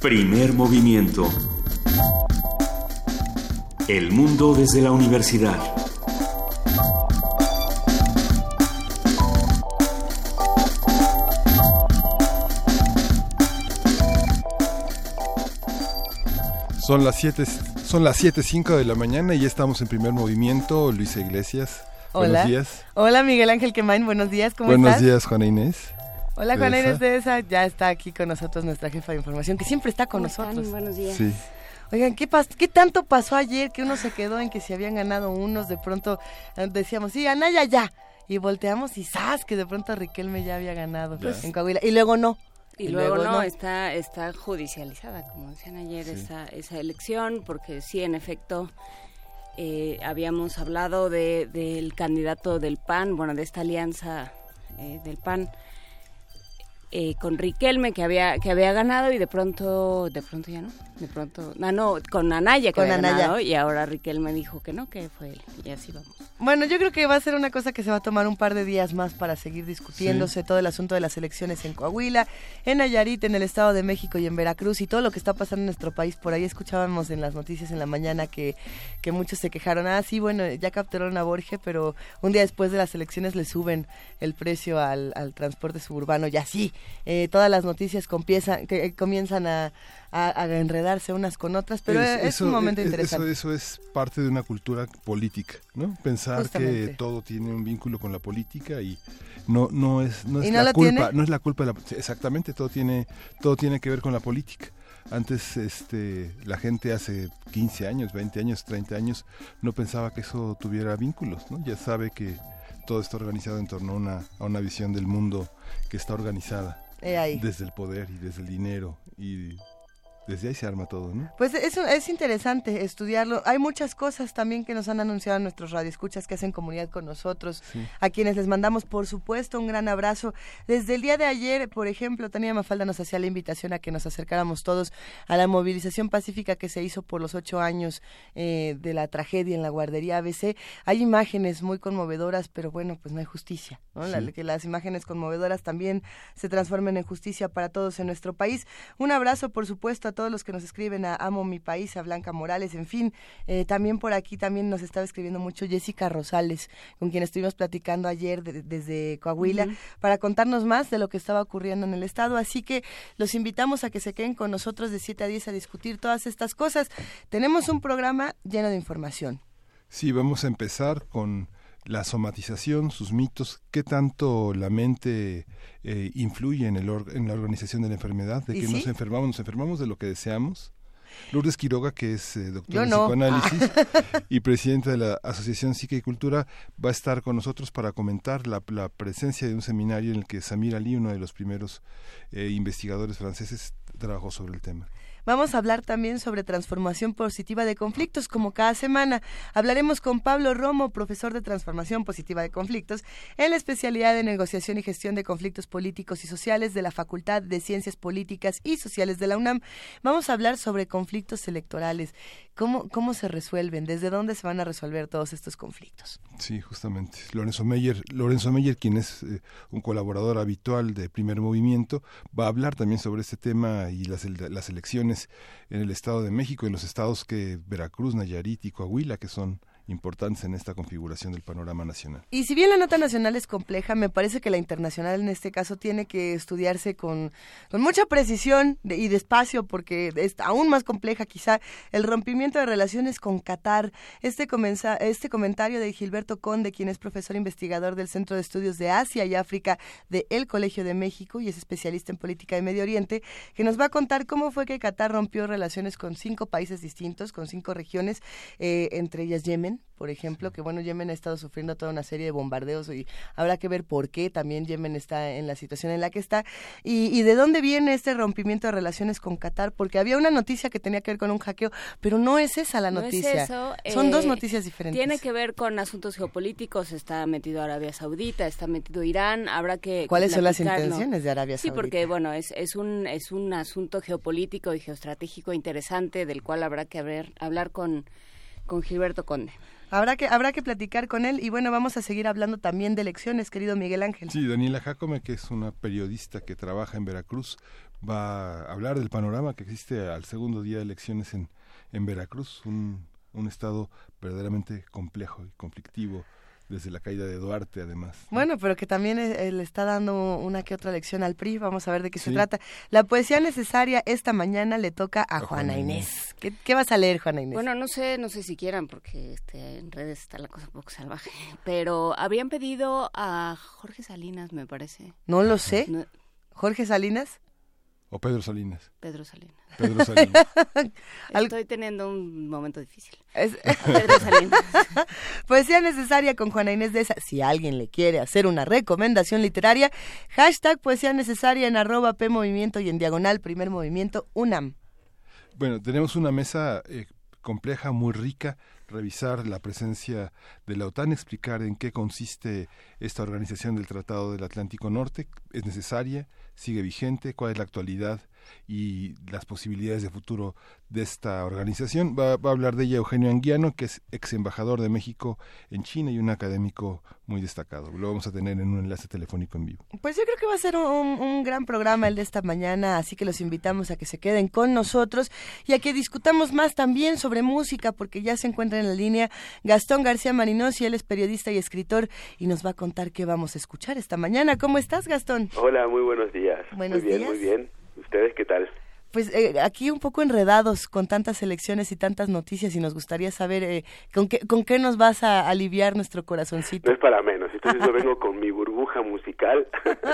Primer movimiento. El mundo desde la universidad. Son las 7:05 de la mañana y ya estamos en Primer Movimiento. Luisa Iglesias, hola. Buenos días. Hola, Miguel Ángel Quemain, buenos días, ¿cómo estás? Buenos días, Juana Inés. Hola, Juana Inés de esa, ya está aquí con nosotros nuestra jefa de información, que siempre está con nosotros. Buenos días. Sí. Oigan, ¿qué tanto pasó ayer que uno se quedó en que se habían ganado unos? De pronto decíamos, sí, Anaya ya, y volteamos y ¡zas! Que de pronto Riquelme ya había ganado en Coahuila, y luego no. Y luego no, está judicializada, como decían ayer, sí. esa elección, porque sí, en efecto, habíamos hablado del candidato del PAN, bueno, de esta alianza del PAN, con Riquelme, que había ganado, y de pronto ya no, con Anaya que había ganado, y ahora Riquelme dijo que no, que fue él, y así vamos. Bueno, yo creo que va a ser una cosa que se va a tomar un par de días más para seguir discutiéndose, todo el asunto de las elecciones en Coahuila, en Nayarit, en el Estado de México y en Veracruz, y todo lo que está pasando en nuestro país. Por ahí escuchábamos en las noticias en la mañana que muchos se quejaron, sí, bueno, ya capturaron a Borge, pero un día después de las elecciones le suben el precio al transporte suburbano, y así, todas las noticias comienzan a enredarse unas con otras, pero es un momento interesante. Eso es parte de una cultura política, ¿no? Pensar justamente que todo tiene un vínculo con la política y no es ¿Y la no culpa, tiene? no es la culpa de exactamente, todo tiene que ver con la política. Antes la gente hace 15 años, 20 años, 30 años no pensaba que eso tuviera vínculos, ¿no? Ya sabe que todo está organizado en torno a una visión del mundo que está organizada desde el poder y desde el dinero, y desde ahí se arma todo, ¿no? Pues es interesante estudiarlo. Hay muchas cosas también que nos han anunciado nuestros radioescuchas que hacen comunidad con nosotros, sí. A quienes les mandamos, por supuesto, un gran abrazo. Desde el día de ayer, por ejemplo, Tania Mafalda nos hacía la invitación a que nos acercáramos todos a la movilización pacífica que se hizo por los 8 años de la tragedia en la guardería ABC. Hay imágenes muy conmovedoras, pero bueno, pues no hay justicia, ¿no? Sí. Que las imágenes conmovedoras también se transformen en justicia para todos en nuestro país. Un abrazo, por supuesto, a todos los que nos escriben, a Amo Mi País, a Blanca Morales, en fin, también por aquí también nos estaba escribiendo mucho Jessica Rosales, con quien estuvimos platicando ayer desde Coahuila, para contarnos más de lo que estaba ocurriendo en el estado, así que los invitamos a que se queden con nosotros de 7 a 10 a discutir todas estas cosas. Tenemos un programa lleno de información. Sí, vamos a empezar con la somatización, sus mitos, qué tanto la mente influye en la organización de la enfermedad, de que ¿sí? nos enfermamos de lo que deseamos. Lourdes Quiroga, que es doctora en psicoanálisis y presidenta de la Asociación Psique y Cultura, va a estar con nosotros para comentar la presencia de un seminario en el que Samir Ali, uno de los primeros investigadores franceses, trabajó sobre el tema. Vamos a hablar también sobre transformación positiva de conflictos, como cada semana. Hablaremos con Pablo Romo, profesor de transformación positiva de conflictos, en la especialidad de negociación y gestión de conflictos políticos y sociales de la Facultad de Ciencias Políticas y Sociales de la UNAM. Vamos a hablar sobre conflictos electorales, cómo se resuelven, desde dónde se van a resolver todos estos conflictos. Sí, justamente. Lorenzo Meyer, quien es un colaborador habitual de Primer Movimiento, va a hablar también sobre este tema y las elecciones en el Estado de México, en los estados que Veracruz, Nayarit y Coahuila, que son importantes en esta configuración del panorama nacional. Y si bien la nota nacional es compleja, me parece que la internacional en este caso tiene que estudiarse con mucha precisión y despacio, porque es aún más compleja quizá el rompimiento de relaciones con Qatar. Este comentario de Gilberto Conde, quien es profesor investigador del Centro de Estudios de Asia y África de El Colegio de México y es especialista en política de Medio Oriente, que nos va a contar cómo fue que Qatar rompió relaciones con 5 países distintos, con 5 regiones, entre ellas Yemen, por ejemplo, que bueno, Yemen ha estado sufriendo toda una serie de bombardeos y habrá que ver por qué también Yemen está en la situación en la que está y de dónde viene este rompimiento de relaciones con Qatar, porque había una noticia que tenía que ver con un hackeo, pero no es esa la noticia. No es eso, son 2 noticias diferentes. Tiene que ver con asuntos geopolíticos, está metido Arabia Saudita, está metido Irán, habrá que ¿cuáles son las intenciones de Arabia Saudita? Sí, porque bueno, es un asunto geopolítico y geoestratégico interesante del cual habrá que hablar con Gilberto Conde. Habrá que platicar con él y bueno, vamos a seguir hablando también de elecciones, querido Miguel Ángel. Sí, Daniela Jácome, que es una periodista que trabaja en Veracruz, va a hablar del panorama que existe al segundo día de elecciones en Veracruz, un estado verdaderamente complejo y conflictivo desde la caída de Duarte, además. Bueno, pero que también le está dando una que otra lección al PRI, vamos a ver de qué se trata. La poesía necesaria esta mañana le toca a Juana Inés. ¿Qué vas a leer, Juana Inés? Bueno, no sé si quieran, porque en redes está la cosa un poco salvaje, pero habían pedido a Jorge Salinas, me parece. No lo sé. No. ¿Jorge Salinas? ¿O Pedro Salinas? Pedro Salinas. Pedro Salinas. Estoy teniendo un momento difícil. Pedro Salinas. Poesía necesaria con Juana Inés de esa. Si alguien le quiere hacer una recomendación literaria, hashtag poesía necesaria en @PMovimiento y en diagonal Primer Movimiento UNAM. Bueno, tenemos una mesa compleja, muy rica, revisar la presencia de la OTAN, explicar en qué consiste esta organización del Tratado del Atlántico Norte, es necesaria, sigue vigente, cuál es la actualidad y las posibilidades de futuro de esta organización. Va a hablar de ella Eugenio Anguiano, que es ex embajador de México en China y un académico muy destacado. Lo vamos a tener en un enlace telefónico en vivo. Pues yo creo que va a ser un gran programa el de esta mañana, así que los invitamos a que se queden con nosotros y a que discutamos más también sobre música, porque ya se encuentra en la línea Gastón García Marinosi, él es periodista y escritor y nos va a contar qué vamos a escuchar esta mañana. ¿Cómo estás, Gastón? Hola, muy buenos días. Buenos días. Muy bien. ¿Ustedes qué tal? Pues aquí un poco enredados con tantas elecciones y tantas noticias y nos gustaría saber con qué nos vas a aliviar nuestro corazoncito. No es para menos, entonces yo vengo con mi burbuja musical,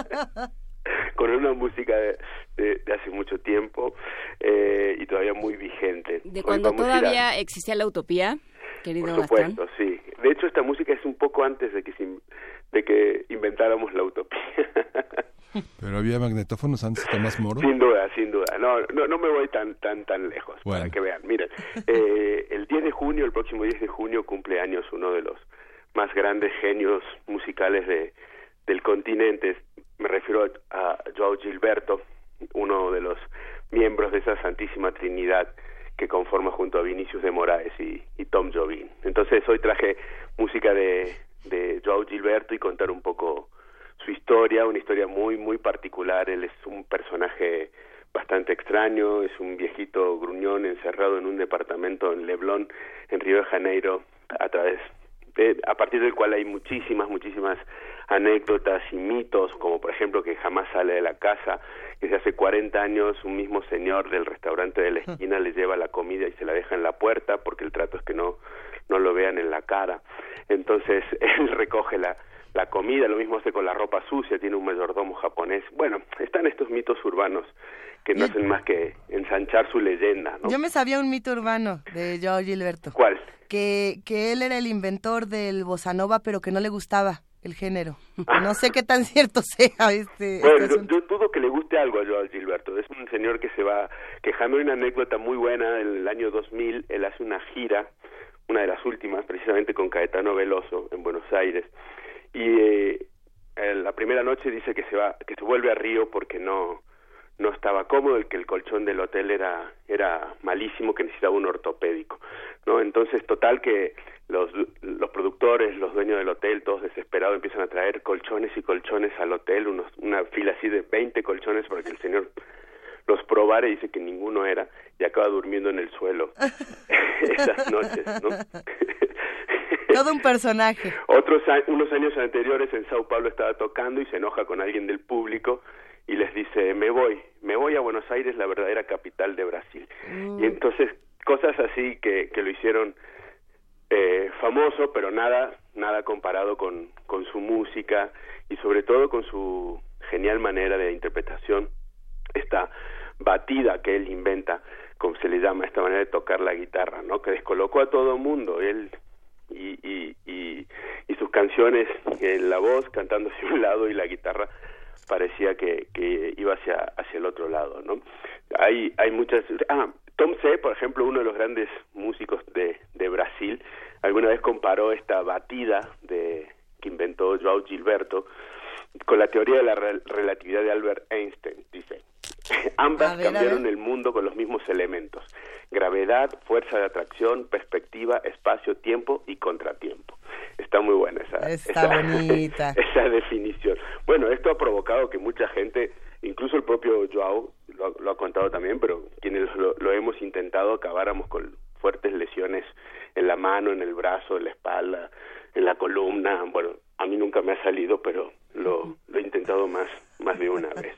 con una música de hace mucho tiempo y todavía muy vigente. ¿De cuando todavía existía la utopía, querido Gastón? Por supuesto, sí. De hecho, esta música es un poco antes de que inventáramos la utopía. Pero había magnetófonos antes, Tomás Moro. Sin duda. No me voy tan lejos, bueno, para que vean. Miren, el próximo 10 de junio cumple años uno de los más grandes genios musicales del continente. Me refiero a Joao Gilberto, uno de los miembros de esa santísima trinidad que conforma junto a Vinicius de Moraes y Tom Jobim. Entonces hoy traje música de Joao Gilberto y contar un poco su historia, una historia muy muy particular. Él es un personaje bastante extraño, es un viejito gruñón encerrado en un departamento en Leblon, en Río de Janeiro, a partir del cual hay muchísimas anécdotas y mitos, como por ejemplo que jamás sale de la casa, que desde hace 40 años un mismo señor del restaurante de la esquina le lleva la comida y se la deja en la puerta, porque el trato es que no lo vean en la cara. Entonces él recoge la comida, lo mismo hace con la ropa sucia, tiene un mayordomo japonés. Bueno, están estos mitos urbanos que no hacen más que ensanchar su leyenda, ¿no? Yo me sabía un mito urbano de Joao Gilberto. ¿Cuál? Que él era el inventor del bossa nova, pero que no le gustaba el género. No sé qué tan cierto sea Bueno, yo dudo que le guste algo a Joao Gilberto. Es un señor que déjame una anécdota muy buena. En el año 2000 él hace una gira, una de las últimas, precisamente con Caetano Veloso en Buenos Aires. Y la primera noche dice que se vuelve a Río porque no estaba cómodo, que el colchón del hotel era malísimo, que necesitaba un ortopédico, ¿no? Entonces, total que los productores, los dueños del hotel, todos desesperados, empiezan a traer colchones y colchones al hotel, una fila así de 20 colchones para que el señor los probara, y dice que ninguno era, y acaba durmiendo en el suelo esas noches, ¿no? Todo un personaje. Unos años anteriores en Sao Paulo estaba tocando y se enoja con alguien del público y les dice, me voy a Buenos Aires, la verdadera capital de Brasil. Y entonces cosas así que lo hicieron famoso, pero nada comparado con su música y sobre todo con su genial manera de interpretación, esta batida que él inventa, como se le llama, esta manera de tocar la guitarra, ¿no? Que descolocó a todo mundo. Él y sus canciones, la voz cantando hacia un lado y la guitarra parecía que iba hacia el otro lado, ¿no? Hay muchas... Tom C., por ejemplo, uno de los grandes músicos de Brasil, alguna vez comparó esta batida que inventó Joao Gilberto con la teoría de la relatividad de Albert Einstein. Dice, Ambas cambiaron el mundo con los mismos elementos: gravedad, fuerza de atracción, perspectiva, espacio, tiempo y contratiempo. Está muy buena esa bonita. Esa definición. Bueno, esto ha provocado que mucha gente, incluso el propio Joao lo ha contado también, pero quienes lo hemos intentado, acabáramos con fuertes lesiones en la mano, en el brazo, en la espalda, en la columna. Bueno, a mí nunca me ha salido, pero lo he intentado más de una vez.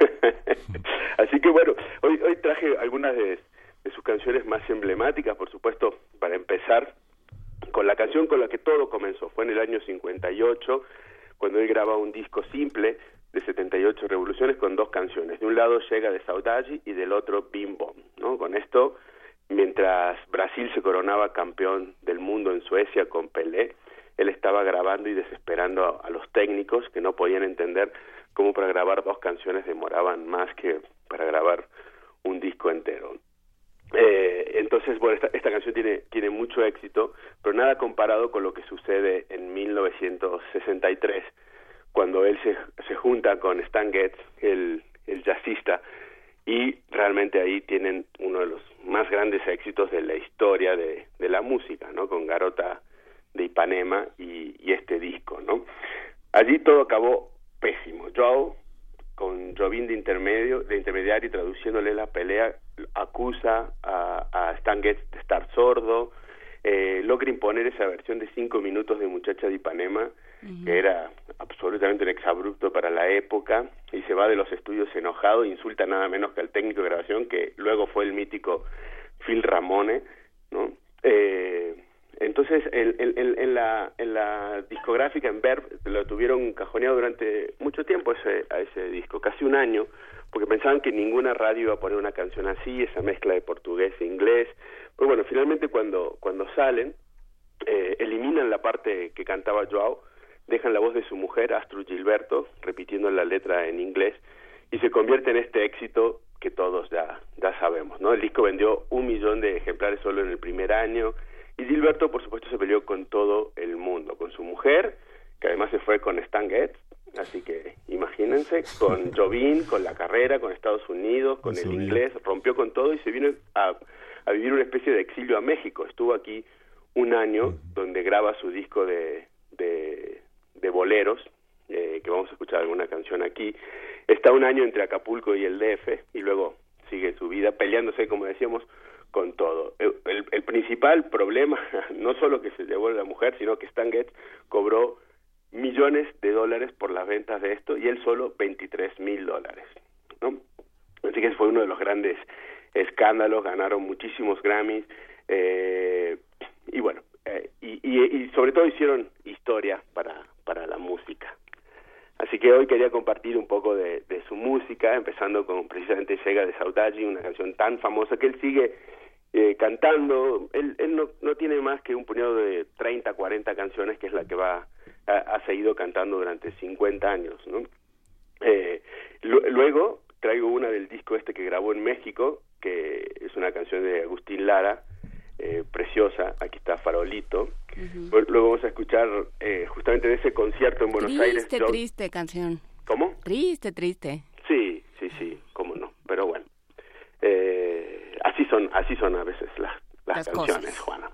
Así que bueno, hoy traje algunas de sus canciones más emblemáticas, por supuesto, para empezar con la canción con la que todo comenzó. Fue en el año 58, cuando él graba un disco simple de 78 revoluciones con 2 canciones. De un lado Chega de Saudade y del otro Bim Bom, ¿no? Con esto, mientras Brasil se coronaba campeón del mundo en Suecia con Pelé, él estaba grabando y desesperando a los técnicos que no podían entender cómo para grabar 2 canciones demoraban más que para grabar un disco entero. Entonces, bueno, esta canción tiene mucho éxito, pero nada comparado con lo que sucede en 1963, cuando él se junta con Stan Getz, el jazzista, y realmente ahí tienen uno de los más grandes éxitos de la historia de la música, ¿no? Con Garota de Ipanema y este disco, ¿no? Allí todo acabó pésimo. Joao, con Jobim de intermediario, traduciéndole la pelea, acusa a Stan Getz de estar sordo, logra imponer esa versión de 5 minutos de Muchacha de Ipanema, que era absolutamente un exabrupto para la época, y se va de los estudios enojado, insulta nada menos que al técnico de grabación, que luego fue el mítico Phil Ramone, ¿no? Entonces, en la discográfica, en Verve, lo tuvieron cajoneado durante mucho tiempo a ese disco, casi un año, porque pensaban que ninguna radio iba a poner una canción así, esa mezcla de portugués e inglés. Pero bueno, finalmente cuando salen, eliminan la parte que cantaba Joao, dejan la voz de su mujer, Astrud Gilberto, repitiendo la letra en inglés, y se convierte en este éxito que todos ya sabemos, ¿no? El disco vendió 1 millón de ejemplares solo en el primer año, y Gilberto, por supuesto, se peleó con todo el mundo, con su mujer, que además se fue con Stan Getz, así que imagínense, con Jobim, con la carrera, con Estados Unidos, con el inglés, rompió con todo y se vino a vivir una especie de exilio a México. Estuvo aquí 1 año, donde graba su disco de boleros, que vamos a escuchar alguna canción aquí. Está 1 año entre Acapulco y el DF, y luego sigue su vida peleándose, como decíamos, con todo. El principal problema, no solo que se llevó la mujer, sino que Stan Getz cobró millones de dólares por las ventas de esto, y él solo $23,000, ¿no? Así que fue uno de los grandes escándalos, ganaron muchísimos Grammys, y bueno, y sobre todo hicieron historia para la música. Así que hoy quería compartir un poco de su música, empezando con precisamente Chega de Saudade, una canción tan famosa que él sigue cantando. Él no tiene más que un puñado de 30, 40 canciones, que es la que ha seguido cantando durante 50 años, ¿no? Luego traigo una del disco que grabó en México, que es una canción de Agustín Lara, preciosa. Aquí está Farolito. Luego vamos a escuchar justamente de ese concierto en Buenos Aires. Triste canción. ¿Cómo? Triste. Sí, cómo no, pero bueno. Así son a veces las canciones, cosas. Juana.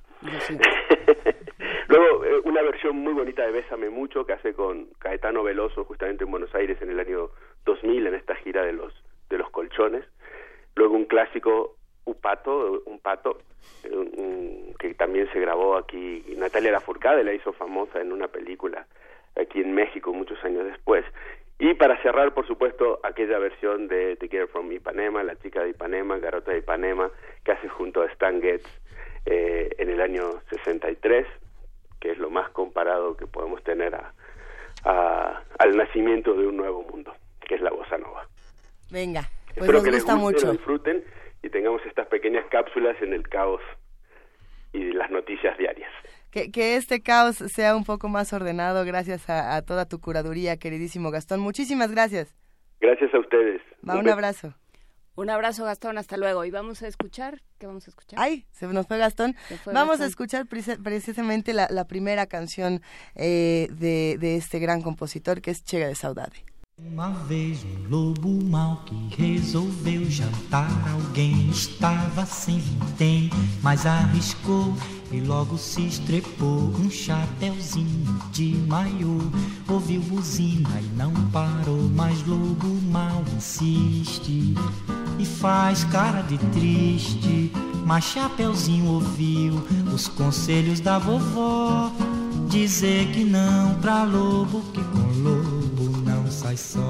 Luego, una versión muy bonita de Bésame Mucho, que hace con Caetano Veloso, justamente en Buenos Aires en el año 2000, en esta gira de los colchones. Luego un clásico, un pato, que también se grabó aquí. Natalia Lafourcade la hizo famosa en una película aquí en México muchos años después. Y para cerrar, por supuesto, aquella versión de The Girl from Ipanema, La chica de Ipanema, Garota de Ipanema, que hace junto a Stan Getz en el año 63, que es lo más comparado que podemos tener al nacimiento de un nuevo mundo, que es la bossa nova. Venga, pues espero nos que gusta mucho. Lo disfruten y tengamos estas pequeñas cápsulas en el caos y las noticias diarias. Que este caos sea un poco más ordenado gracias a toda tu curaduría, queridísimo Gastón. Muchísimas gracias. Gracias a ustedes. Un abrazo. Un abrazo, Gastón, hasta luego. Y vamos a escuchar, ¿qué vamos a escuchar? Ay, se nos fue Gastón. Vamos a escuchar precisamente la primera canción de este gran compositor, que es Chega de Saudade. Uma vez lobo mau que resolveu jantar alguém. Estava sem vintém, mas arriscou e logo se estrepou. Chapeuzinho de maiô, ouviu buzina e não parou. Mas lobo mau insiste e faz cara de triste. Mas Chapeuzinho ouviu os conselhos da vovó, dizer que não pra lobo, que com lobo não sai só.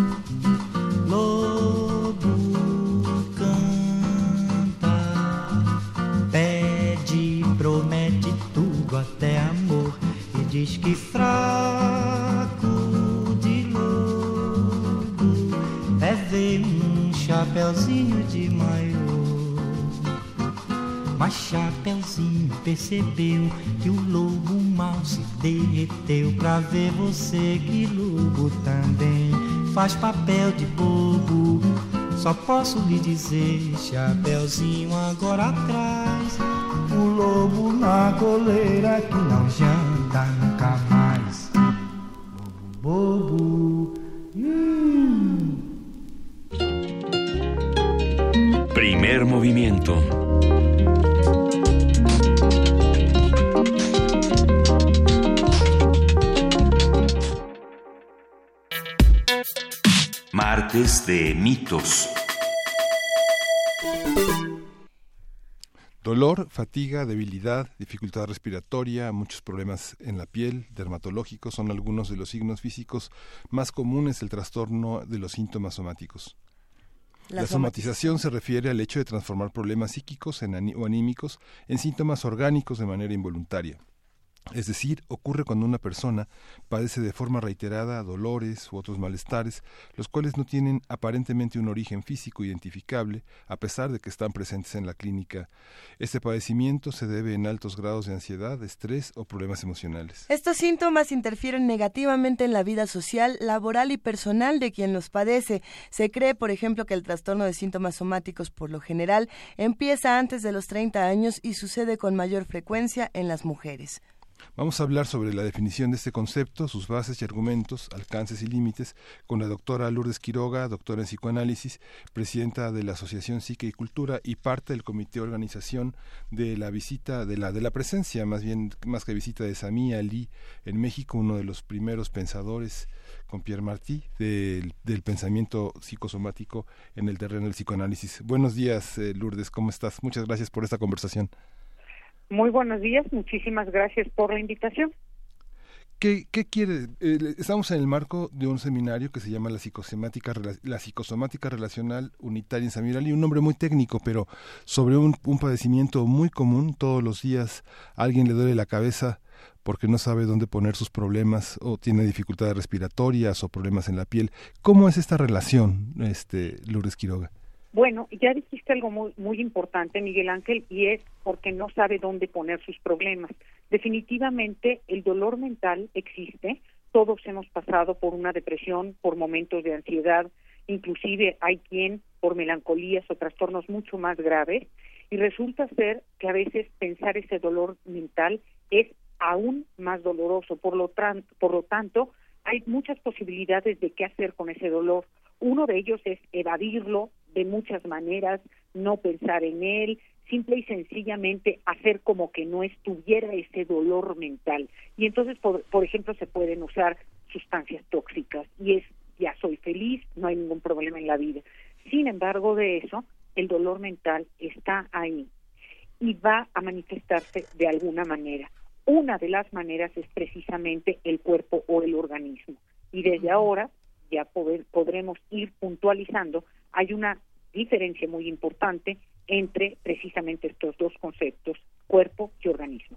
Lobo canta, pede, promete tudo até amor, e diz que fraco de lobo é ver Chapeuzinho de maiô. Mas Chapeuzinho percebeu que o lobo mau se derreteu. Pra ver você que lobo também faz papel de bobo. Só posso lhe dizer, Chapeuzinho, agora atrás, o lobo na coleira que não janta nunca mais. Bobo, Primer movimiento. Martes de mitos. Dolor, fatiga, debilidad, dificultad respiratoria, muchos problemas en la piel, dermatológicos, son algunos de los signos físicos más comunes del trastorno de los síntomas somáticos. La somatización se refiere al hecho de transformar problemas psíquicos o anímicos en síntomas orgánicos de manera involuntaria. Es decir, ocurre cuando una persona padece de forma reiterada dolores u otros malestares, los cuales no tienen aparentemente un origen físico identificable, a pesar de que están presentes en la clínica. Este padecimiento se debe en altos grados de ansiedad, estrés o problemas emocionales. Estos síntomas interfieren negativamente en la vida social, laboral y personal de quien los padece. Se cree, por ejemplo, que el trastorno de síntomas somáticos, por lo general, empieza antes de los 30 años y sucede con mayor frecuencia en las mujeres. Vamos a hablar sobre la definición de este concepto, sus bases y argumentos, alcances y límites, con la doctora Lourdes Quiroga, doctora en psicoanálisis, presidenta de la Asociación Psique y Cultura y parte del comité de organización de la visita, de la presencia, más que visita, de Sami Ali en México, uno de los primeros pensadores, con Pierre Martí, del pensamiento psicosomático en el terreno del psicoanálisis. Buenos días, Lourdes, ¿cómo estás? Muchas gracias por esta conversación. Muy buenos días, muchísimas gracias por la invitación. ¿Qué quiere? Estamos en el marco de un seminario que se llama la psicosomática relacional unitaria en Sami Ali, un nombre muy técnico, pero sobre un padecimiento muy común. Todos los días a alguien le duele la cabeza porque no sabe dónde poner sus problemas o tiene dificultades respiratorias o problemas en la piel. ¿Cómo es esta relación, Lourdes Quiroga? Bueno, ya dijiste algo muy importante, Miguel Ángel, y es porque no sabe dónde poner sus problemas. Definitivamente el dolor mental existe, todos hemos pasado por una depresión, por momentos de ansiedad, inclusive hay quien por melancolías o trastornos mucho más graves, y resulta ser que a veces pensar ese dolor mental es aún más doloroso, por lo tanto, hay muchas posibilidades de qué hacer con ese dolor. Uno de ellos es evadirlo de muchas maneras, no pensar en él, simple y sencillamente hacer como que no estuviera ese dolor mental. Y entonces, por ejemplo, se pueden usar sustancias tóxicas y es, ya soy feliz, no hay ningún problema en la vida. Sin embargo, de eso, el dolor mental está ahí y va a manifestarse de alguna manera. Una de las maneras es precisamente el cuerpo o el organismo. Y desde ahora ya podremos ir puntualizando. Hay una diferencia muy importante entre precisamente estos dos conceptos, cuerpo y organismo.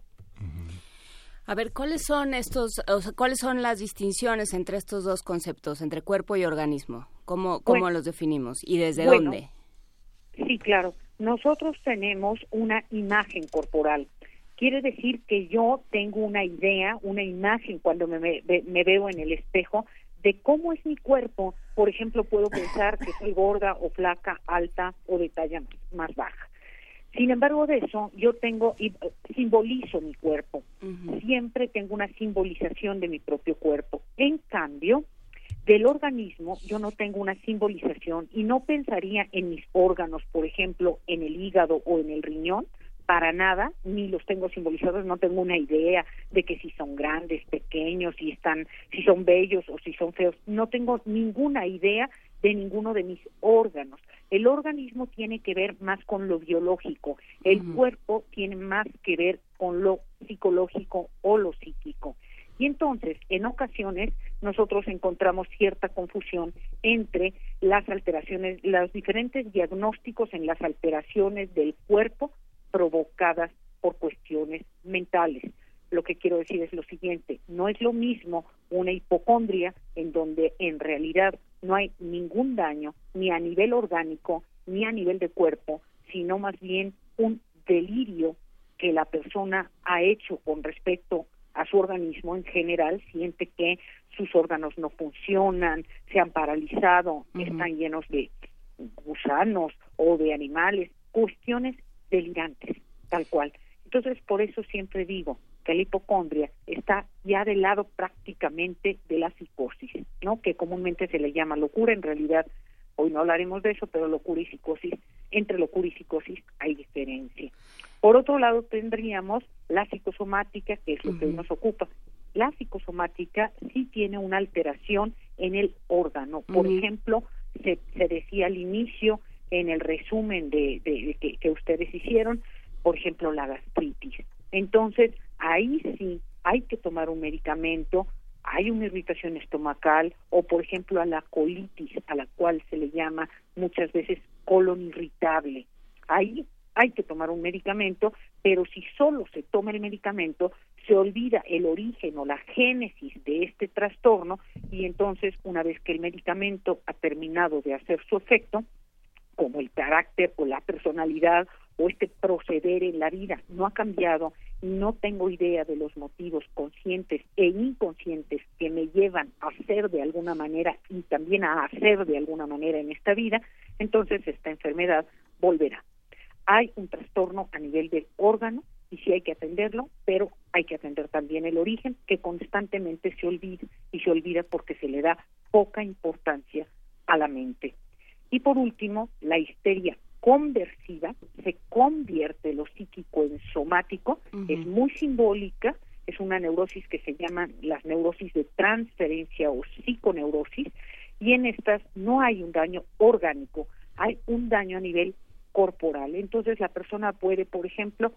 A ver, ¿cuáles son las distinciones entre estos dos conceptos, entre cuerpo y organismo? ¿Cómo los definimos y desde dónde? Sí, claro. Nosotros tenemos una imagen corporal. Quiere decir que yo tengo una idea, una imagen cuando me veo en el espejo de cómo es mi cuerpo. Por ejemplo, puedo pensar que soy gorda o flaca, alta o de talla más baja. Sin embargo de eso, yo simbolizo mi cuerpo. Uh-huh. Siempre tengo una simbolización de mi propio cuerpo. En cambio, del organismo yo no tengo una simbolización y no pensaría en mis órganos, por ejemplo, en el hígado o en el riñón, para nada, ni los tengo simbolizados, no tengo una idea de que si son grandes, pequeños, si son bellos o si son feos, no tengo ninguna idea de ninguno de mis órganos. El organismo tiene que ver más con lo biológico, el cuerpo tiene más que ver con lo psicológico o lo psíquico. Y entonces, en ocasiones, nosotros encontramos cierta confusión entre las alteraciones, los diferentes diagnósticos en las alteraciones del cuerpo provocadas por cuestiones mentales. Lo que quiero decir es lo siguiente, no es lo mismo una hipocondria en donde en realidad no hay ningún daño, ni a nivel orgánico, ni a nivel de cuerpo, sino más bien un delirio que la persona ha hecho con respecto a su organismo en general, siente que sus órganos no funcionan, se han paralizado, están llenos de gusanos o de animales, cuestiones delirantes, tal cual. Entonces, por eso siempre digo que la hipocondria está ya del lado prácticamente de la psicosis, ¿no? Que comúnmente se le llama locura, en realidad hoy no hablaremos de eso, pero locura y psicosis, entre locura y psicosis hay diferencia. Por otro lado, tendríamos la psicosomática, que es lo que hoy nos ocupa. La psicosomática sí tiene una alteración en el órgano. Por ejemplo, se decía al inicio, en el resumen que ustedes hicieron, por ejemplo, la gastritis. Entonces, ahí sí hay que tomar un medicamento, hay una irritación estomacal, o por ejemplo a la colitis, a la cual se le llama muchas veces colon irritable. Ahí hay que tomar un medicamento, pero si solo se toma el medicamento, se olvida el origen o la génesis de este trastorno, y entonces una vez que el medicamento ha terminado de hacer su efecto, como el carácter o la personalidad o este proceder en la vida no ha cambiado, no tengo idea de los motivos conscientes e inconscientes que me llevan a ser de alguna manera y también a hacer de alguna manera en esta vida, entonces esta enfermedad volverá. Hay un trastorno a nivel del órgano y sí hay que atenderlo, pero hay que atender también el origen, que constantemente se olvida, y se olvida porque se le da poca importancia a la mente. Y por último, la histeria conversiva, se convierte lo psíquico en somático, es muy simbólica, es una neurosis que se llaman las neurosis de transferencia o psiconeurosis, y en estas no hay un daño orgánico, hay un daño a nivel corporal. Entonces la persona puede, por ejemplo,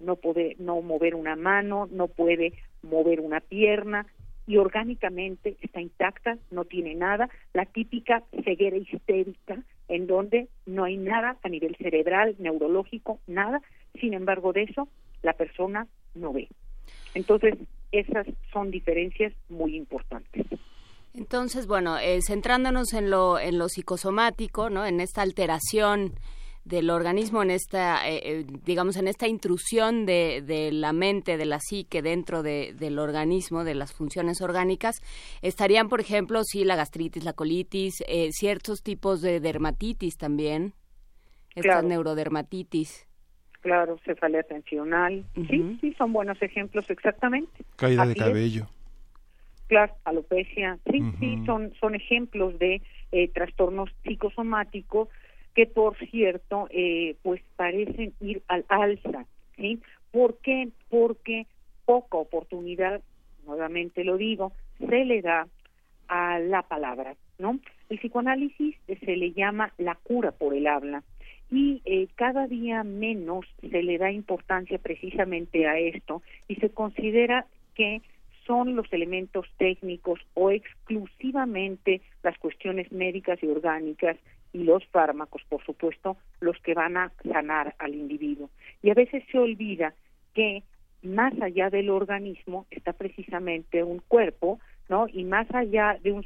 no mover una mano, no puede mover una pierna, y orgánicamente está intacta, no tiene nada, la típica ceguera histérica, en donde no hay nada a nivel cerebral, neurológico, nada, sin embargo de eso la persona no ve. Entonces, esas son diferencias muy importantes. Entonces, bueno, centrándonos en lo psicosomático, ¿no? En esta alteración del organismo, en esta, digamos, en esta intrusión de la mente, de la psique dentro del organismo, de las funciones orgánicas, estarían, por ejemplo, sí, la gastritis, la colitis, ciertos tipos de dermatitis también, estas neurodermatitis. Claro, cefalea tensional, sí, son buenos ejemplos, exactamente. Caída de cabello. Claro, alopecia, sí, son ejemplos de trastornos psicosomáticos que, por cierto, pues parecen ir al alza, ¿sí? ¿Por qué? Porque poca oportunidad, nuevamente lo digo, se le da a la palabra, ¿no? El psicoanálisis se le llama la cura por el habla, y cada día menos se le da importancia precisamente a esto, y se considera que son los elementos técnicos o exclusivamente las cuestiones médicas y orgánicas y los fármacos, por supuesto, los que van a sanar al individuo. Y a veces se olvida que más allá del organismo está precisamente un cuerpo, ¿no? Y más allá de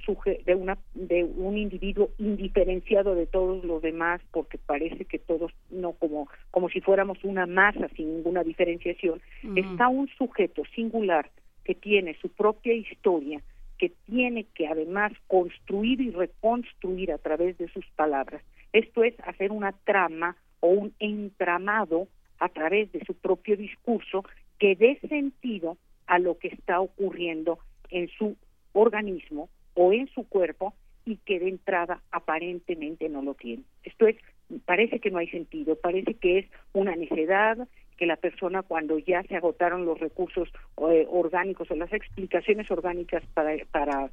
un individuo indiferenciado de todos los demás, porque parece que todos no como si fuéramos una masa sin ninguna diferenciación, está un sujeto singular que tiene su propia historia, que tiene que además construir y reconstruir a través de sus palabras. Esto es hacer una trama o un entramado a través de su propio discurso que dé sentido a lo que está ocurriendo en su organismo o en su cuerpo y que de entrada aparentemente no lo tiene. Esto es, parece que no hay sentido, parece que es una necedad, que la persona cuando ya se agotaron los recursos orgánicos o las explicaciones orgánicas para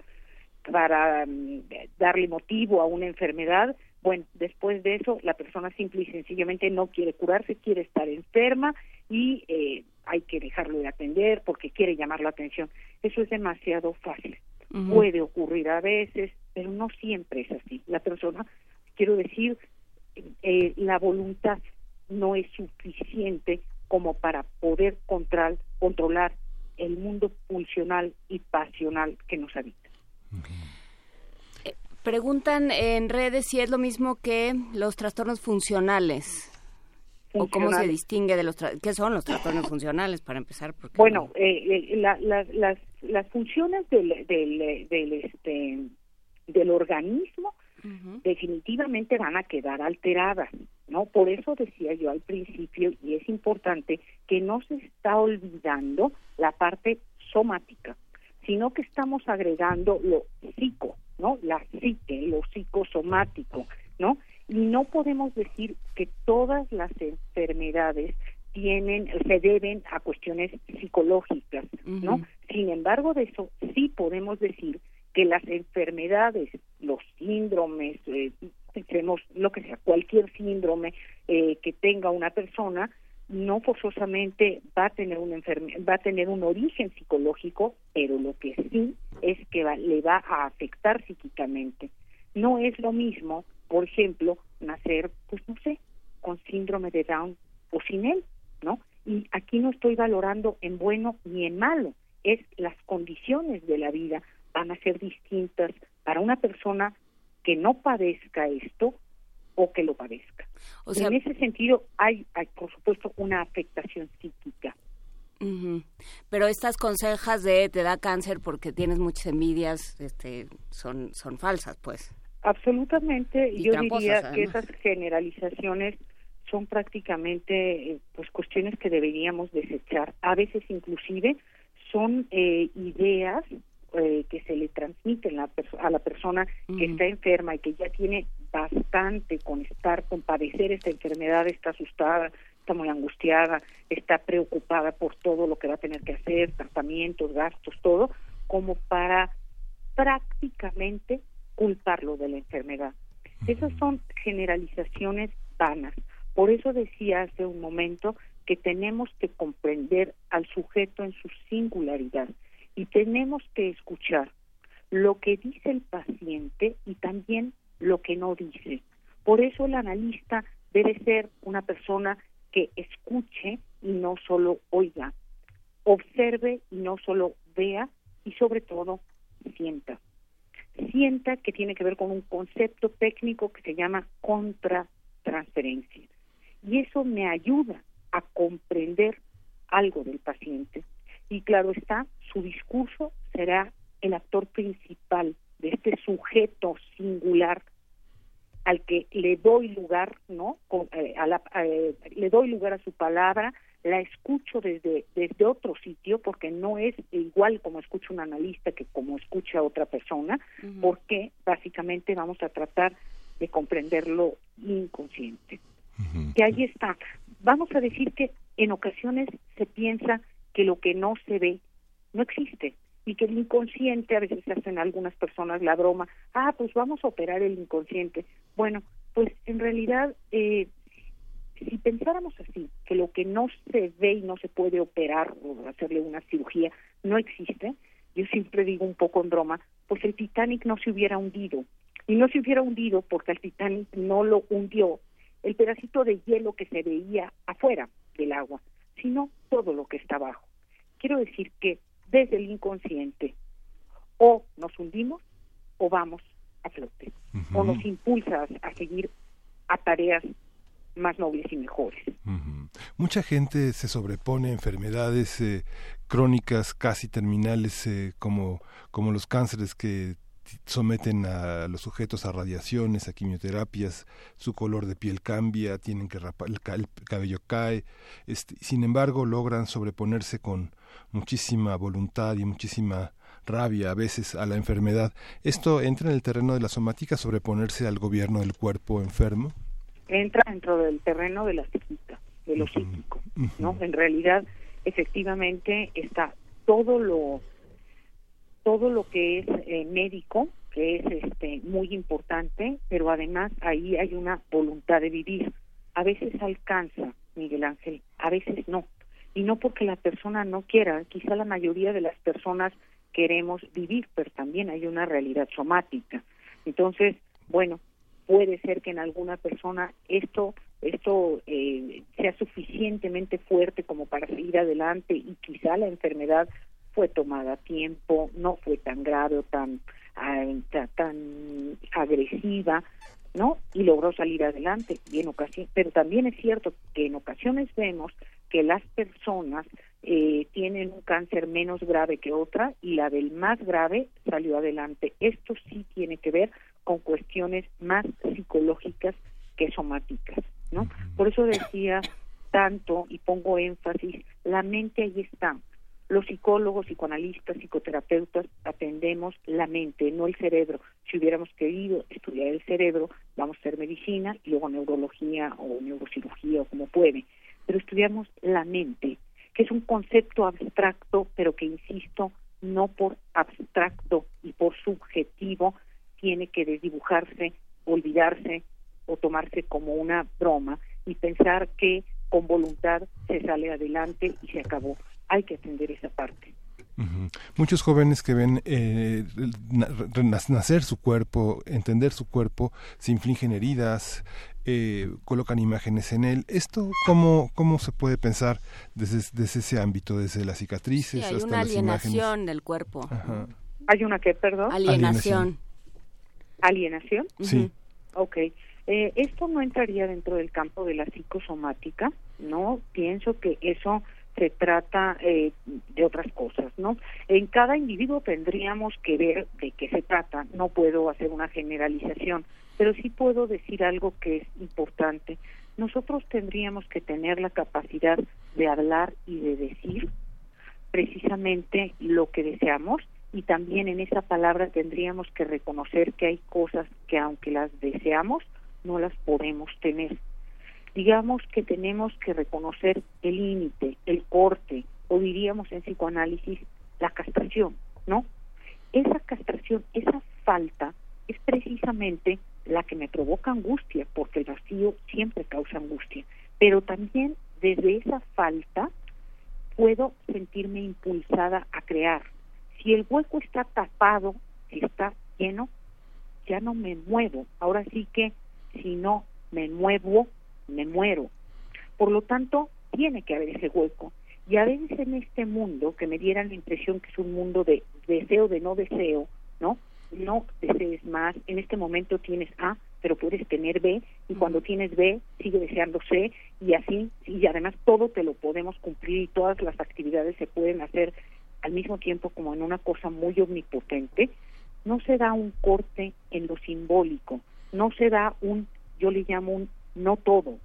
darle motivo a una enfermedad, bueno, después de eso la persona simple y sencillamente no quiere curarse, quiere estar enferma y hay que dejarlo de atender porque quiere llamar la atención. Eso es demasiado fácil. Uh-huh. Puede ocurrir a veces, pero no siempre es así. La persona, quiero decir, la voluntad no es suficiente como para poder controlar el mundo pulsional y pasional que nos habita. Uh-huh. Preguntan en redes si es lo mismo que los trastornos funcionales. ¿O cómo se distingue de qué son los trastornos funcionales, para empezar? Bueno, las funciones del organismo uh-huh. definitivamente van a quedar alteradas, ¿no? Por eso decía yo al principio, y es importante, que no se está olvidando la parte somática, sino que estamos agregando lo psico, ¿no? La psique, lo psicosomático, ¿no? Y no podemos decir que todas las enfermedades se deben a cuestiones psicológicas, ¿no? Uh-huh. Sin embargo, de eso sí podemos decir que las enfermedades, los síndromes, pensemos lo que sea, cualquier síndrome que tenga una persona, no forzosamente va a tener un origen psicológico, pero lo que sí es que le va a afectar psíquicamente. No es lo mismo, por ejemplo, nacer, pues no sé, con síndrome de Down o sin él, ¿no? Y aquí no estoy valorando en bueno ni en malo, es las condiciones de la vida van a ser distintas para una persona que no padezca esto o que lo padezca. O sea, en ese sentido hay por supuesto una afectación psíquica. Uh-huh. Pero estas consejas de te da cáncer porque tienes muchas envidias, son falsas, pues. Absolutamente, y yo diría además que esas generalizaciones son prácticamente pues cuestiones que deberíamos desechar. A veces inclusive son ideas que se le transmiten a la persona que está enferma y que ya tiene bastante con padecer esta enfermedad, está asustada, está muy angustiada, está preocupada por todo lo que va a tener que hacer, tratamientos, gastos, todo, como para prácticamente culparlo de la enfermedad. Esas son generalizaciones vanas. Por eso decía hace un momento que tenemos que comprender al sujeto en su singularidad y tenemos que escuchar lo que dice el paciente y también lo que no dice. Por eso el analista debe ser una persona que escuche y no solo oiga, observe y no solo vea y sobre todo sienta, que tiene que ver con un concepto técnico que se llama contratransferencia. Y eso me ayuda a comprender algo del paciente. Y claro está, su discurso será el actor principal de este sujeto singular al que le doy lugar, ¿no? Le doy lugar a su palabra, la escucho desde otro sitio, porque no es igual como escucha un analista que como escucha a otra persona, uh-huh. porque básicamente vamos a tratar de comprender lo inconsciente. Uh-huh. Que ahí está. Vamos a decir que en ocasiones se piensa que lo que no se ve no existe, y que el inconsciente, a veces hacen algunas personas la broma, pues vamos a operar el inconsciente. Bueno, pues en realidad, si pensáramos así, que lo que no se ve y no se puede operar o hacerle una cirugía no existe, yo siempre digo un poco en broma, pues el Titanic no se hubiera hundido. Y no se hubiera hundido porque el Titanic no lo hundió el pedacito de hielo que se veía afuera del agua, sino todo lo que está abajo. Quiero decir que desde el inconsciente o nos hundimos o vamos a flote, uh-huh. o nos impulsa a seguir a tareas más nobles y mejores. Uh-huh. Mucha gente se sobrepone a enfermedades crónicas casi terminales como los cánceres que someten a los sujetos a radiaciones, a quimioterapias, su color de piel cambia, tienen que rapar, el cabello cae, sin embargo logran sobreponerse con muchísima voluntad y muchísima rabia a veces a la enfermedad. ¿Esto entra en el terreno de la somática, sobreponerse al gobierno del cuerpo enfermo? Entra dentro del terreno de la psiquita, de lo psíquico, ¿no? En realidad, efectivamente, está todo lo que es médico, que es muy importante, pero además ahí hay una voluntad de vivir. A veces alcanza, Miguel Ángel, a veces no. Y no porque la persona no quiera, quizá la mayoría de las personas queremos vivir, pero también hay una realidad somática. Entonces, bueno, puede ser que en alguna persona esto sea suficientemente fuerte como para seguir adelante y quizá la enfermedad fue tomada a tiempo, no fue tan grave o tan agresiva, ¿no? Y logró salir adelante. Y en ocasiones, pero también es cierto que en ocasiones vemos que las personas tienen un cáncer menos grave que otra y la del más grave salió adelante. Esto sí tiene que ver con cuestiones más psicológicas que somáticas, ¿no? Por eso decía tanto y pongo énfasis, la mente ahí está. Los psicólogos, psicoanalistas, psicoterapeutas atendemos la mente, no el cerebro. Si hubiéramos querido estudiar el cerebro, vamos a hacer medicina y luego neurología o neurocirugía o como puede. Pero estudiamos la mente, que es un concepto abstracto, pero que, insisto, no por abstracto y por subjetivo tiene que desdibujarse, olvidarse o tomarse como una broma y pensar que con voluntad se sale adelante y se acabó. Hay que atender esa parte. Muchos jóvenes que ven nacer su cuerpo, entender su cuerpo, se infligen heridas, colocan imágenes en él. ¿Esto cómo se puede pensar desde ese ámbito, desde las cicatrices hasta las imágenes? Hay una alienación del cuerpo. Ajá. ¿Hay una qué, perdón? Alienación. ¿Alienación? Sí. Okay. Esto no entraría dentro del campo de la psicosomática, ¿no? Pienso que eso se trata de otras cosas, ¿no? En cada individuo tendríamos que ver de qué se trata. No puedo hacer una generalización, pero sí puedo decir algo que es importante. Nosotros tendríamos que tener la capacidad de hablar y de decir precisamente lo que deseamos, y también en esa palabra tendríamos que reconocer que hay cosas que aunque las deseamos, no las podemos tener. Digamos que tenemos que reconocer el límite, el corte, o diríamos en psicoanálisis, la castración, ¿no? Esa castración, esa falta, es precisamente la que me provoca angustia, porque el vacío siempre causa angustia. Pero también desde esa falta puedo sentirme impulsada a crear. Si el hueco está tapado, si está lleno, ya no me muevo. Ahora sí que si no me muevo, me muero. Por lo tanto, tiene que haber ese hueco. Y a veces en este mundo, que me dieran la impresión que es un mundo de deseo, de no deseo, ¿no? No desees más. En este momento tienes A, pero puedes tener B, y cuando tienes B, sigue deseando C, y así, y además todo te lo podemos cumplir, y todas las actividades se pueden hacer al mismo tiempo como en una cosa muy omnipotente. No se da un corte en lo simbólico, no se da yo le llamo un no todo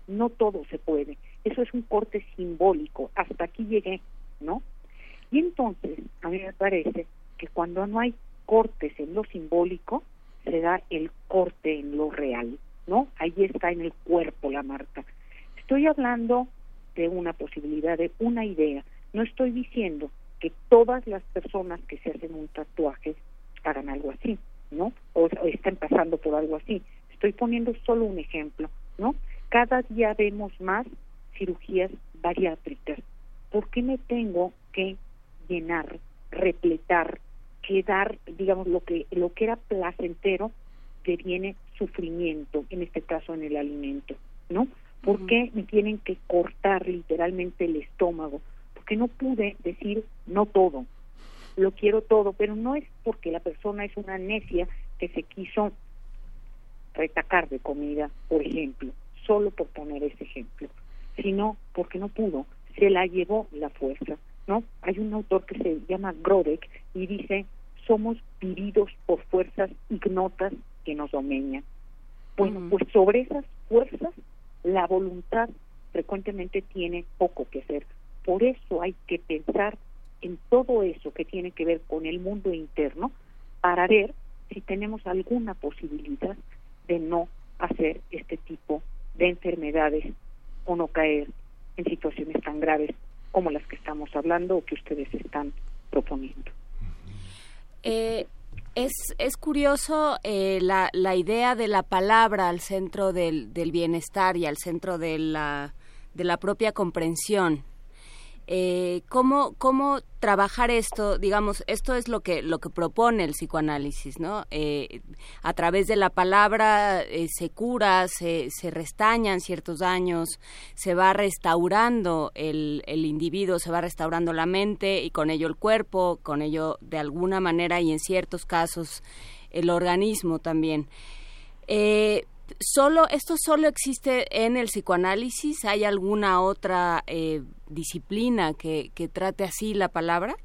se puede. Eso es un corte simbólico, hasta aquí llegué, ¿no? Y entonces, a mí me parece que cuando no hay cortes en lo simbólico, se da el corte en lo real, ¿no? Ahí está en el cuerpo la marca. Estoy hablando de una posibilidad, de una idea. No estoy diciendo que todas las personas que se hacen un tatuaje hagan algo así, ¿no? O estén pasando por algo así. Estoy poniendo solo un ejemplo, ¿no? Cada día vemos más cirugías bariátricas. ¿Por qué me tengo que llenar, repletar, quedar, digamos, lo que era placentero, deviene sufrimiento, en este caso en el alimento, ¿no? ¿Por qué me tienen que cortar literalmente el estómago? Porque no pude decir no todo, lo quiero todo, pero no es porque la persona es una necia que se quiso retacar de comida, por ejemplo, solo por poner ese ejemplo, sino porque no pudo, se la llevó la fuerza, ¿no? Hay un autor que se llama Grodek y dice, somos vividos por fuerzas ignotas que nos domeñan. Bueno, pues sobre esas fuerzas la voluntad frecuentemente tiene poco que hacer. Por eso hay que pensar en todo eso que tiene que ver con el mundo interno para ver si tenemos alguna posibilidad de no hacer este tipo de enfermedades o no caer en situaciones tan graves como las que estamos hablando o que ustedes están proponiendo. Es curioso la idea de la palabra al centro del bienestar y al centro de la propia comprensión. ¿Cómo trabajar esto? Digamos, esto es lo que propone el psicoanálisis, ¿no? A través de la palabra se cura, se restañan ciertos daños, se va restaurando el individuo, se va restaurando la mente y con ello el cuerpo, con ello de alguna manera y en ciertos casos el organismo también. ¿Esto solo existe en el psicoanálisis? ¿Hay alguna otra disciplina que trate así la palabra?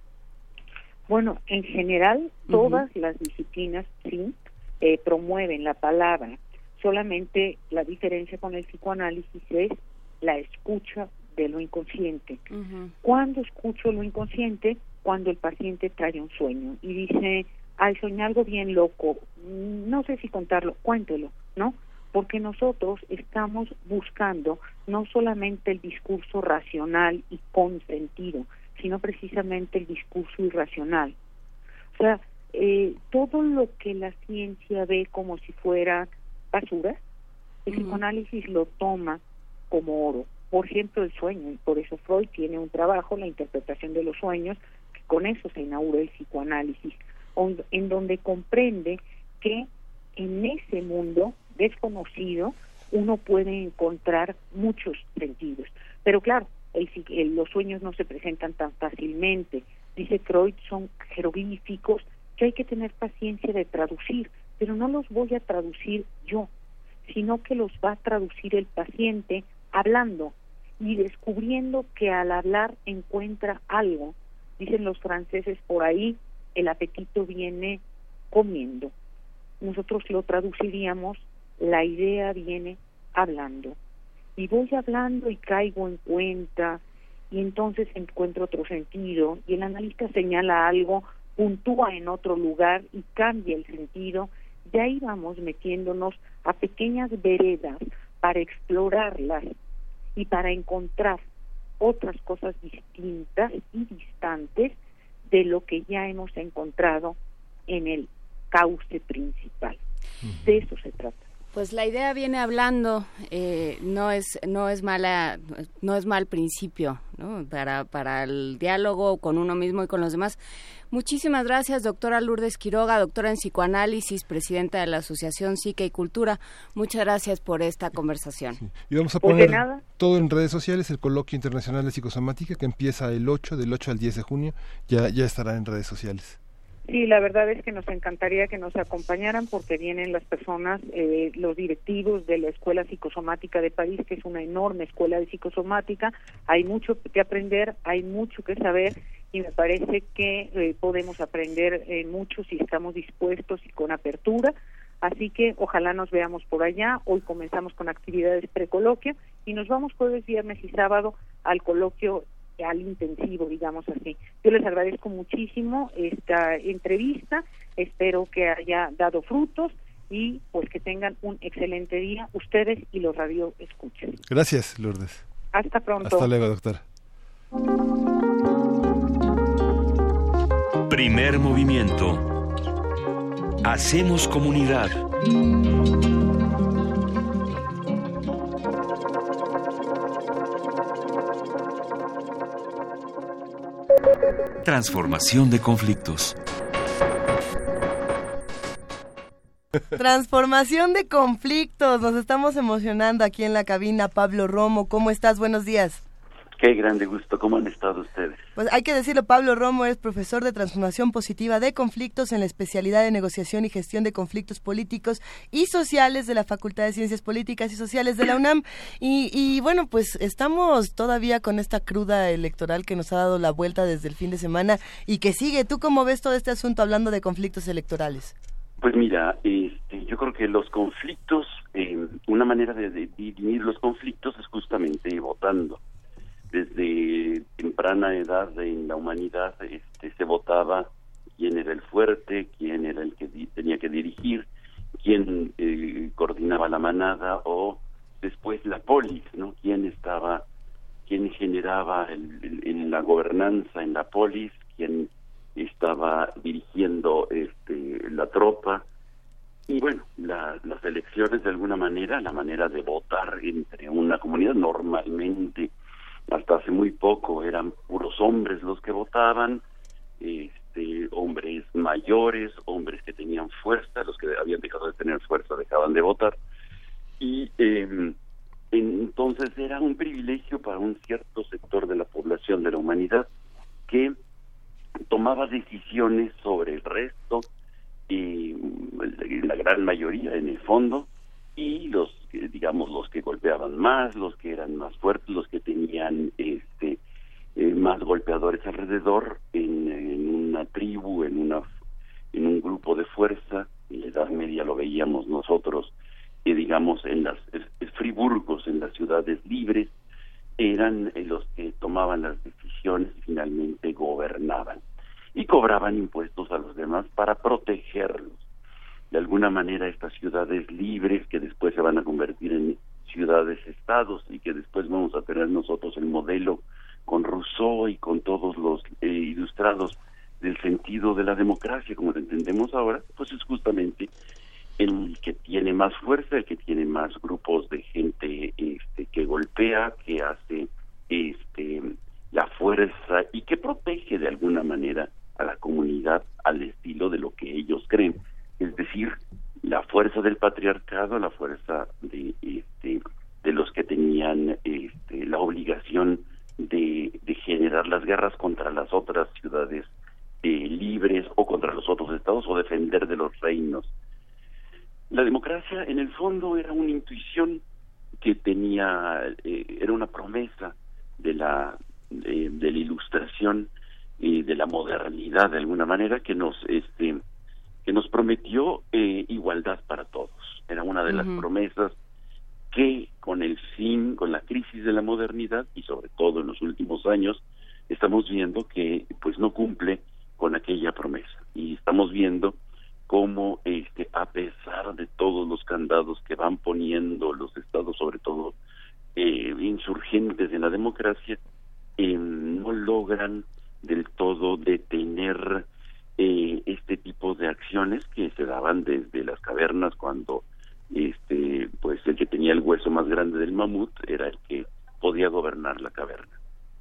Bueno, en general, todas las disciplinas sí promueven la palabra. Solamente la diferencia con el psicoanálisis es la escucha de lo inconsciente. ¿Cuándo escucho lo inconsciente? Cuando el paciente trae un sueño y dice, ay, soñé algo bien loco, no sé si contarlo, cuéntelo, ¿no? Porque nosotros estamos buscando no solamente el discurso racional y con sentido, sino precisamente el discurso irracional. O sea, todo lo que la ciencia ve como si fuera basura, el psicoanálisis lo toma como oro. Por ejemplo, el sueño, y por eso Freud tiene un trabajo, la interpretación de los sueños, que con eso se inaugura el psicoanálisis, en donde comprende que en ese mundo desconocido uno puede encontrar muchos sentidos. Pero claro, los sueños no se presentan tan fácilmente. Dice Freud, son jeroglíficos que hay que tener paciencia de traducir, pero no los voy a traducir yo, sino que los va a traducir el paciente hablando y descubriendo que al hablar encuentra algo. Dicen los franceses por ahí, el apetito viene comiendo. Nosotros lo traduciríamos, la idea viene hablando. Y voy hablando y caigo en cuenta, y entonces encuentro otro sentido, y el analista señala algo, puntúa en otro lugar y cambia el sentido. De ahí vamos metiéndonos a pequeñas veredas para explorarlas y para encontrar otras cosas distintas y distantes de lo que ya hemos encontrado en el cauce principal. De eso se trata. Pues la idea viene hablando, no es mal principio, ¿no? Para el diálogo con uno mismo y con los demás. Muchísimas gracias, doctora Lourdes Quiroga, doctora en psicoanálisis, presidenta de la Asociación Psique y Cultura. Muchas gracias por esta conversación. Sí. Y vamos a poner todo en redes sociales, el Coloquio Internacional de Psicosomática, que empieza del 8 al 10 de junio, ya estará en redes sociales. Sí, la verdad es que nos encantaría que nos acompañaran porque vienen las personas, los directivos de la Escuela Psicosomática de París, que es una enorme escuela de psicosomática. Hay mucho que aprender, hay mucho que saber y me parece que podemos aprender mucho si estamos dispuestos y con apertura. Así que ojalá nos veamos por allá. Hoy comenzamos con actividades precoloquio y nos vamos jueves, viernes y sábado al coloquio, al intensivo, digamos así. Yo les agradezco muchísimo esta entrevista, espero que haya dado frutos y pues que tengan un excelente día ustedes y los radioescuchas. Gracias, Lourdes. Hasta pronto. Hasta luego, doctora. Primer movimiento. Hacemos comunidad. Transformación de conflictos. Transformación de conflictos. Nos estamos emocionando aquí en la cabina. Pablo Romo, ¿cómo estás? Buenos días. Qué grande gusto. ¿Cómo han estado ustedes? Pues hay que decirlo, Pablo Romo es profesor de transformación positiva de conflictos en la especialidad de negociación y gestión de conflictos políticos y sociales de la Facultad de Ciencias Políticas y Sociales de la UNAM. Y bueno, pues estamos todavía con esta cruda electoral que nos ha dado la vuelta desde el fin de semana y que sigue. ¿Tú cómo ves todo este asunto hablando de conflictos electorales? Pues mira, yo creo que los conflictos, una manera de dirimir los conflictos es justamente votando. desde temprana edad en la humanidad se votaba quién era el fuerte, quién era el que tenía que dirigir, quién coordinaba la manada, o después la polis, ¿no? Quién generaba en la gobernanza en la polis, quién estaba dirigiendo la tropa. Y bueno, las elecciones de alguna manera, la manera de votar entre una comunidad, normalmente hasta hace muy poco eran puros hombres los que votaban, hombres mayores, hombres que tenían fuerza, los que habían dejado de tener fuerza dejaban de votar, y entonces era un privilegio para un cierto sector de la población de la humanidad que tomaba decisiones sobre el resto, la gran mayoría en el fondo, y los que golpeaban más, los que eran más fuertes, los que tenían más golpeadores alrededor en una tribu, en un grupo de fuerza. En la Edad Media lo veíamos nosotros, en las friburgos, en las ciudades libres, eran los que tomaban las decisiones y finalmente gobernaban, y cobraban impuestos a los demás para protegerlos. De alguna manera, estas ciudades libres, que después se van a convertir en ciudades-estados, y que después vamos a tener nosotros el modelo con Rousseau y con todos los ilustrados del sentido de la democracia, como lo entendemos ahora, pues es justamente el que tiene más fuerza, el que tiene más grupos de gente que golpea, que hace la fuerza y que protege de alguna manera a la comunidad al estilo de lo que ellos creen. Es decir, la fuerza del patriarcado, la fuerza de los que tenían la obligación de generar las guerras contra las otras ciudades libres, o contra los otros estados, o defender de los reinos. La democracia, en el fondo, era una intuición que era una promesa de la ilustración y de la modernidad, de alguna manera, que nos prometió igualdad para todos. Era una de las promesas que con la crisis de la modernidad, y sobre todo en los últimos años, estamos viendo que pues no cumple con aquella promesa. Y estamos viendo cómo a pesar de todos los candados que van poniendo los estados, sobre todo insurgentes en la democracia, no logran del todo detener este tipo de acciones que se daban desde las cavernas, cuando pues el que tenía el hueso más grande del mamut era el que podía gobernar la caverna.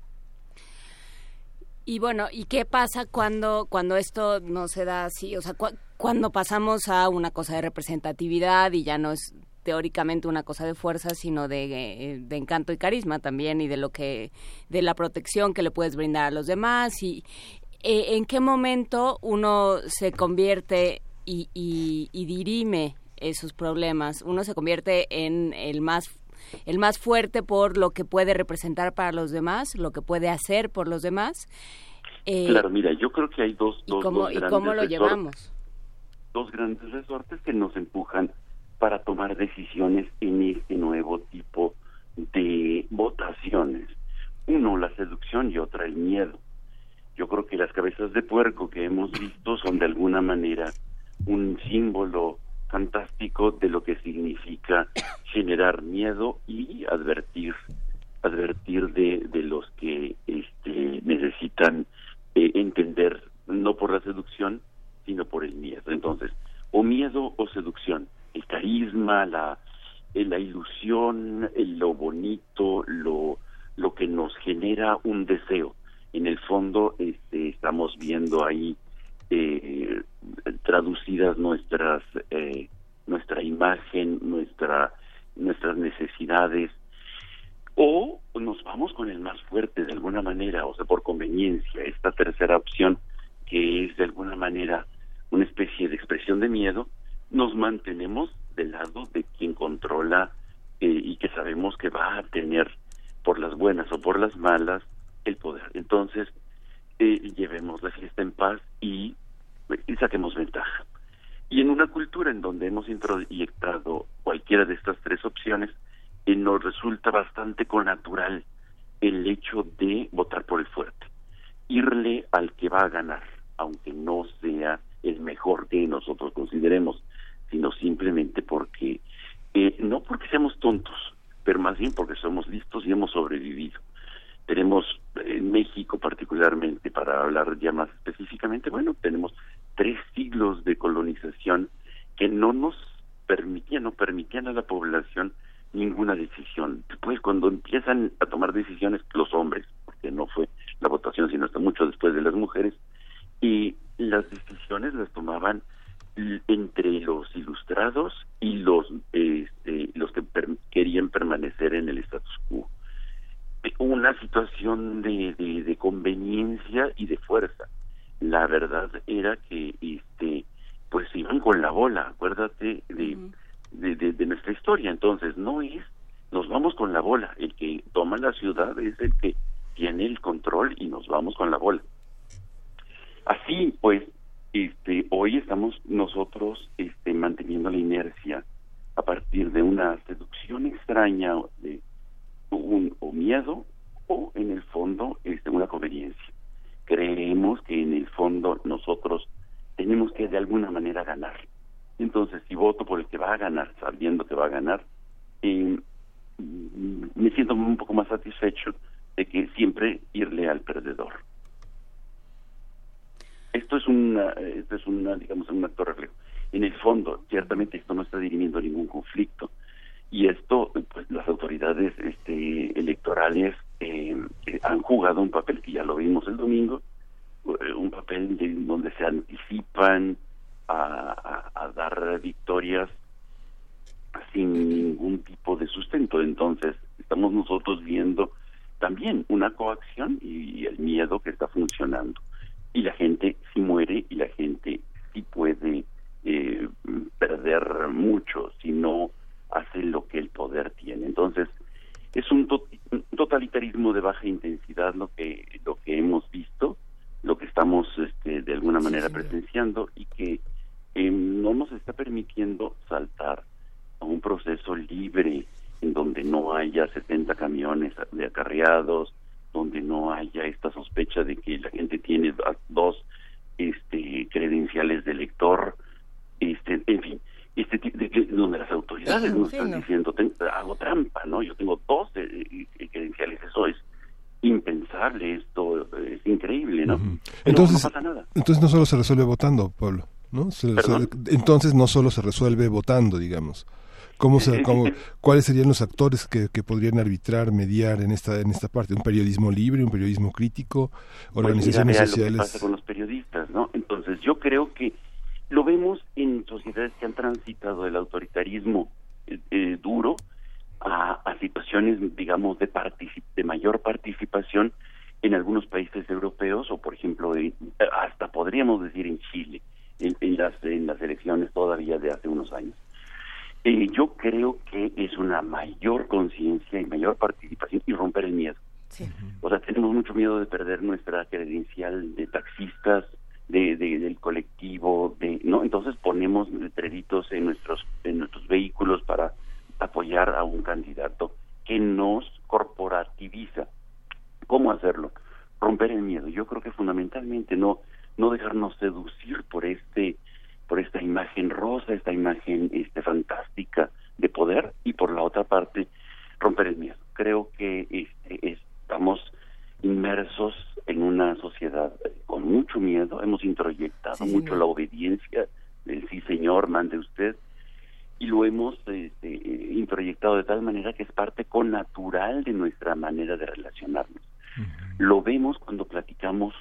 Y bueno, ¿y qué pasa cuando esto no se da así? O sea, cuando pasamos a una cosa de representatividad y ya no es teóricamente una cosa de fuerza, sino de encanto y carisma también, y de la protección que le puedes brindar a los demás. Y ¿en qué momento uno se convierte y dirime esos problemas? Uno se convierte en el más fuerte por lo que puede representar para los demás, lo que puede hacer por los demás. Claro, mira, yo creo que hay dos ¿Cómo lo llevamos? Dos grandes resortes que nos empujan para tomar decisiones en este nuevo tipo de votaciones. Uno, la seducción, y otra, el miedo. Yo creo que las cabezas de puerco que hemos visto son de alguna manera un símbolo fantástico de lo que significa generar miedo y advertir de los que necesitan entender, no por la seducción, sino por el miedo. Entonces, o miedo o seducción, el carisma, la ilusión, lo bonito, lo que nos genera un deseo. En el fondo estamos viendo ahí traducidas nuestra imagen, nuestras necesidades, o nos vamos con el más fuerte de alguna manera, o sea, por conveniencia. Esta tercera opción, que es de alguna manera una especie de expresión de miedo, nos mantenemos del lado de quien controla y que sabemos que va a tener, por las buenas o por las malas, el poder. Entonces, llevemos la fiesta en paz y saquemos ventaja. Y en una cultura en donde hemos introyectado cualquiera de estas tres opciones, nos resulta bastante connatural el hecho de votar por el fuerte, irle al que va a ganar, aunque no sea el mejor que nosotros consideremos, sino simplemente porque, no porque seamos tontos, pero más bien porque somos listos y hemos sobrevivido. Tenemos, en México particularmente, para hablar ya más específicamente, tenemos 3 siglos de colonización que no permitían a la población ninguna decisión. Después, cuando empiezan a tomar decisiones los hombres, porque no fue la votación, sino hasta mucho después de las mujeres, y las decisiones las tomaban entre los ilustrados y los que querían permanecer en el status quo. Una situación de conveniencia y de fuerza. La verdad era que pues iban con la bola, acuérdate de nuestra historia. Entonces no es nos vamos con la bola, el que toma la ciudad es el que tiene el control y nos vamos con la bola. Así pues, hoy estamos nosotros manteniendo la inercia a partir de una seducción extraña de o miedo o en el fondo una conveniencia. Creemos que en el fondo nosotros tenemos que de alguna manera ganar. Entonces, si voto por el que va a ganar, sabiendo que va a ganar, me siento un poco más satisfecho de que siempre irle al perdedor. Esto es digamos, un acto reflejo. En el fondo, ciertamente esto no está dirimiendo ningún conflicto, y esto, pues las autoridades electorales han jugado un papel que ya lo vimos el domingo, un papel donde se anticipan a dar victorias sin ningún tipo de sustento. Entonces estamos nosotros viendo también una coacción y el miedo que está funcionando, y la gente sí muere y la gente sí puede perder mucho si no hace lo que el poder tiene. Entonces es un totalitarismo de baja intensidad lo que hemos visto, lo que estamos de alguna manera presenciando, y que no nos está permitiendo saltar a un proceso libre en donde no haya 70 camiones de acarreados, donde no haya esta sospecha de que la gente tiene 2 credenciales de elector, en fin, donde las autoridades nos están diciendo, hago trampa, ¿no? Yo tengo 2 credenciales, eso es impensable, esto es increíble, ¿no? Entonces, no pasa nada. Entonces no solo se resuelve votando, Pablo, ¿no? Entonces no solo se resuelve votando, digamos. ¿Cuáles serían los actores que podrían arbitrar, mediar en esta parte? ¿Un periodismo libre, un periodismo crítico, organizaciones sociales? Lo que pasa con los periodistas, ¿no? Entonces yo creo que lo vemos en sociedades que han transitado del autoritarismo duro a situaciones, digamos, de mayor participación en algunos países europeos, o por ejemplo hasta podríamos decir en Chile, en las elecciones todavía de hace unos años. Yo creo que es una mayor conciencia y mayor participación y romper el miedo. Sí. O sea, tenemos mucho miedo de perder nuestra credencial de taxistas, del colectivo, ¿no? Entonces ponemos letreritos en nuestros vehículos para apoyar a un candidato que nos corporativiza. ¿Cómo hacerlo? Romper el miedo. Yo creo que fundamentalmente no dejarnos seducir por esta imagen rosa, esta imagen fantástica de poder, y por la otra parte romper el miedo. Creo que estamos inmersos en una sociedad con mucho miedo, hemos introyectado mucho la obediencia del sí señor, mande usted, y lo hemos introyectado de tal manera que es parte connatural de nuestra manera de relacionarnos. Lo vemos cuando platicamos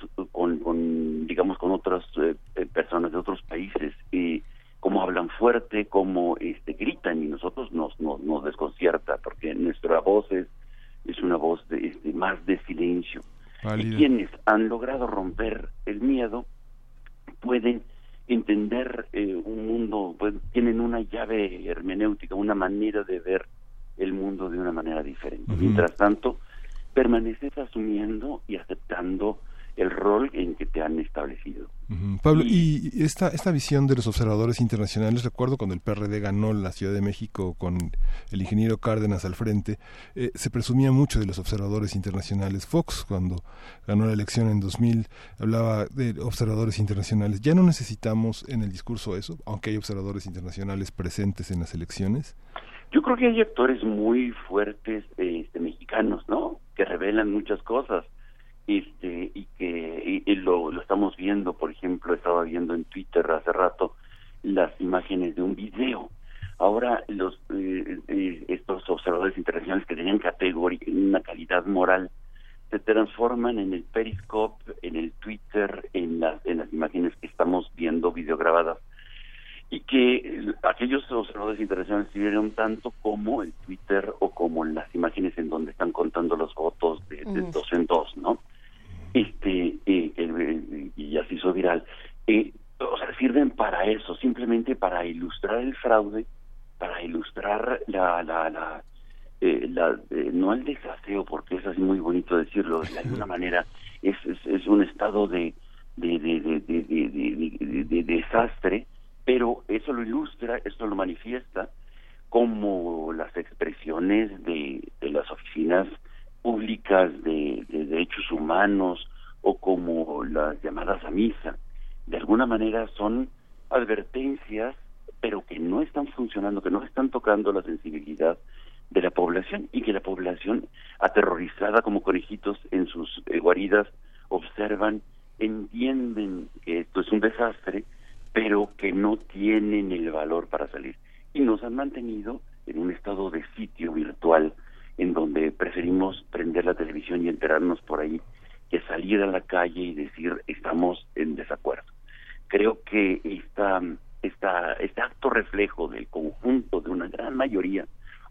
con otras personas de otros países, cómo hablan fuerte, cómo gritan, y nosotros nos desconcierta, porque nuestra voz es una voz más de silencio. Y quienes han logrado romper el miedo pueden entender un mundo, pues tienen una llave hermenéutica, una manera de ver el mundo de una manera diferente. Mientras tanto, permaneces asumiendo y aceptando el rol en que te han establecido. Pablo, y esta visión de los observadores internacionales, recuerdo cuando el PRD ganó la Ciudad de México con el ingeniero Cárdenas al frente, se presumía mucho de los observadores internacionales. Fox, cuando ganó la elección en 2000, hablaba de observadores internacionales. ¿Ya no necesitamos en el discurso eso, aunque hay observadores internacionales presentes en las elecciones? Yo creo que hay actores muy fuertes mexicanos, ¿no?, que revelan muchas cosas. Y que lo estamos viendo. Por ejemplo, estaba viendo en Twitter hace rato las imágenes de un video. Ahora estos observadores internacionales que tenían una calidad moral se transforman en el Periscope, en el Twitter, en las imágenes que estamos viendo videograbadas, y que aquellos observadores internacionales sirvieron tanto como el Twitter o como las imágenes en donde están contando los votos de dos en dos, ¿no? Y ya se hizo viral. O sea, sirven para eso, simplemente para ilustrar el fraude, para ilustrar no el desaseo, porque es así muy bonito decirlo, de alguna manera es un estado de desastre, pero eso lo ilustra, eso lo manifiesta, como las expresiones de las oficinas públicas de derechos humanos, o como las llamadas a misa. De alguna manera son advertencias, pero que no están funcionando, que no están tocando la sensibilidad de la población, y que la población, aterrorizada como conejitos en sus guaridas, observan, entienden que esto es un desastre, pero que no tienen el valor para salir. Y nos han mantenido en un estado de sitio virtual, en donde preferimos prender la televisión y enterarnos por ahí, que salir a la calle y decir estamos en desacuerdo. Creo que este acto reflejo del conjunto de una gran mayoría,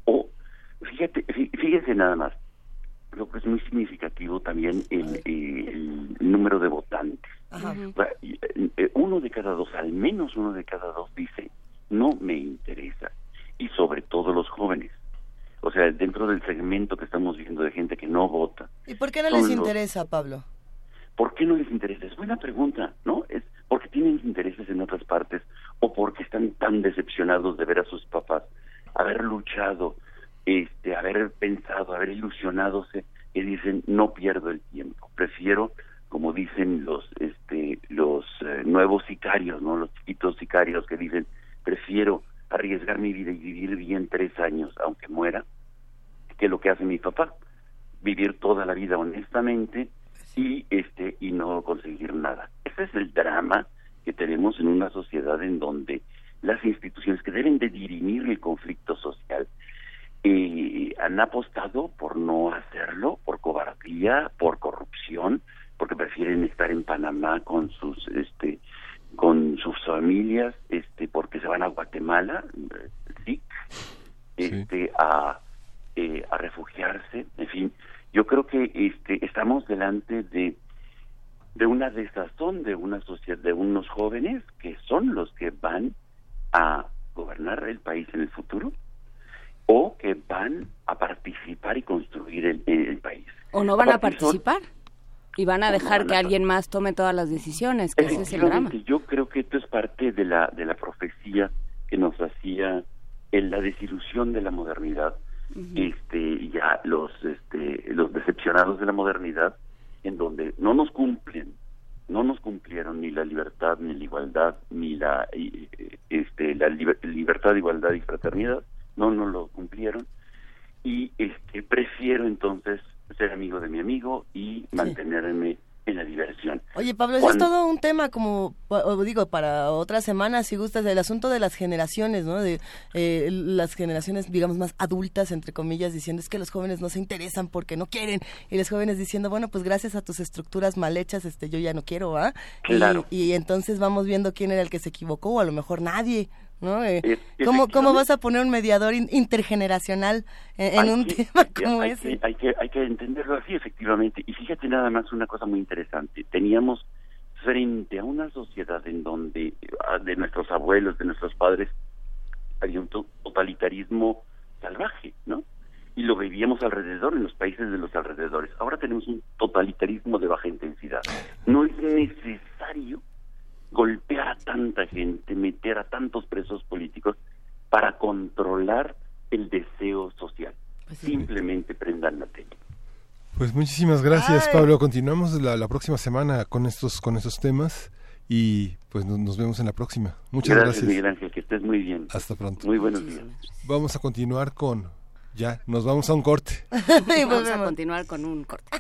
fíjese nada más, creo que es muy significativo también el número de votantes. Ajá. Uno de cada dos, al menos uno de cada dos dice, no me interesa, y sobre todo los jóvenes. O sea, dentro del segmento que estamos viendo de gente que no vota. ¿Y por qué no les interesa, Pablo? ¿Por qué no les interesa? Es buena pregunta, ¿no? Es porque tienen intereses en otras partes, o porque están tan decepcionados de ver a sus papás haber luchado, haber pensado, haber ilusionadose, que dicen, no pierdo el tiempo, prefiero, como dicen los nuevos sicarios, ¿no? Los chiquitos sicarios que dicen, prefiero arriesgar mi vida y vivir bien 3 años, aunque muera, que lo que hace mi papá, vivir toda la vida honestamente y no conseguir nada. Ese es el drama que tenemos en una sociedad en donde las instituciones que deben de dirimir el conflicto social han apostado por no hacerlo, por cobardía, por corrupción, porque prefieren estar en Panamá con sus familias, porque se van a Guatemala, a refugiarse. En fin, yo creo que estamos delante de una desazón de una sociedad, de unos jóvenes que son los que van a gobernar el país en el futuro, o que van a participar y construir el país. O no van a participar y van a dejar que alguien más tome todas las decisiones, que ese es el drama. Yo creo que esto es parte de la profecía que nos hacía en la desilusión de la modernidad. Ya los decepcionados de la modernidad, en donde no nos cumplieron ni la libertad, ni la igualdad, ni la libertad, igualdad y fraternidad, no lo cumplieron, y prefiero entonces ser amigo de mi amigo y mantenerme en la diversión. Oye, Pablo, eso es todo un tema, como digo, para otras semanas, si gustas, el asunto de las generaciones, ¿no? De las generaciones, digamos, más adultas, entre comillas, diciendo es que los jóvenes no se interesan porque no quieren, y los jóvenes diciendo, bueno, pues gracias a tus estructuras mal hechas, yo ya no quiero, ¿ah? Claro. Y entonces vamos viendo quién era el que se equivocó, o a lo mejor nadie, ¿no? ¿Cómo vas a poner un mediador intergeneracional en un tema como ese? Hay que entenderlo así, efectivamente. Y fíjate nada más una cosa muy interesante. Teníamos frente a una sociedad en donde de nuestros abuelos, de nuestros padres, había un totalitarismo salvaje, ¿no? y lo vivíamos alrededor, en los países de los alrededores. Ahora tenemos un totalitarismo de baja intensidad. No es necesario golpear a tanta gente, meter a tantos presos políticos para controlar el deseo social. Simplemente prendan la tele. Pues muchísimas gracias, Pablo. Continuamos la próxima semana con estos temas y pues nos vemos en la próxima. Muchas gracias. Miguel Ángel, que estés muy bien. Hasta pronto. Muy buenos días. Vamos a continuar nos vamos a un corte. Vamos a continuar con un corte.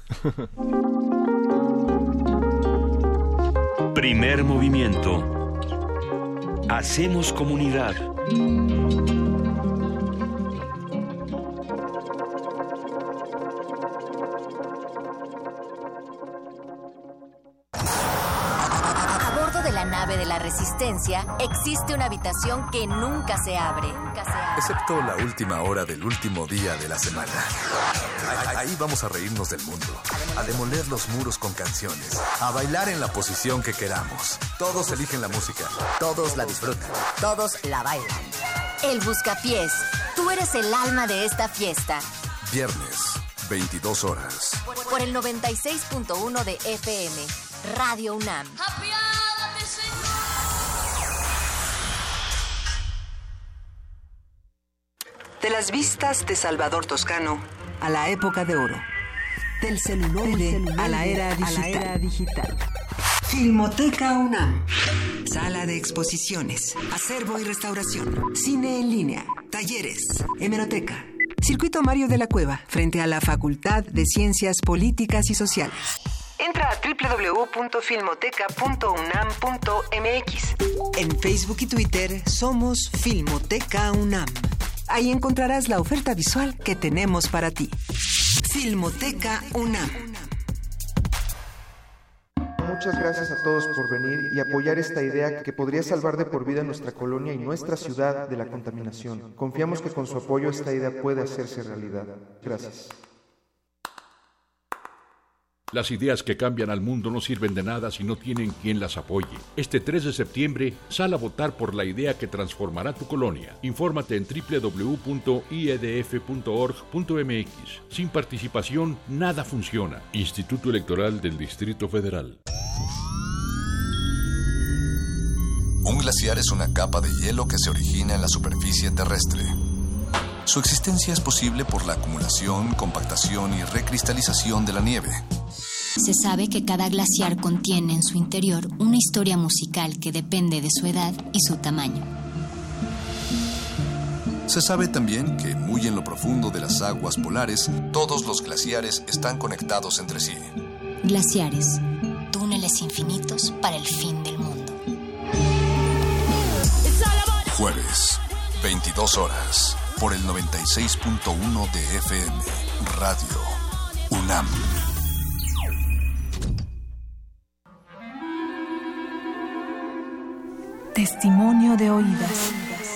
Primer movimiento. Hacemos comunidad. Nave de la Resistencia, existe una habitación que nunca se abre. Excepto la última hora del último día de la semana. Ahí vamos a reírnos del mundo, a demoler los muros con canciones, a bailar en la posición que queramos. Todos eligen la música, todos la disfrutan, todos la bailan. El Buscapiés, tú eres el alma de esta fiesta. Viernes, 22 horas. Por el 96.1 de FM, Radio UNAM. De las vistas de Salvador Toscano a la época de oro. Del celular a la era digital. Filmoteca UNAM. Sala de exposiciones, acervo y restauración, cine en línea, talleres, hemeroteca. Circuito Mario de la Cueva, frente a la Facultad de Ciencias Políticas y Sociales. Entra a www.filmoteca.unam.mx. En Facebook y Twitter somos Filmoteca UNAM. Ahí encontrarás la oferta visual que tenemos para ti. Filmoteca UNAM. Muchas gracias a todos por venir y apoyar esta idea que podría salvar de por vida nuestra colonia y nuestra ciudad de la contaminación. Confiamos que con su apoyo esta idea puede hacerse realidad. Gracias. Las ideas que cambian al mundo no sirven de nada si no tienen quien las apoye. Este 3 de septiembre, sal a votar por la idea que transformará tu colonia. Infórmate en www.iedf.org.mx. Sin participación, nada funciona. Instituto Electoral del Distrito Federal. Un glaciar es una capa de hielo que se origina en la superficie terrestre. Su existencia es posible por la acumulación, compactación y recristalización de la nieve. Se sabe que cada glaciar contiene en su interior una historia musical que depende de su edad y su tamaño. Se sabe también que muy en lo profundo de las aguas polares, todos los glaciares están conectados entre sí. Glaciares, túneles infinitos para el fin del mundo. Jueves, 22 horas, por el 96.1 de FM, Radio UNAM. Testimonio de oídas.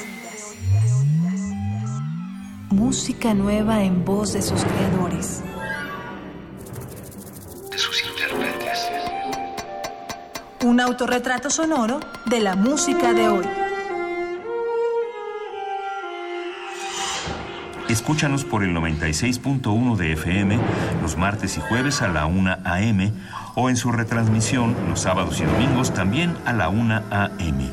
Música nueva en voz de sus creadores. De sus intérpretes. Un autorretrato sonoro de la música de hoy. Escúchanos por el 96.1 de FM los martes y jueves a la 1 a.m. o en su retransmisión los sábados y domingos también a la 1 a.m.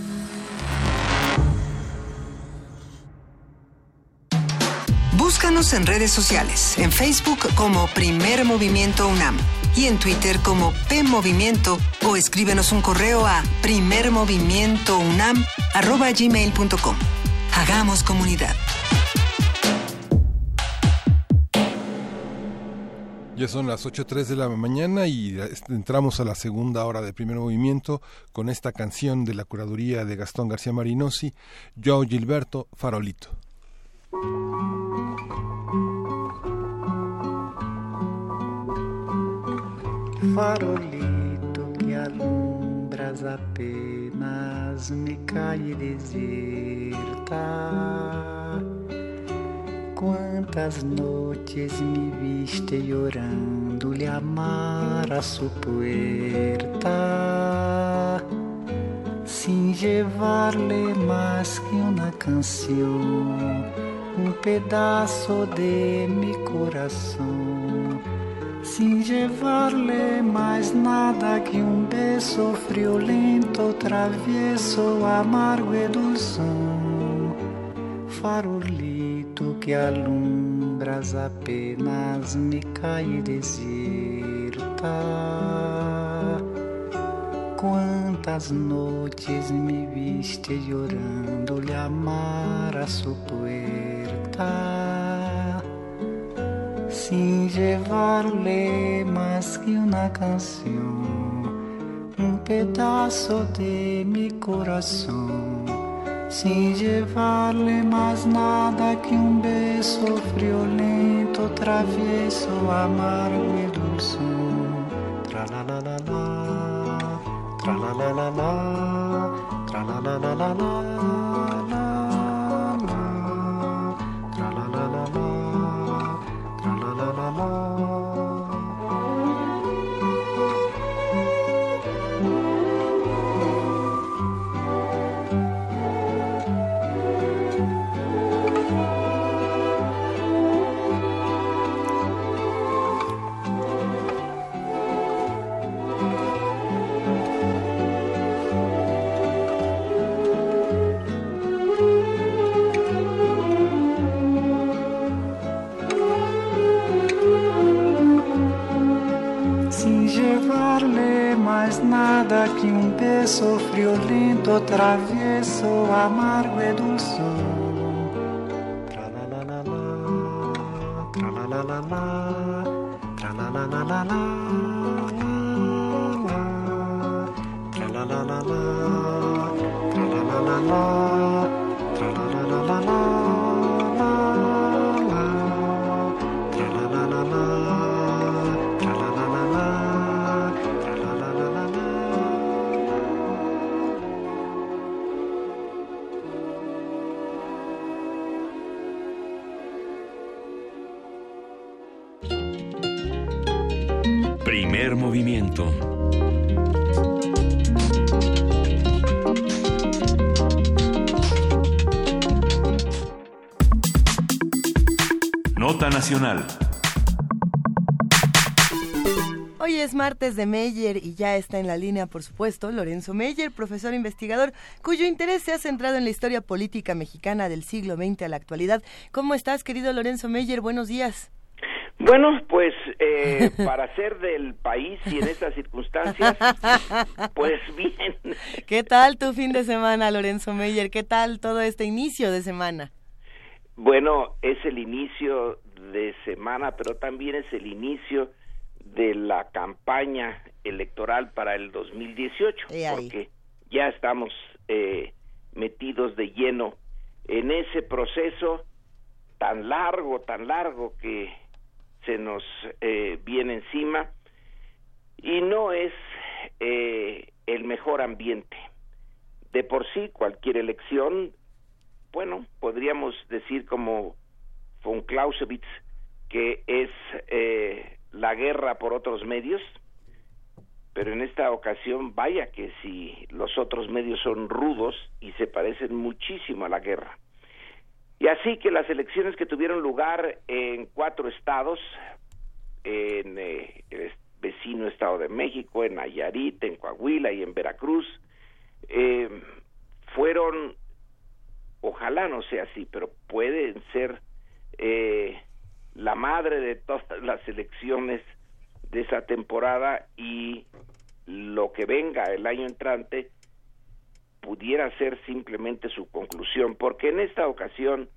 Búscanos en redes sociales, en Facebook como Primer Movimiento UNAM y en Twitter como PMovimiento o escríbenos un correo a primermovimientounam@gmail.com. Hagamos comunidad. Ya son las 8:03 de la mañana y entramos a la segunda hora de Primer Movimiento con esta canción de la curaduría de Gastón García Marinosi, Joao Gilberto, Farolito. Farolito que alumbras apenas mi calle desierta. Quantas noches me viste llorando llamar a su puerta, sin llevarle más que una canción, un pedazo de mi corazón, sin llevarle más nada que un beso friolento, travieso, amargo y dulzón, farolito que alumbras apenas mi calle desierta. Cuántas noches me viste llorando, llamar a su puerta, sin llevarle más que una canción, un pedazo de mi corazón, sin llevarle más nada que un beso friolento, travieso, amargo y dulzón. Tra la la la la, tra la la la la, tra la la la la la, tra la la la la, tra la la la la. Más nada que un beso friolento, travieso, amargo y dulzón. Tra la la la la, tra la la la la, tra la la la la la, tra la la la la, tra la la la la, tra la la la la la. Primer movimiento. Nota nacional. Hoy es martes de Meyer y ya está en la línea, por supuesto, Lorenzo Meyer, profesor investigador, cuyo interés se ha centrado en la historia política mexicana del siglo XX a la actualidad. ¿Cómo estás, querido Lorenzo Meyer? Buenos días. Bueno, pues para ser del país y en estas circunstancias, pues bien. ¿Qué tal tu fin de semana, Lorenzo Meyer? ¿Qué tal todo este inicio de semana? Bueno, es el inicio de semana, pero también es el inicio de la campaña electoral para el 2018, porque ya estamos metidos de lleno en ese proceso tan largo que se nos viene encima, y no es el mejor ambiente. De por sí, cualquier elección, bueno, podríamos decir como von Clausewitz, que es la guerra por otros medios, pero en esta ocasión, vaya que si los otros medios son rudos y se parecen muchísimo a la guerra. Y así que las elecciones que tuvieron lugar en 4 estados, en el vecino Estado de México, en Nayarit, en Coahuila y en Veracruz, fueron, ojalá no sea así, pero pueden ser la madre de todas las elecciones de esa temporada, y lo que venga el año entrante pudiera ser simplemente su conclusión, porque en esta ocasión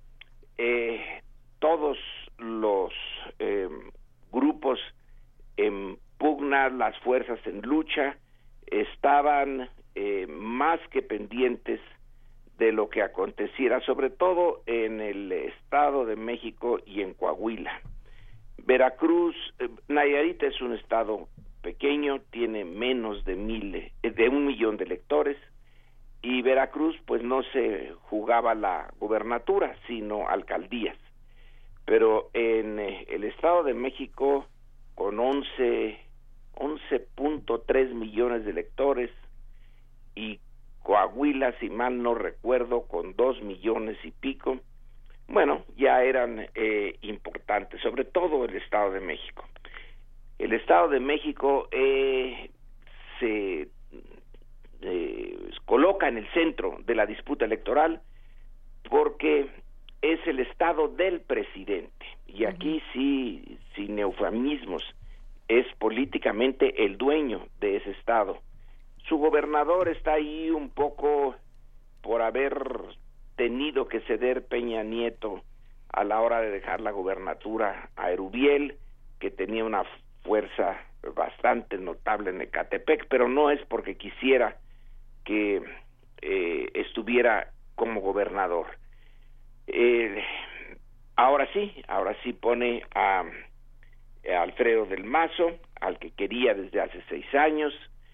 todos los grupos en pugna, las fuerzas en lucha, estaban más que pendientes de lo que aconteciera, sobre todo en el Estado de México y en Coahuila. Veracruz, Nayarit es un estado pequeño, tiene menos de 1 millón de electores, y Veracruz pues no se jugaba la gubernatura, sino alcaldías. Pero en el Estado de México, con 11.3 millones de electores y Coahuila, si mal no recuerdo, con 2 millones y pico. Bueno, ya eran importantes, sobre todo el Estado de México. El Estado de México se coloca en el centro de la disputa electoral porque es el Estado del presidente, y aquí sí, sin eufemismos, es políticamente el dueño de ese Estado. Su gobernador está ahí un poco por haber tenido que ceder Peña Nieto a la hora de dejar la gubernatura a Erubiel, que tenía una fuerza bastante notable en Ecatepec, pero no es porque quisiera que estuviera como gobernador. Ahora sí pone a Alfredo del Mazo, al que quería desde hace 6 años,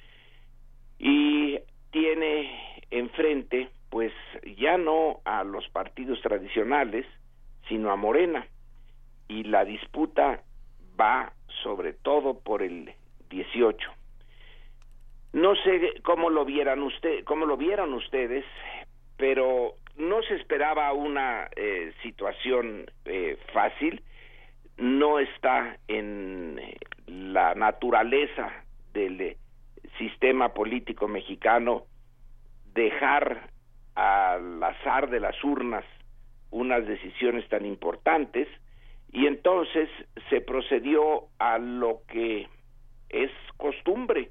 y tiene enfrente pues ya no a los partidos tradicionales, sino a Morena, y la disputa va sobre todo por el 18. No sé cómo lo vieron ustedes, pero no se esperaba una situación fácil. No está en la naturaleza del sistema político mexicano dejar al azar de las urnas unas decisiones tan importantes, y entonces se procedió a lo que es costumbre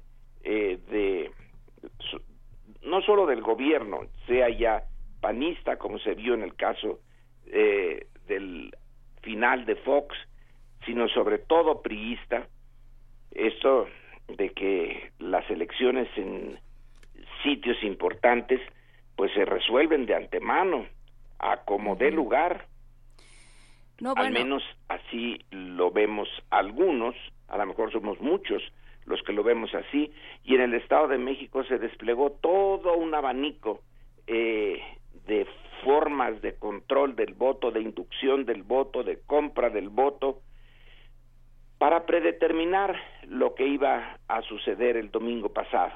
no solo del gobierno, sea ya panista, como se vio en el caso del final de Fox, sino sobre todo priista, esto de que las elecciones en sitios importantes pues se resuelven de antemano, a como dé lugar. No, bueno. Al menos así lo vemos algunos, a lo mejor somos muchos los que lo vemos así, y en el Estado de México se desplegó todo un abanico de formas de control del voto, de inducción del voto, de compra del voto, para predeterminar lo que iba a suceder el domingo pasado.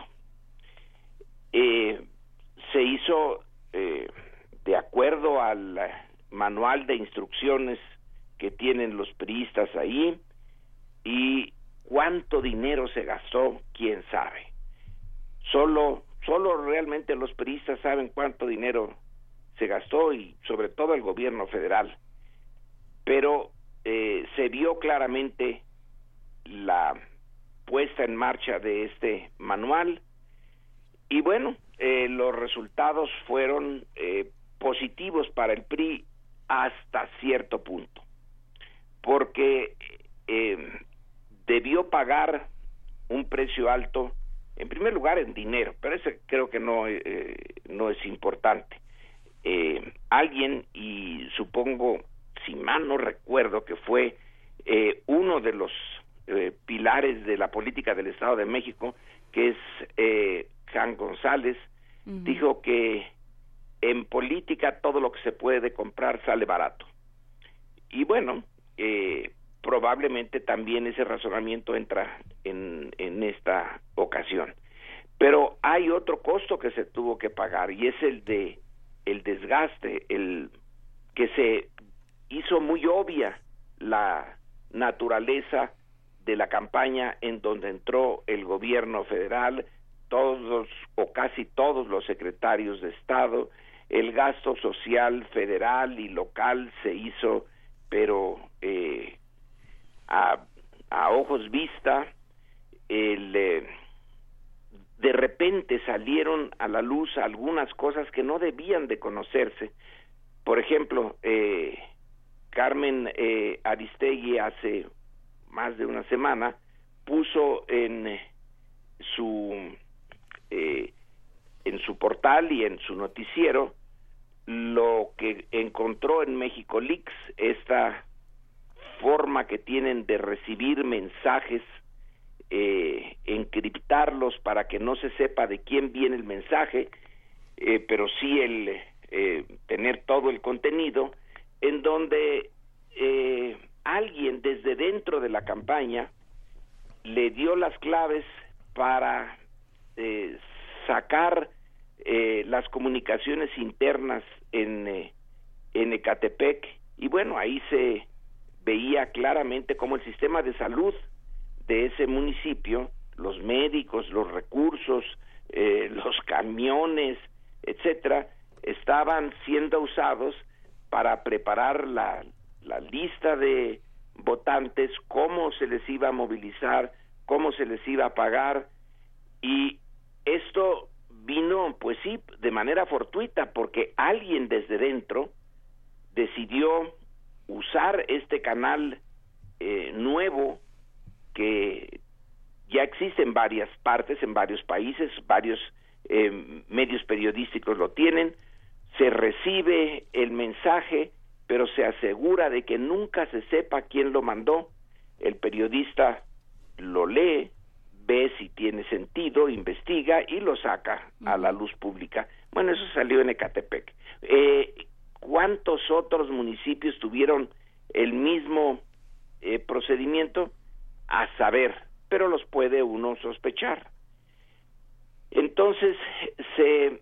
Se hizo de acuerdo al manual de instrucciones que tienen los priistas ahí, y cuánto dinero se gastó, quién sabe. Solo realmente los priistas saben cuánto dinero se gastó, y sobre todo el gobierno federal. Pero se vio claramente la puesta en marcha de este manual, y bueno, los resultados fueron positivos para el PRI hasta cierto punto, porque debió pagar un precio alto, en primer lugar en dinero, pero ese creo que no es importante. Alguien, y supongo, si mal no recuerdo, que fue uno de los pilares de la política del Estado de México, que es Jan González, dijo que en política todo lo que se puede comprar sale barato. Y bueno, probablemente también ese razonamiento entra en esta ocasión. Pero hay otro costo que se tuvo que pagar, y es el desgaste, el que se hizo muy obvia la naturaleza de la campaña, en donde entró el gobierno federal, todos o casi todos los secretarios de Estado. El gasto social federal y local se hizo, pero a ojos vista. De repente salieron a la luz algunas cosas que no debían de conocerse. Por ejemplo, Carmen Aristegui hace más de una semana puso en su portal y en su noticiero lo que encontró en México Leaks, esta forma que tienen de recibir mensajes, encriptarlos para que no se sepa de quién viene el mensaje, pero sí tener todo el contenido, en donde alguien desde dentro de la campaña le dio las claves para sacar las comunicaciones internas en Ecatepec, y bueno, ahí se veía claramente cómo el sistema de salud de ese municipio, los médicos, los recursos, los camiones, etcétera, estaban siendo usados para preparar la lista de votantes, cómo se les iba a movilizar, cómo se les iba a pagar, y esto vino, pues sí, de manera fortuita, porque alguien desde dentro decidió usar este canal nuevo que ya existe en varias partes, en varios países, varios medios periodísticos lo tienen, se recibe el mensaje, pero se asegura de que nunca se sepa quién lo mandó. El periodista lo lee, ve si tiene sentido, investiga y lo saca a la luz pública. Bueno, eso salió en Ecatepec. ¿Cuántos otros municipios tuvieron el mismo procedimiento? A saber, pero los puede uno sospechar. Entonces se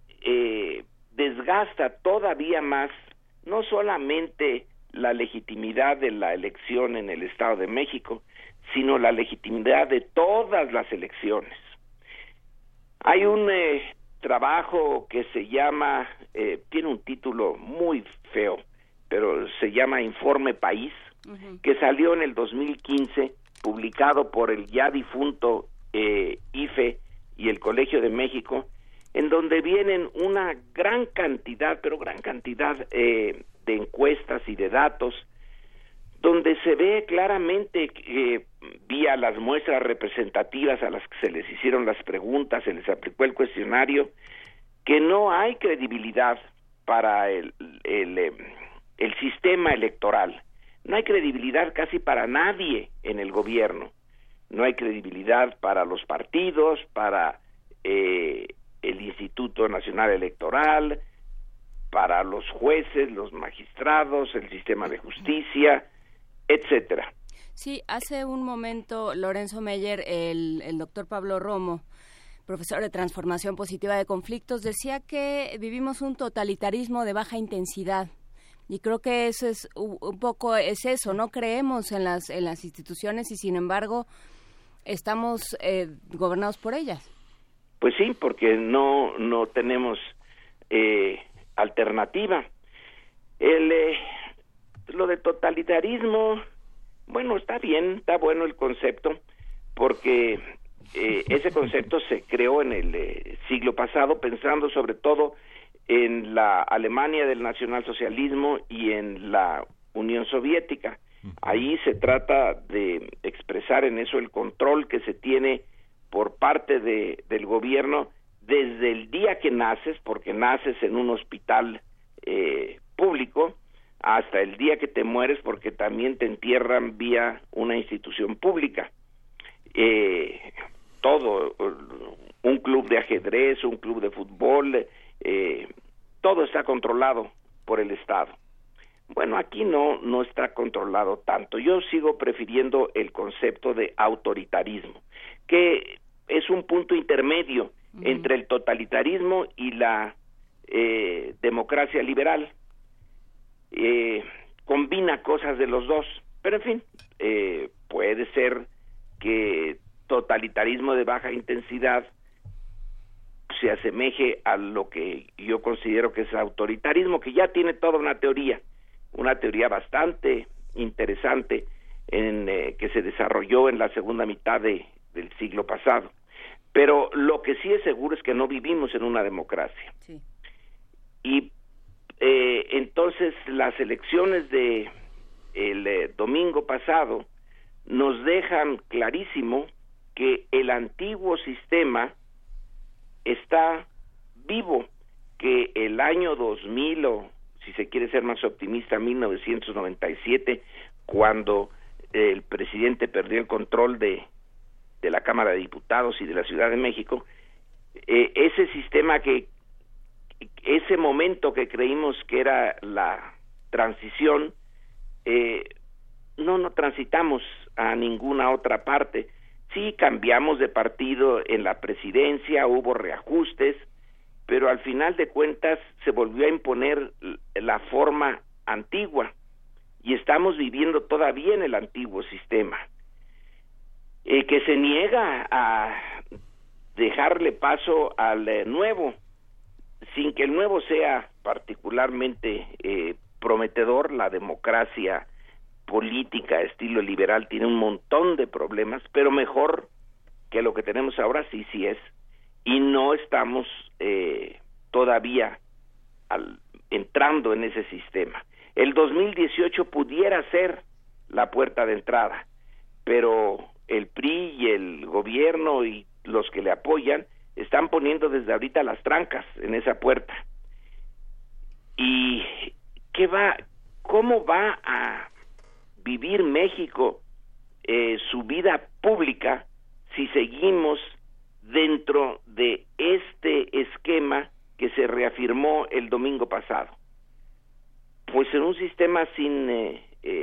desgasta todavía más, no solamente la legitimidad de la elección en el Estado de México, sino la legitimidad de todas las elecciones. Hay un trabajo que se llama, tiene un título muy feo, pero se llama Informe País, que salió en el 2015, publicado por el ya difunto IFE y el Colegio de México, en donde vienen una gran cantidad, de encuestas y de datos, donde se ve claramente que vía las muestras representativas a las que se les hicieron las preguntas, se les aplicó el cuestionario, que no hay credibilidad para el sistema electoral. No hay credibilidad casi para nadie en el gobierno. No hay credibilidad para los partidos, para el Instituto Nacional Electoral, para los jueces, los magistrados, el sistema de justicia, etcétera. Sí, hace un momento Lorenzo Meyer, el doctor Pablo Romo, profesor de Transformación Positiva de Conflictos, decía que vivimos un totalitarismo de baja intensidad. Y creo que eso es un poco eso, no creemos en las instituciones y sin embargo estamos gobernados por ellas. Pues sí, porque no tenemos alternativa. Lo de totalitarismo, bueno, está bien, está bueno el concepto, porque ese concepto se creó en el siglo pasado pensando sobre todo en la Alemania del nacionalsocialismo y en la Unión Soviética. Ahí se trata de expresar en eso el control que se tiene por parte del gobierno desde el día que naces, porque naces en un hospital público, hasta el día que te mueres, porque también te entierran vía una institución pública. Todo, un club de ajedrez, un club de fútbol, todo está controlado por el Estado. Bueno, aquí no está controlado tanto. Yo sigo prefiriendo el concepto de autoritarismo, que es un punto intermedio entre el totalitarismo y la democracia liberal. Combina cosas de los dos, pero en fin, puede ser que totalitarismo de baja intensidad se asemeje a lo que yo considero que es autoritarismo, que ya tiene toda una teoría bastante interesante que se desarrolló en la segunda mitad del siglo pasado. Pero lo que sí es seguro es que no vivimos en una democracia. Sí. Y entonces las elecciones de el domingo pasado nos dejan clarísimo que el antiguo sistema está vivo, que el año 2000, o si se quiere ser más optimista, 1997, cuando el presidente perdió el control de la Cámara de Diputados y de la Ciudad de México, ese sistema ese momento que creímos que era la transición, no transitamos a ninguna otra parte. Sí, cambiamos de partido en la presidencia, hubo reajustes, pero al final de cuentas se volvió a imponer la forma antigua y estamos viviendo todavía en el antiguo sistema, que se niega a dejarle paso al nuevo, sin que el nuevo sea particularmente prometedor. La democracia política estilo liberal tiene un montón de problemas, pero mejor que lo que tenemos ahora sí es, y no estamos todavía entrando en ese sistema. El 2018 pudiera ser la puerta de entrada, pero el PRI y el gobierno y los que le apoyan están poniendo desde ahorita las trancas en esa puerta. ¿Y cómo va a vivir México su vida pública si seguimos dentro de este esquema que se reafirmó el domingo pasado? Pues en un sistema sin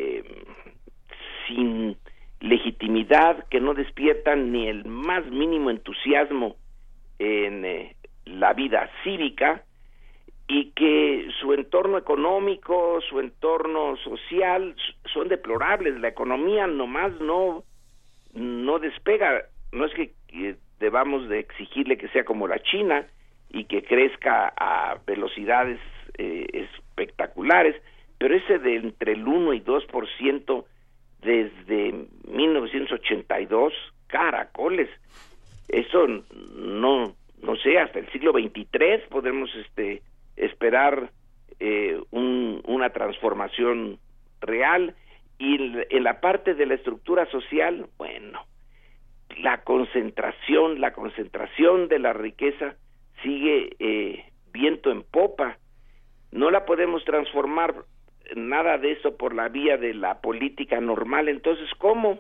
legitimidad, que no despiertan ni el más mínimo entusiasmo en la vida cívica, y que su entorno económico, su entorno social son deplorables. La economía nomás no despega. No es que debamos de exigirle que sea como la China y que crezca a velocidades espectaculares, pero ese de entre el 1 y 2% desde 1982, caracoles, eso no sé, hasta el siglo XXIII podemos esperar una transformación real. Y en la parte de la estructura social, bueno, la concentración de la riqueza sigue viento en popa. No la podemos transformar nada de eso por la vía de la política normal. Entonces, ¿cómo?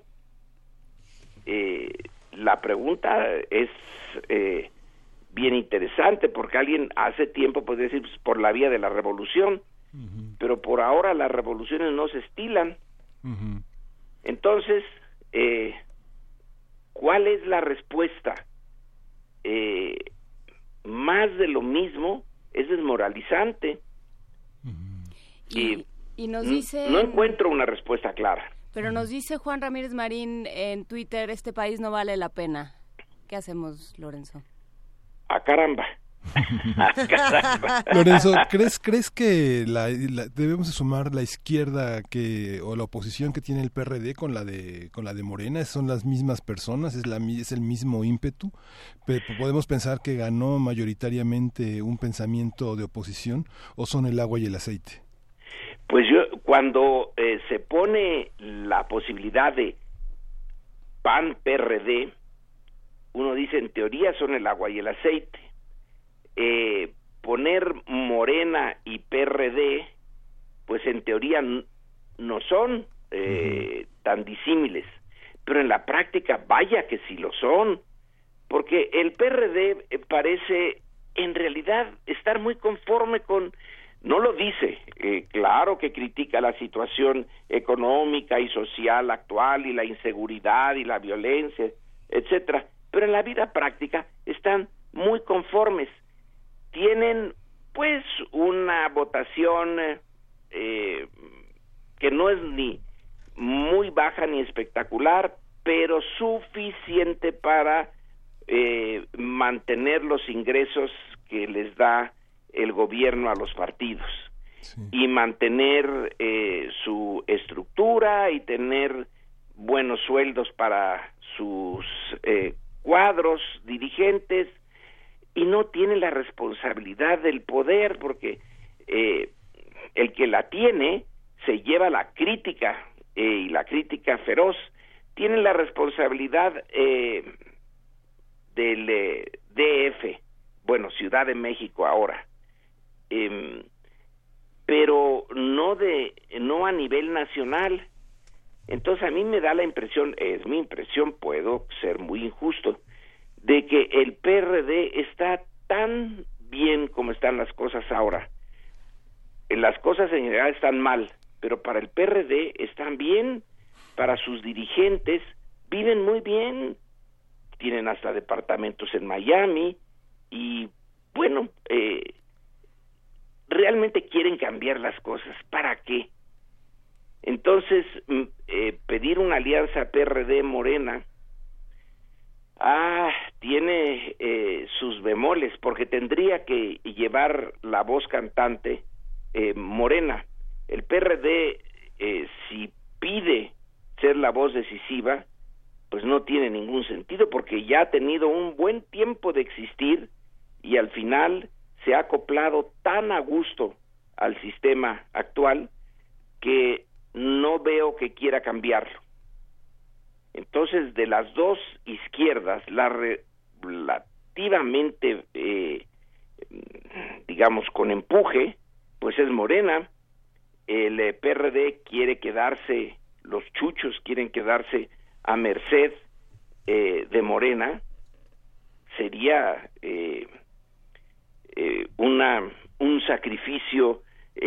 La pregunta es bien interesante, porque alguien hace tiempo podría decir pues, por la vía de la revolución, pero por ahora las revoluciones no se estilan. Entonces, ¿cuál es la respuesta? Más de lo mismo es desmoralizante. Y nos dice... No encuentro una respuesta clara. Pero nos dice Juan Ramírez Marín en Twitter, este país no vale la pena. ¿Qué hacemos, Lorenzo? ¡A caramba! Lorenzo, ¿crees que debemos de sumar la izquierda o la oposición que tiene el PRD con la de Morena? ¿Son las mismas personas? ¿Es el mismo ímpetu? ¿Podemos pensar que ganó mayoritariamente un pensamiento de oposición o son el agua y el aceite? Pues cuando se pone la posibilidad de PAN-PRD, uno dice en teoría son el agua y el aceite. Poner Morena y PRD, pues en teoría no son tan disímiles, pero en la práctica vaya que sí lo son, porque el PRD parece en realidad estar muy conforme con, no lo dice, claro que critica la situación económica y social actual y la inseguridad y la violencia, etcétera, pero en la vida práctica están muy conformes. Tienen pues una votación que no es ni muy baja ni espectacular, pero suficiente para mantener los ingresos que les da el gobierno a los partidos, sí, y mantener su estructura y tener buenos sueldos para sus cuadros dirigentes, y no tiene la responsabilidad del poder, porque el que la tiene se lleva la crítica, y la crítica feroz. Tiene la responsabilidad del DF, bueno, Ciudad de México ahora, pero no a nivel nacional. Entonces a mí me da la impresión, es mi impresión, puedo ser muy injusto, de que el PRD está tan bien como están las cosas ahora. Las cosas en general están mal, pero para el PRD están bien, para sus dirigentes viven muy bien, tienen hasta departamentos en Miami y bueno, realmente quieren cambiar las cosas. ¿Para qué? Entonces, pedir una alianza PRD-Morena tiene sus bemoles, porque tendría que llevar la voz cantante Morena. El PRD, si pide ser la voz decisiva, pues no tiene ningún sentido, porque ya ha tenido un buen tiempo de existir y al final se ha acoplado tan a gusto al sistema actual que no veo que quiera cambiarlo. Entonces, de las dos izquierdas, la relativamente, digamos, con empuje, pues es Morena. El PRD quiere quedarse, los chuchos quieren quedarse a merced de Morena. Sería un sacrificio,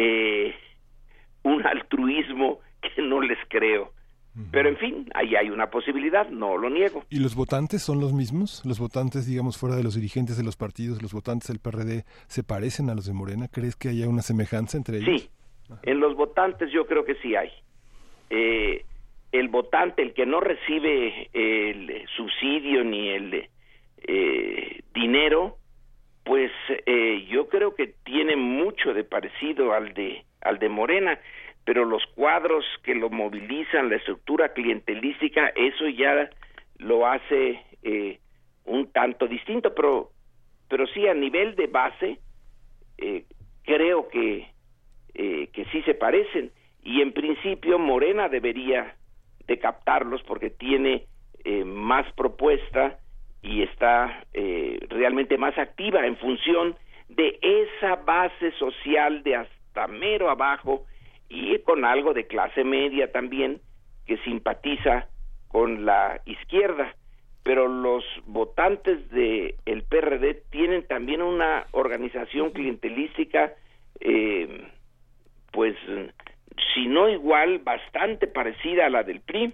un altruismo que no les creo. Pero en fin, ahí hay una posibilidad, no lo niego. ¿Y los votantes son los mismos? ¿Los votantes, digamos, fuera de los dirigentes de los partidos, los votantes del PRD, se parecen a los de Morena? ¿Crees que haya una semejanza entre ellos? Sí, en los votantes yo creo que sí hay. El votante, el que no recibe el subsidio ni el dinero, pues yo creo que tiene mucho de parecido al de Morena, pero los cuadros que lo movilizan, la estructura clientelística, eso ya lo hace un tanto distinto, pero sí a nivel de base creo que sí se parecen, y en principio Morena debería de captarlos porque tiene más propuesta y está realmente más activa en función de esa base social de hasta mero abajo, y con algo de clase media también, que simpatiza con la izquierda. Pero los votantes de el PRD tienen también una organización clientelística, pues, si no igual, bastante parecida a la del PRI.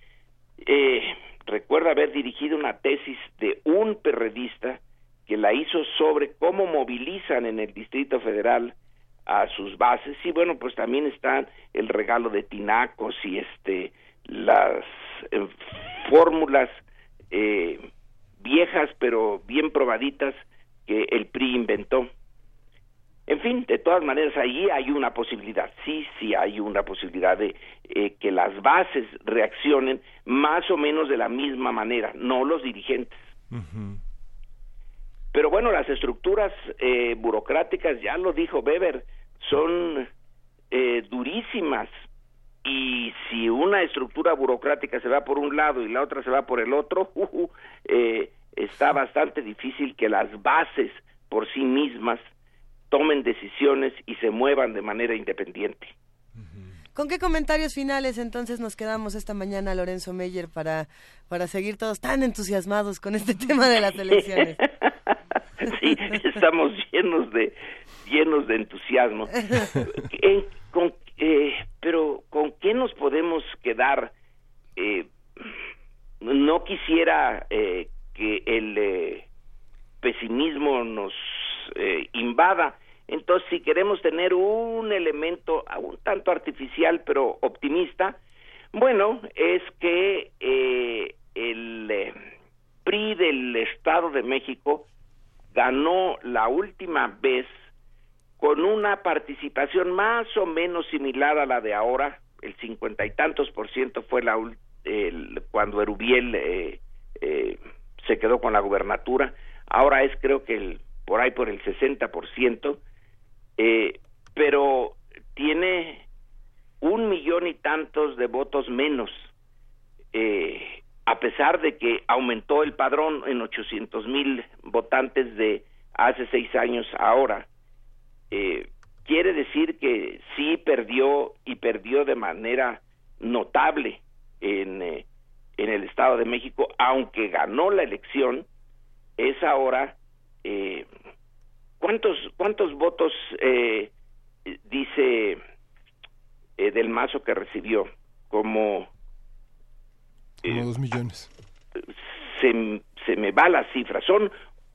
Recuerdo haber dirigido una tesis de un perredista que la hizo sobre cómo movilizan en el Distrito Federal a sus bases, y bueno, pues también están el regalo de tinacos y las fórmulas viejas pero bien probaditas que el PRI inventó. En fin, de todas maneras, ahí hay una posibilidad, sí hay una posibilidad de que las bases reaccionen más o menos de la misma manera, no los dirigentes. Uh-huh. Pero bueno, las estructuras burocráticas, ya lo dijo Weber, son durísimas, y si una estructura burocrática se va por un lado y la otra se va por el otro, está bastante difícil que las bases por sí mismas tomen decisiones y se muevan de manera independiente. ¿Con qué comentarios finales entonces nos quedamos esta mañana, Lorenzo Meyer, para seguir todos tan entusiasmados con este tema de las elecciones? Sí, estamos llenos de entusiasmo. Pero ¿con qué nos podemos quedar? No quisiera que el pesimismo nos invada. Entonces, si queremos tener un elemento un tanto artificial pero optimista, bueno, es que el PRI del Estado de México ganó la última vez con una participación más o menos similar a la de ahora, el 50 y tantos % fue cuando Erubiel se quedó con la gubernatura. Ahora es, creo que por ahí por el 60%, pero tiene 1 millón y tantos de votos menos, a pesar de que aumentó el padrón en 800,000 votantes de hace 6 años ahora. Quiere decir que sí perdió, y perdió de manera notable en el Estado de México, aunque ganó la elección. Es ahora ¿cuántos votos dice del Mazo que recibió? Como 2 millones. Se me va la cifra, son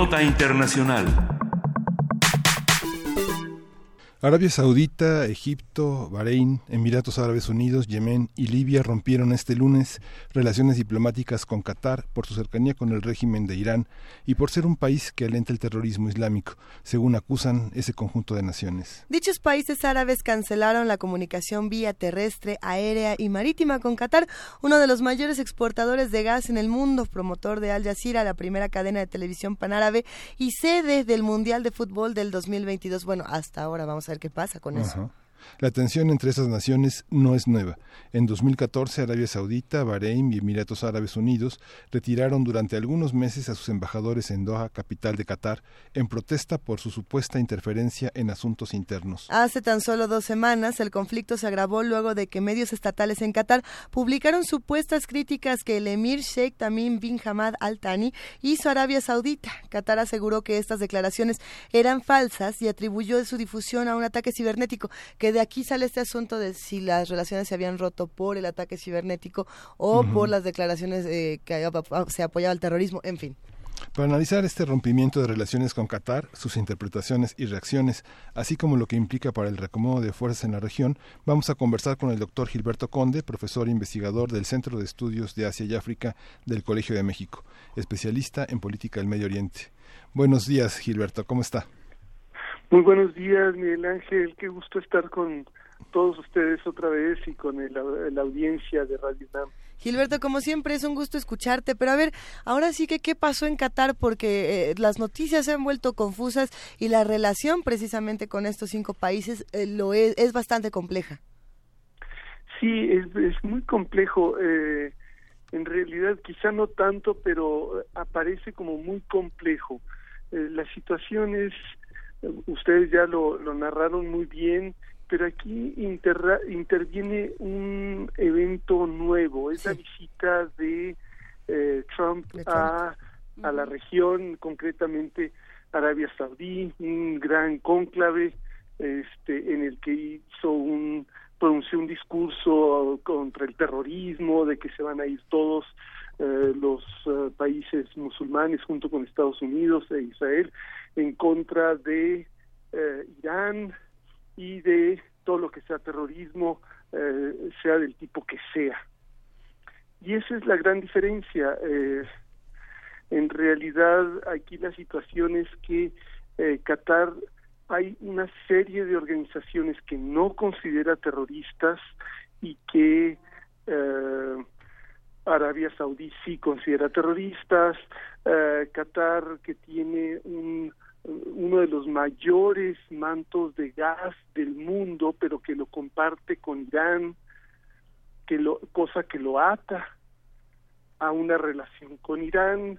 Nota Internacional. Arabia Saudita, Egipto, Bahrein, Emiratos Árabes Unidos, Yemen y Libia rompieron este lunes relaciones diplomáticas con Qatar por su cercanía con el régimen de Irán y por ser un país que alenta el terrorismo islámico, según acusan ese conjunto de naciones. Dichos países árabes cancelaron la comunicación vía terrestre, aérea y marítima con Qatar, uno de los mayores exportadores de gas en el mundo, promotor de Al Jazeera, la primera cadena de televisión panárabe y sede del Mundial de Fútbol del 2022. Bueno, hasta ahora vamos a ver qué pasa con eso. La tensión entre esas naciones no es nueva. En 2014, Arabia Saudita, Bahrein y Emiratos Árabes Unidos retiraron durante algunos meses a sus embajadores en Doha, capital de Qatar, en protesta por su supuesta interferencia en asuntos internos. Hace tan solo 2 semanas, el conflicto se agravó luego de que medios estatales en Qatar publicaron supuestas críticas que el emir Sheikh Tamim bin Hamad Al Thani hizo a Arabia Saudita. Qatar aseguró que estas declaraciones eran falsas y atribuyó su difusión a un ataque cibernético, que de aquí sale este asunto de si las relaciones se habían roto por el ataque cibernético o por las declaraciones que se apoyaba el terrorismo, en fin. Para analizar este rompimiento de relaciones con Qatar, sus interpretaciones y reacciones, así como lo que implica para el reacomodo de fuerzas en la región, vamos a conversar con el doctor Gilberto Conde, profesor e investigador del Centro de Estudios de Asia y África del Colegio de México, especialista en política del Medio Oriente. Buenos días, Gilberto, ¿cómo está? Muy buenos días, Miguel Ángel. Qué gusto estar con todos ustedes otra vez y con la audiencia de Radio UNAM. Gilberto, como siempre, es un gusto escucharte, pero a ver, ahora sí que ¿qué pasó en Qatar? Porque las noticias se han vuelto confusas y la relación precisamente con estos 5 países es bastante compleja. Sí, es muy complejo. En realidad, quizá no tanto, pero aparece como muy complejo. La situación es... Ustedes ya lo narraron muy bien, pero aquí interviene un evento nuevo, es la visita de Trump a la región, concretamente Arabia Saudí, un gran cónclave en el que pronunció un discurso contra el terrorismo, de que se van a ir todos los países musulmanes junto con Estados Unidos e Israel en contra de Irán y de todo lo que sea terrorismo, sea del tipo que sea. Y esa es la gran diferencia. En realidad, aquí la situación es que Qatar, hay una serie de organizaciones que no considera terroristas y que Arabia Saudí sí considera terroristas. Qatar, que tiene uno de los mayores mantos de gas del mundo, pero que lo comparte con Irán, cosa que lo ata a una relación con Irán,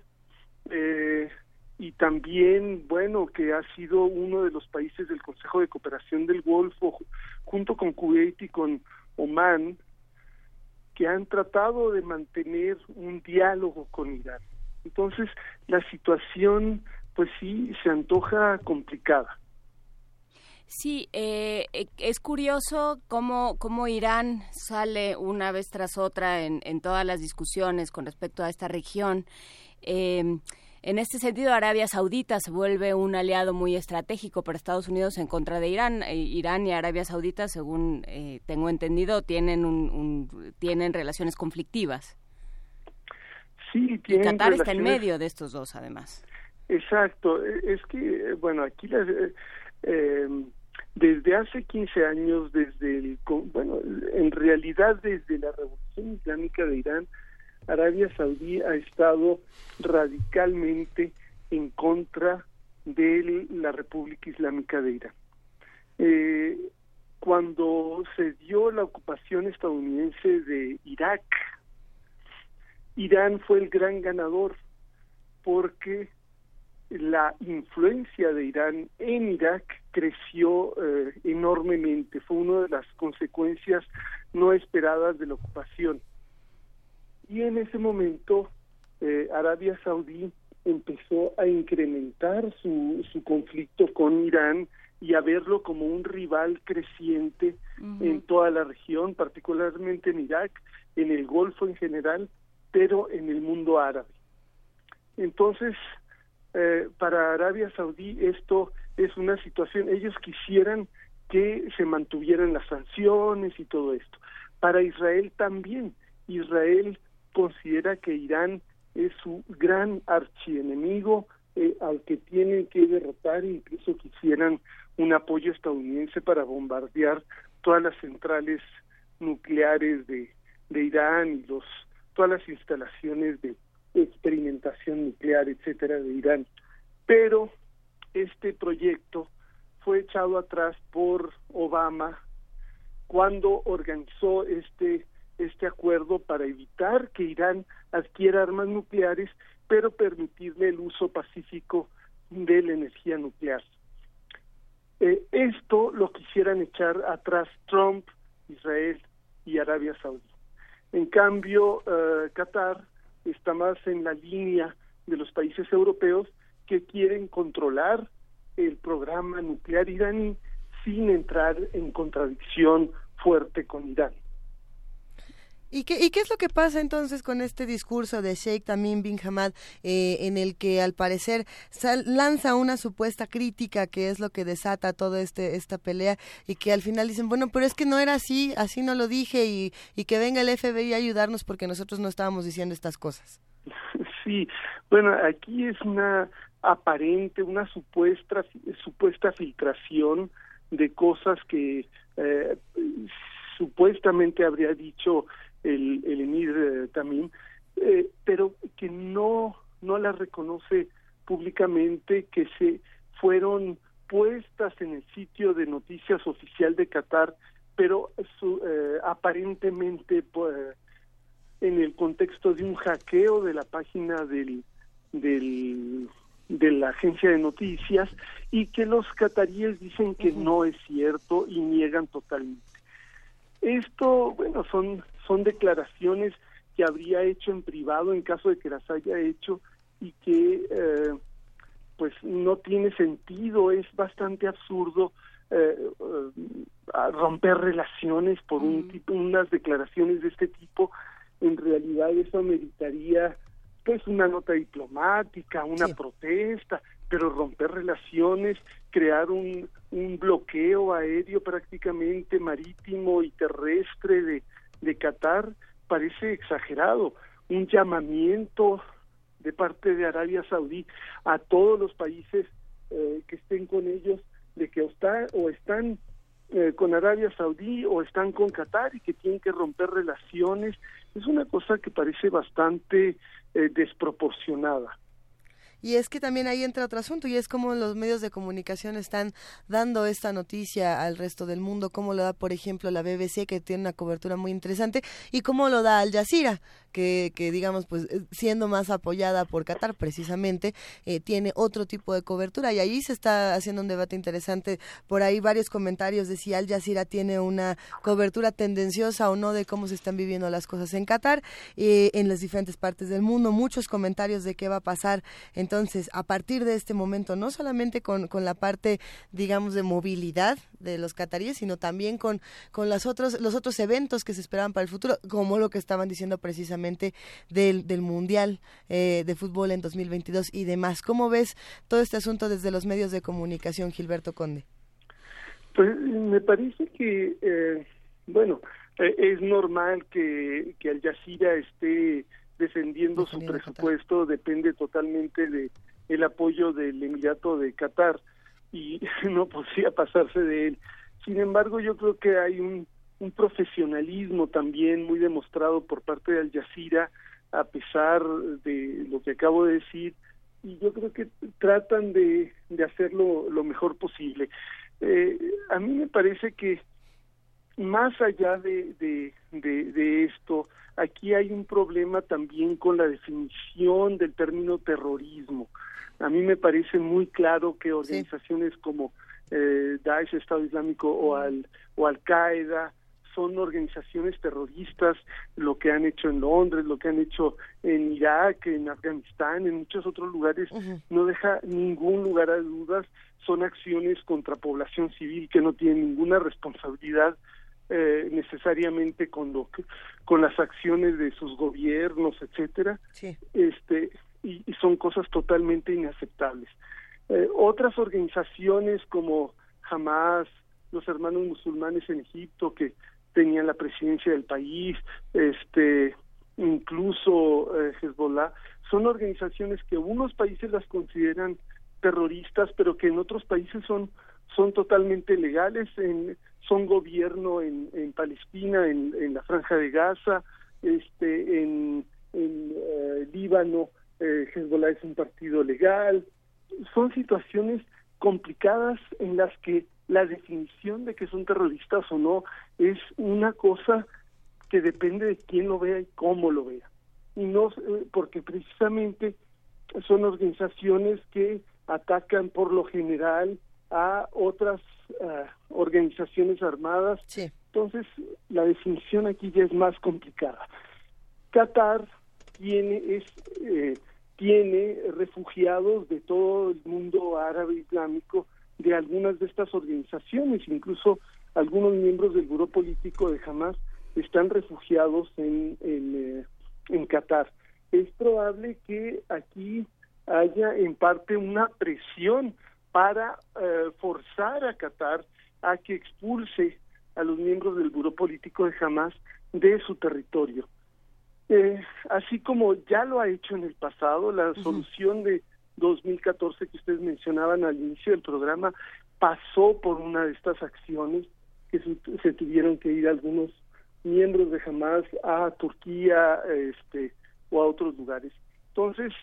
y también, bueno, que ha sido uno de los países del Consejo de Cooperación del Golfo, junto con Kuwait y con Omán, que han tratado de mantener un diálogo con Irán. Entonces, la situación, pues sí, se antoja complicada. Sí, es curioso cómo Irán sale una vez tras otra en todas las discusiones con respecto a esta región. En este sentido, Arabia Saudita se vuelve un aliado muy estratégico para Estados Unidos en contra de Irán. Irán y Arabia Saudita, según tengo entendido, tienen relaciones conflictivas. Sí, y Qatar está en medio de estos dos, además. Exacto. Es que, bueno, aquí desde hace 15 años, en realidad desde la Revolución Islámica de Irán, Arabia Saudí ha estado radicalmente en contra de la República Islámica de Irán. Cuando se dio la ocupación estadounidense de Irak, Irán fue el gran ganador porque la influencia de Irán en Irak creció enormemente. Fue una de las consecuencias no esperadas de la ocupación. Y en ese momento Arabia Saudí empezó a incrementar su conflicto con Irán y a verlo como un rival creciente en toda la región, particularmente en Irak, en el Golfo en general, pero en el mundo árabe. Entonces, para Arabia Saudí esto es una situación, ellos quisieran que se mantuvieran las sanciones y todo esto. Para Israel también, Israel considera que Irán es su gran archienemigo, al que tienen que derrotar, e incluso quisieran un apoyo estadounidense para bombardear todas las centrales nucleares de Irán y todas las instalaciones de experimentación nuclear, etcétera, de Irán. Pero este proyecto fue echado atrás por Obama cuando organizó este acuerdo para evitar que Irán adquiera armas nucleares, pero permitirle el uso pacífico de la energía nuclear. Esto lo quisieran echar atrás Trump, Israel y Arabia Saudí. En cambio, Qatar está más en la línea de los países europeos que quieren controlar el programa nuclear iraní sin entrar en contradicción fuerte con Irán. ¿Y qué es lo que pasa entonces con este discurso de Sheikh Tamim bin Hamad, en el que al parecer lanza una supuesta crítica, que es lo que desata toda esta pelea, y que al final dicen, bueno, pero es que no era así no lo dije, y que venga el FBI a ayudarnos porque nosotros no estábamos diciendo estas cosas? Sí, bueno, aquí es una supuesta filtración de cosas que supuestamente habría dicho el emir Tamim, pero que no la reconoce públicamente, que se fueron puestas en el sitio de noticias oficial de Qatar, pero aparentemente en el contexto de un hackeo de la página de la agencia de noticias, y que los cataríes dicen que no es cierto y niegan totalmente. Esto, bueno, son declaraciones que habría hecho en privado en caso de que las haya hecho, y que pues no tiene sentido, es bastante absurdo romper relaciones por unas declaraciones de este tipo. En realidad eso ameritaría pues una nota diplomática, una protesta, pero romper relaciones, crear un bloqueo aéreo prácticamente marítimo y terrestre de Qatar, parece exagerado. Un llamamiento de parte de Arabia Saudí a todos los países que estén con ellos, de que están con Arabia Saudí o están con Qatar, y que tienen que romper relaciones, es una cosa que parece bastante desproporcionada. Y es que también ahí entra otro asunto, y es cómo los medios de comunicación están dando esta noticia al resto del mundo, cómo lo da, por ejemplo, la BBC, que tiene una cobertura muy interesante, y cómo lo da Al Jazeera, que digamos, pues siendo más apoyada por Qatar precisamente, tiene otro tipo de cobertura, y ahí se está haciendo un debate interesante. Por ahí varios comentarios de si Al Jazeera tiene una cobertura tendenciosa o no de cómo se están viviendo las cosas en Qatar, en las diferentes partes del mundo, muchos comentarios de qué va a pasar. Entonces, a partir de este momento, no solamente con la parte, digamos, de movilidad de los cataríes, sino también con los otros eventos que se esperaban para el futuro, como lo que estaban diciendo precisamente del Mundial de Fútbol en 2022 y demás. ¿Cómo ves todo este asunto desde los medios de comunicación, Gilberto Conde? Pues me parece que, es normal que Al Jazeera esté defendiendo su presupuesto, depende totalmente del apoyo del Emirato de Qatar, y no podría pasarse de él. Sin embargo, yo creo que hay un profesionalismo también muy demostrado por parte de Al Jazeera, a pesar de lo que acabo de decir, y yo creo que tratan de hacerlo lo mejor posible. A mí me parece que más allá de esto, aquí hay un problema también con la definición del término terrorismo. A mí me parece muy claro que organizaciones como Daesh, Estado Islámico o Al-Qaeda son organizaciones terroristas. Lo que han hecho en Londres, lo que han hecho en Irak, en Afganistán, en muchos otros lugares, no deja ningún lugar a dudas. Son acciones contra población civil que no tienen ninguna responsabilidad necesariamente con las acciones de sus gobiernos, etcétera. y son cosas totalmente inaceptables. Otras organizaciones como Hamas, los hermanos musulmanes en Egipto que tenían la presidencia del país, incluso Hezbollah, son organizaciones que unos países las consideran terroristas, pero que en otros países son totalmente legales, son gobierno en Palestina, en la Franja de Gaza, en Líbano, Hezbollah es un partido legal. Son situaciones complicadas en las que la definición de que son terroristas o no es una cosa que depende de quién lo vea y cómo lo vea. Y no, porque precisamente son organizaciones que atacan por lo general a otras organizaciones armadas. Sí. Entonces, la definición aquí ya es más complicada. Qatar tiene refugiados de todo el mundo árabe islámico de algunas de estas organizaciones, incluso algunos miembros del buró político de Hamas están refugiados en Qatar. Es probable que aquí haya en parte una presión para forzar a Qatar a que expulse a los miembros del buró político de Hamas de su territorio. Así como ya lo ha hecho en el pasado, la solución de 2014 que ustedes mencionaban al inicio del programa pasó por una de estas acciones que se tuvieron que ir algunos miembros de Hamas a Turquía o a otros lugares. Entonces,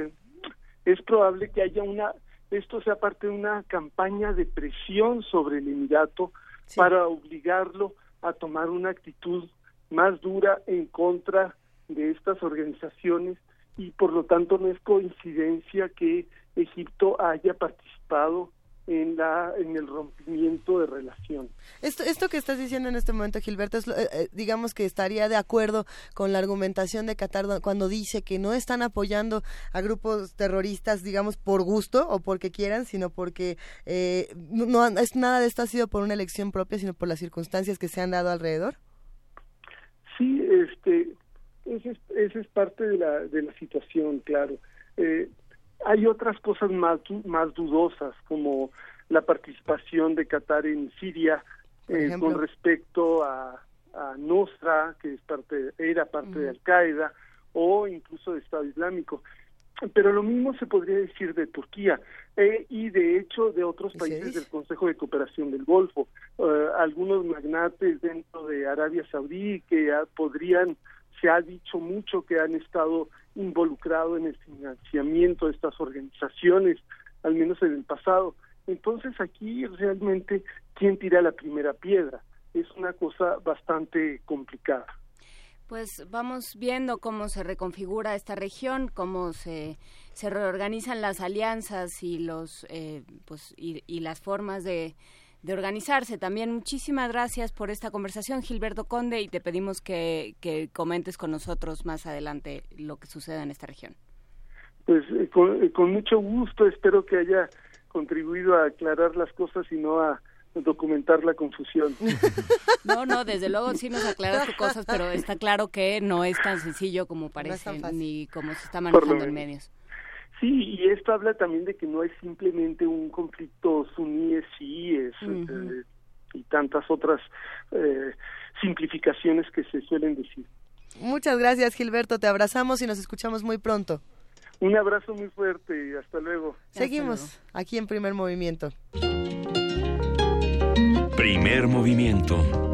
es probable que haya esto sea parte de una campaña de presión sobre el Emirato para obligarlo a tomar una actitud más dura en contra de estas organizaciones, y por lo tanto no es coincidencia que Egipto haya participado en el rompimiento de relación. Esto que estás diciendo en este momento, Gilberto, es, digamos que estaría de acuerdo con la argumentación de Qatar cuando dice que no están apoyando a grupos terroristas, digamos, por gusto o porque quieran, sino porque no es nada de esto ha sido por una elección propia, sino por las circunstancias que se han dado alrededor. Sí, esa es parte de la situación, claro. Hay otras cosas más dudosas, como la participación de Qatar en Siria con respecto a Nusra, que era parte de Al-Qaeda, o incluso de Estado Islámico. Pero lo mismo se podría decir de Turquía y de hecho de otros países del Consejo de Cooperación del Golfo. Algunos magnates dentro de Arabia Saudí que se ha dicho mucho que han estado involucrados en el financiamiento de estas organizaciones, al menos en el pasado. Entonces aquí realmente, ¿quién tira la primera piedra? Es una cosa bastante complicada. Pues vamos viendo cómo se reconfigura esta región, cómo se reorganizan las alianzas y y las formas de organizarse. También muchísimas gracias por esta conversación, Gilberto Conde, y te pedimos que comentes con nosotros más adelante lo que suceda en esta región. Pues con mucho gusto, espero que haya contribuido a aclarar las cosas y no a documentar la confusión. No, desde luego sí nos aclaraste cosas, pero está claro que no es tan sencillo como parece, ni como se está manejando en medios. Sí, y esto habla también de que no es simplemente un conflicto suníes-chiíes y tantas otras simplificaciones que se suelen decir. Muchas gracias, Gilberto, te abrazamos y nos escuchamos muy pronto. Un abrazo muy fuerte y hasta luego. Seguimos aquí en Primer Movimiento. Primer Movimiento.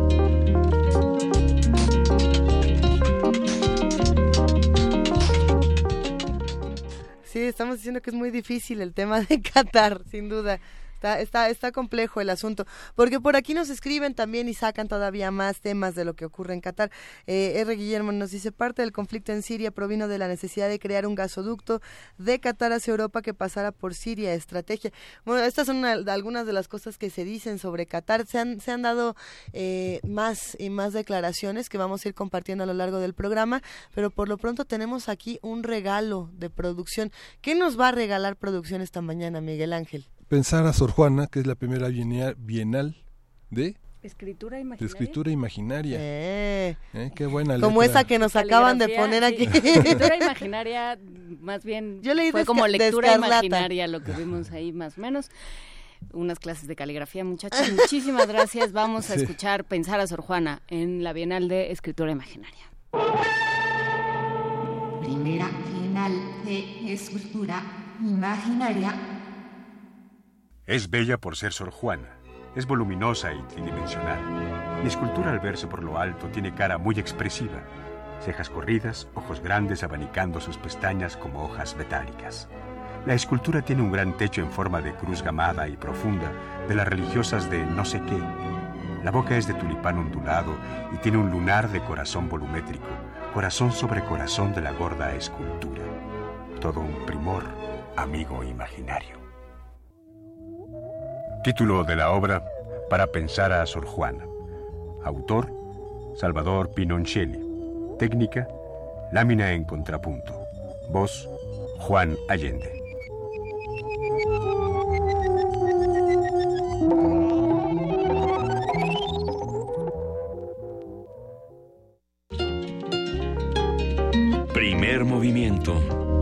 Sí, estamos diciendo que es muy difícil el tema de Qatar, sin duda. Está complejo el asunto, porque por aquí nos escriben también y sacan todavía más temas de lo que ocurre en Qatar. R. Guillermo nos dice, parte del conflicto en Siria provino de la necesidad de crear un gasoducto de Qatar hacia Europa que pasara por Siria, estrategia. Bueno, estas son algunas de las cosas que se dicen sobre Qatar. Se han dado más y más declaraciones que vamos a ir compartiendo a lo largo del programa, pero por lo pronto tenemos aquí un regalo de producción. ¿Qué nos va a regalar producción esta mañana, Miguel Ángel? Pensar a Sor Juana, que es la primera bienal de Escritura imaginaria. De escritura imaginaria. Qué buena letra. Como esa que nos acaban de poner aquí. Escritura imaginaria, más bien, yo leí fue como lectura imaginaria lo que vimos ahí más o menos. Unas clases de caligrafía, muchachos. Muchísimas gracias. Vamos a escuchar Pensar a Sor Juana en la Bienal de Escritura Imaginaria. Primera Bienal de Escritura Imaginaria. Es bella por ser Sor Juana. Es voluminosa y tridimensional. Mi escultura al verse por lo alto tiene cara muy expresiva. Cejas corridas, ojos grandes abanicando sus pestañas como hojas metálicas. La escultura tiene un gran techo en forma de cruz gamada y profunda de las religiosas de no sé qué. La boca es de tulipán ondulado y tiene un lunar de corazón volumétrico, corazón sobre corazón de la gorda escultura. Todo un primor, amigo imaginario. Título de la obra: Para pensar a Sor Juana. Autor: Salvador Pinoncelli. Técnica: lámina en contrapunto. Voz: Juan Allende. Primer movimiento.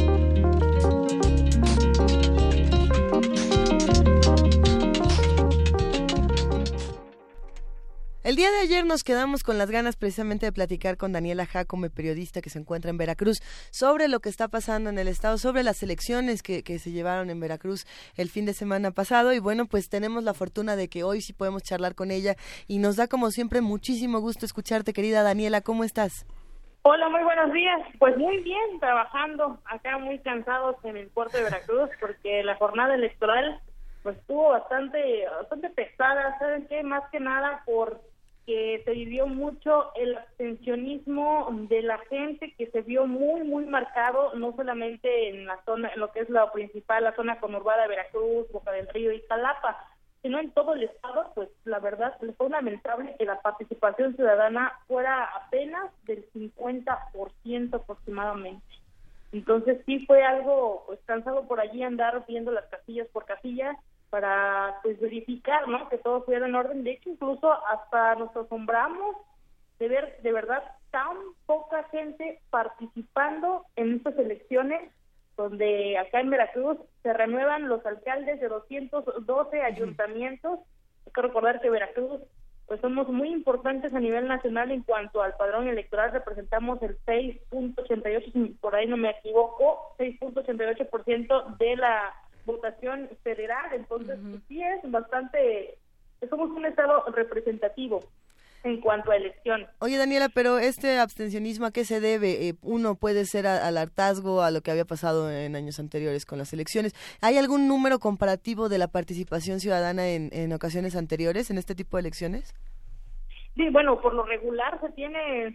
El día de ayer nos quedamos con las ganas precisamente de platicar con Daniela Jácome, periodista que se encuentra en Veracruz, sobre lo que está pasando en el estado, sobre las elecciones que se llevaron en Veracruz el fin de semana pasado. Y bueno, pues tenemos la fortuna de que hoy sí podemos charlar con ella y nos da como siempre muchísimo gusto escucharte, querida Daniela. ¿Cómo estás? Hola, muy buenos días. Pues muy bien, trabajando acá muy cansados en el puerto de Veracruz porque la jornada electoral pues estuvo bastante pesada. ¿Saben qué? Más que nada porque se vivió mucho el abstencionismo de la gente, que se vio muy marcado, no solamente en la zona, en lo que es la principal, la zona conurbada de Veracruz, Boca del Río y Jalapa, sino en todo el estado. Pues la verdad fue lamentable que la participación ciudadana fuera apenas del 50% aproximadamente. Entonces sí fue algo pues cansado por allí andar viendo las casillas por casillas para pues verificar, ¿no?, que todo estuviera en orden. De hecho, incluso hasta nos asombramos de ver de verdad tan poca gente participando en estas elecciones, donde acá en Veracruz se renuevan los alcaldes de 212 ayuntamientos. Hay que recordar que Veracruz pues somos muy importantes a nivel nacional en cuanto al padrón electoral. Representamos el 6.88, si por ahí no me equivoco, 6.88% de la votación federal. Entonces sí es bastante, somos un estado representativo en cuanto a elección. Oye, Daniela, pero este abstencionismo, ¿a qué se debe? Uno puede ser al hartazgo, a lo que había pasado en años anteriores con las elecciones. ¿Hay algún número comparativo de la participación ciudadana en ocasiones anteriores, en este tipo de elecciones? Sí, bueno, por lo regular se tiene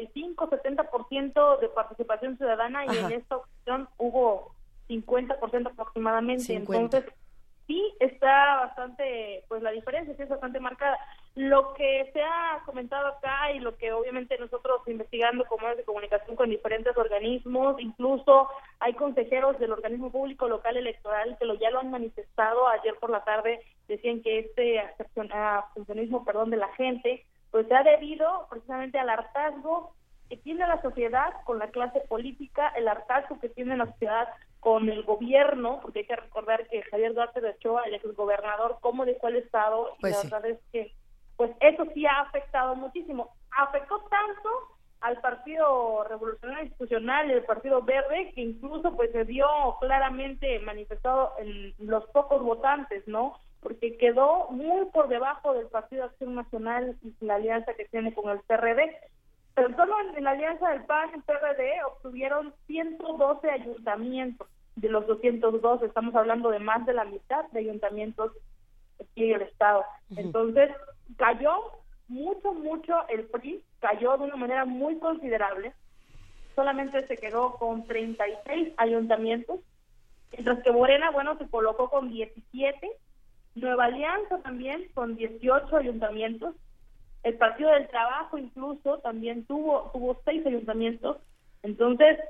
65-70% de participación ciudadana. Ajá. Y en esta ocasión hubo 50% aproximadamente. 50. Entonces sí está bastante, pues la diferencia sí es bastante marcada. Lo que se ha comentado acá y lo que obviamente nosotros investigando como medios de comunicación con diferentes organismos, incluso hay consejeros del organismo público local electoral que ya lo han manifestado. Ayer por la tarde decían que este abstencionismo, de la gente, pues se ha debido precisamente al hartazgo que tiene la sociedad con la clase política, el hartazgo que tiene la sociedad con el gobierno, porque hay que recordar que Javier Duarte de Ochoa, el exgobernador, cómo dejó el estado, pues y la verdad es que pues eso sí ha afectado muchísimo. Afectó tanto al Partido Revolucionario Institucional y el Partido Verde, que incluso pues se vio claramente manifestado en los pocos votantes, ¿no? Porque quedó muy por debajo del Partido Acción Nacional y la alianza que tiene con el PRD. Pero solo en la alianza del PAN y el PRD obtuvieron 112 ayuntamientos de los 212. Estamos hablando de más de la mitad de ayuntamientos aquí en el estado. Entonces cayó mucho el PRI, cayó de una manera muy considerable. Solamente se quedó con 36 ayuntamientos, mientras que Morena, se colocó con 17. Nueva Alianza también con 18 ayuntamientos. El Partido del Trabajo incluso también tuvo 6 ayuntamientos. Entonces,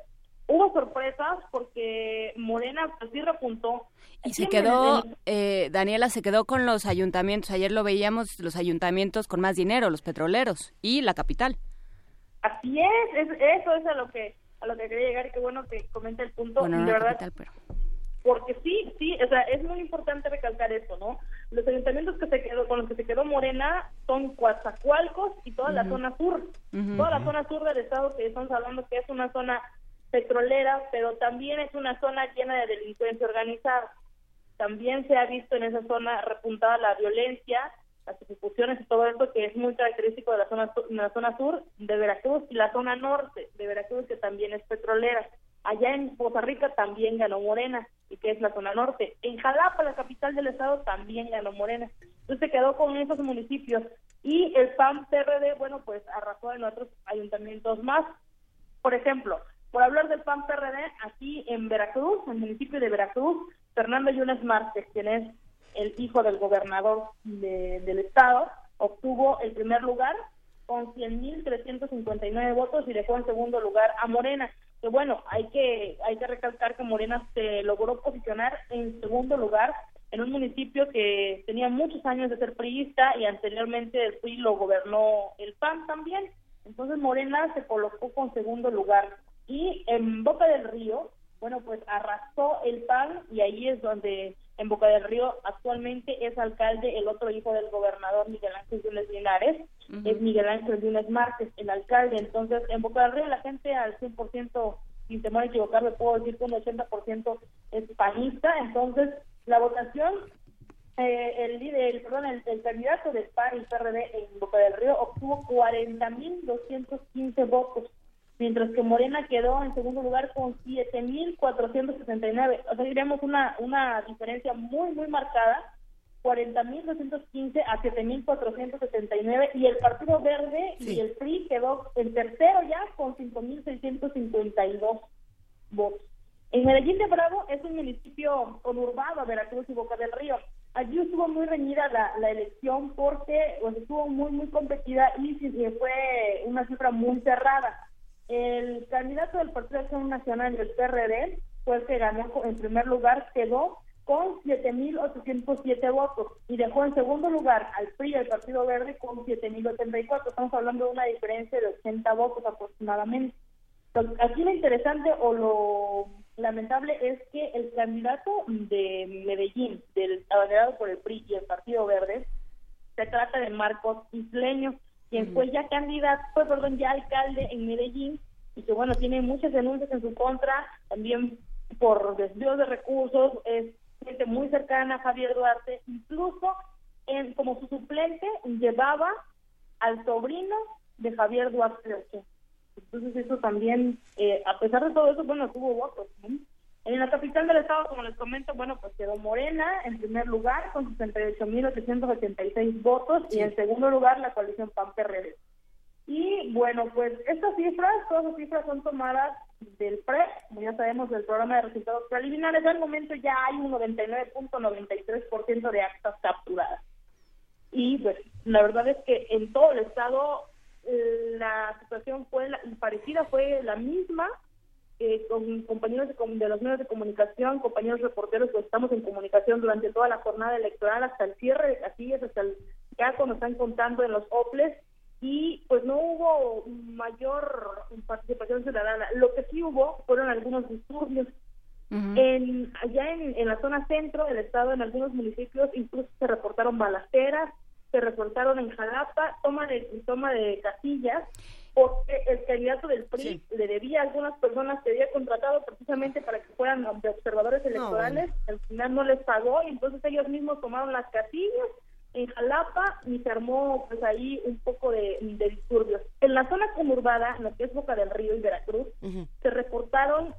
hubo sorpresas porque Morena pues sí repuntó. Y se quedó, Daniela, se quedó con los ayuntamientos. Ayer lo veíamos, los ayuntamientos con más dinero, los petroleros y la capital. Así eso es a lo que quería llegar, y qué bueno que comente el punto. Bueno, no de la verdad, capital, pero... Porque sí, o sea, es muy importante recalcar eso, ¿no? Los ayuntamientos con los que se quedó Morena son Coatzacoalcos y toda la zona sur. Toda la zona sur del estado, que estamos hablando que es una zona petrolera, pero también es una zona llena de delincuencia organizada. También se ha visto en esa zona repuntada la violencia, las ejecuciones y todo eso, que es muy característico de la zona sur de Veracruz, y la zona norte de Veracruz, que también es petrolera. Allá en Poza Rica también ganó Morena, y que es la zona norte. En Jalapa, la capital del estado, también ganó Morena. Entonces se quedó con esos municipios. Y el PAN-PRD, bueno, pues arrasó en otros ayuntamientos más. Por ejemplo, por hablar del PAN-PRD, aquí en Veracruz, en el municipio de Veracruz, Fernando Yunes Márquez, quien es el hijo del gobernador del estado, obtuvo el primer lugar con 100,359 votos y dejó en segundo lugar a Morena. Que bueno, hay que recalcar que Morena se logró posicionar en segundo lugar en un municipio que tenía muchos años de ser priista, y anteriormente el PRI lo gobernó el PAN también. Entonces Morena se colocó con segundo lugar. Y en Boca del Río, bueno, pues arrasó el PAN, y ahí es donde en Boca del Río actualmente es alcalde el otro hijo del gobernador, Miguel Ángel Yunes Linares. Es Miguel Ángel Yunes Márquez, el alcalde. Entonces, en Boca del Río la gente al 100%, sin temor a equivocarme, puedo decir que un 80% es panista. Entonces, la votación, el candidato del PAN y PRD en Boca del Río obtuvo 40,215 votos, mientras que Morena quedó en segundo lugar con 7,469. O sea, diríamos una diferencia muy, muy marcada, 40,215 a 7,479, y el Partido Verde y el PRI quedó en tercero ya con 5,652 votos. En Medellín de Bravo es un municipio conurbado, Veracruz y Boca del Río. Allí estuvo muy reñida la elección porque pues, estuvo muy, muy competida, y fue una cifra muy cerrada. El candidato del Partido de Acción Nacional del PRD fue el que ganó en primer lugar, quedó con 7,807 votos, y dejó en segundo lugar al PRI, el Partido Verde, con 7,084. Estamos hablando de una diferencia de 80 votos aproximadamente. Entonces, aquí lo interesante o lo lamentable es que el candidato de Medellín, del abanderado por el PRI y el Partido Verde, se trata de Marcos Isleño, quien fue ya alcalde en Medellín, y que bueno, tiene muchas denuncias en su contra, también por desvíos de recursos, es gente muy cercana a Javier Duarte. Incluso como su suplente llevaba al sobrino de Javier Duarte. Entonces eso también, a pesar de todo eso, bueno, tuvo votos, ¿no? En la capital del estado, como les comento, bueno, pues quedó Morena en primer lugar con 68,886 votos, y en segundo lugar la coalición PAN-PRD. Y bueno, pues todas las cifras son tomadas del PRE, como ya sabemos, del programa de resultados preliminares. Al momento ya hay un 99,93% de actas capturadas. Y pues la verdad es que en todo el estado la situación fue parecida, fue la misma. Con compañeros de los medios de comunicación, compañeros reporteros, pues estamos en comunicación durante toda la jornada electoral hasta el cierre, así es, hasta ya cuando están contando en los OPLES, y pues no hubo mayor participación ciudadana. Lo que sí hubo fueron algunos disturbios. Allá en la zona centro del estado, en algunos municipios, incluso se reportaron balaceras, se reportaron en Jalapa toma de casillas, porque el candidato del PRI le debía a algunas personas que había contratado precisamente para que fueran de observadores electorales. Al final no les pagó, y entonces ellos mismos tomaron las casillas en Jalapa, y se armó pues ahí un poco de disturbios. En la zona conurbada, en lo que es Boca del Río y Veracruz, se reportaron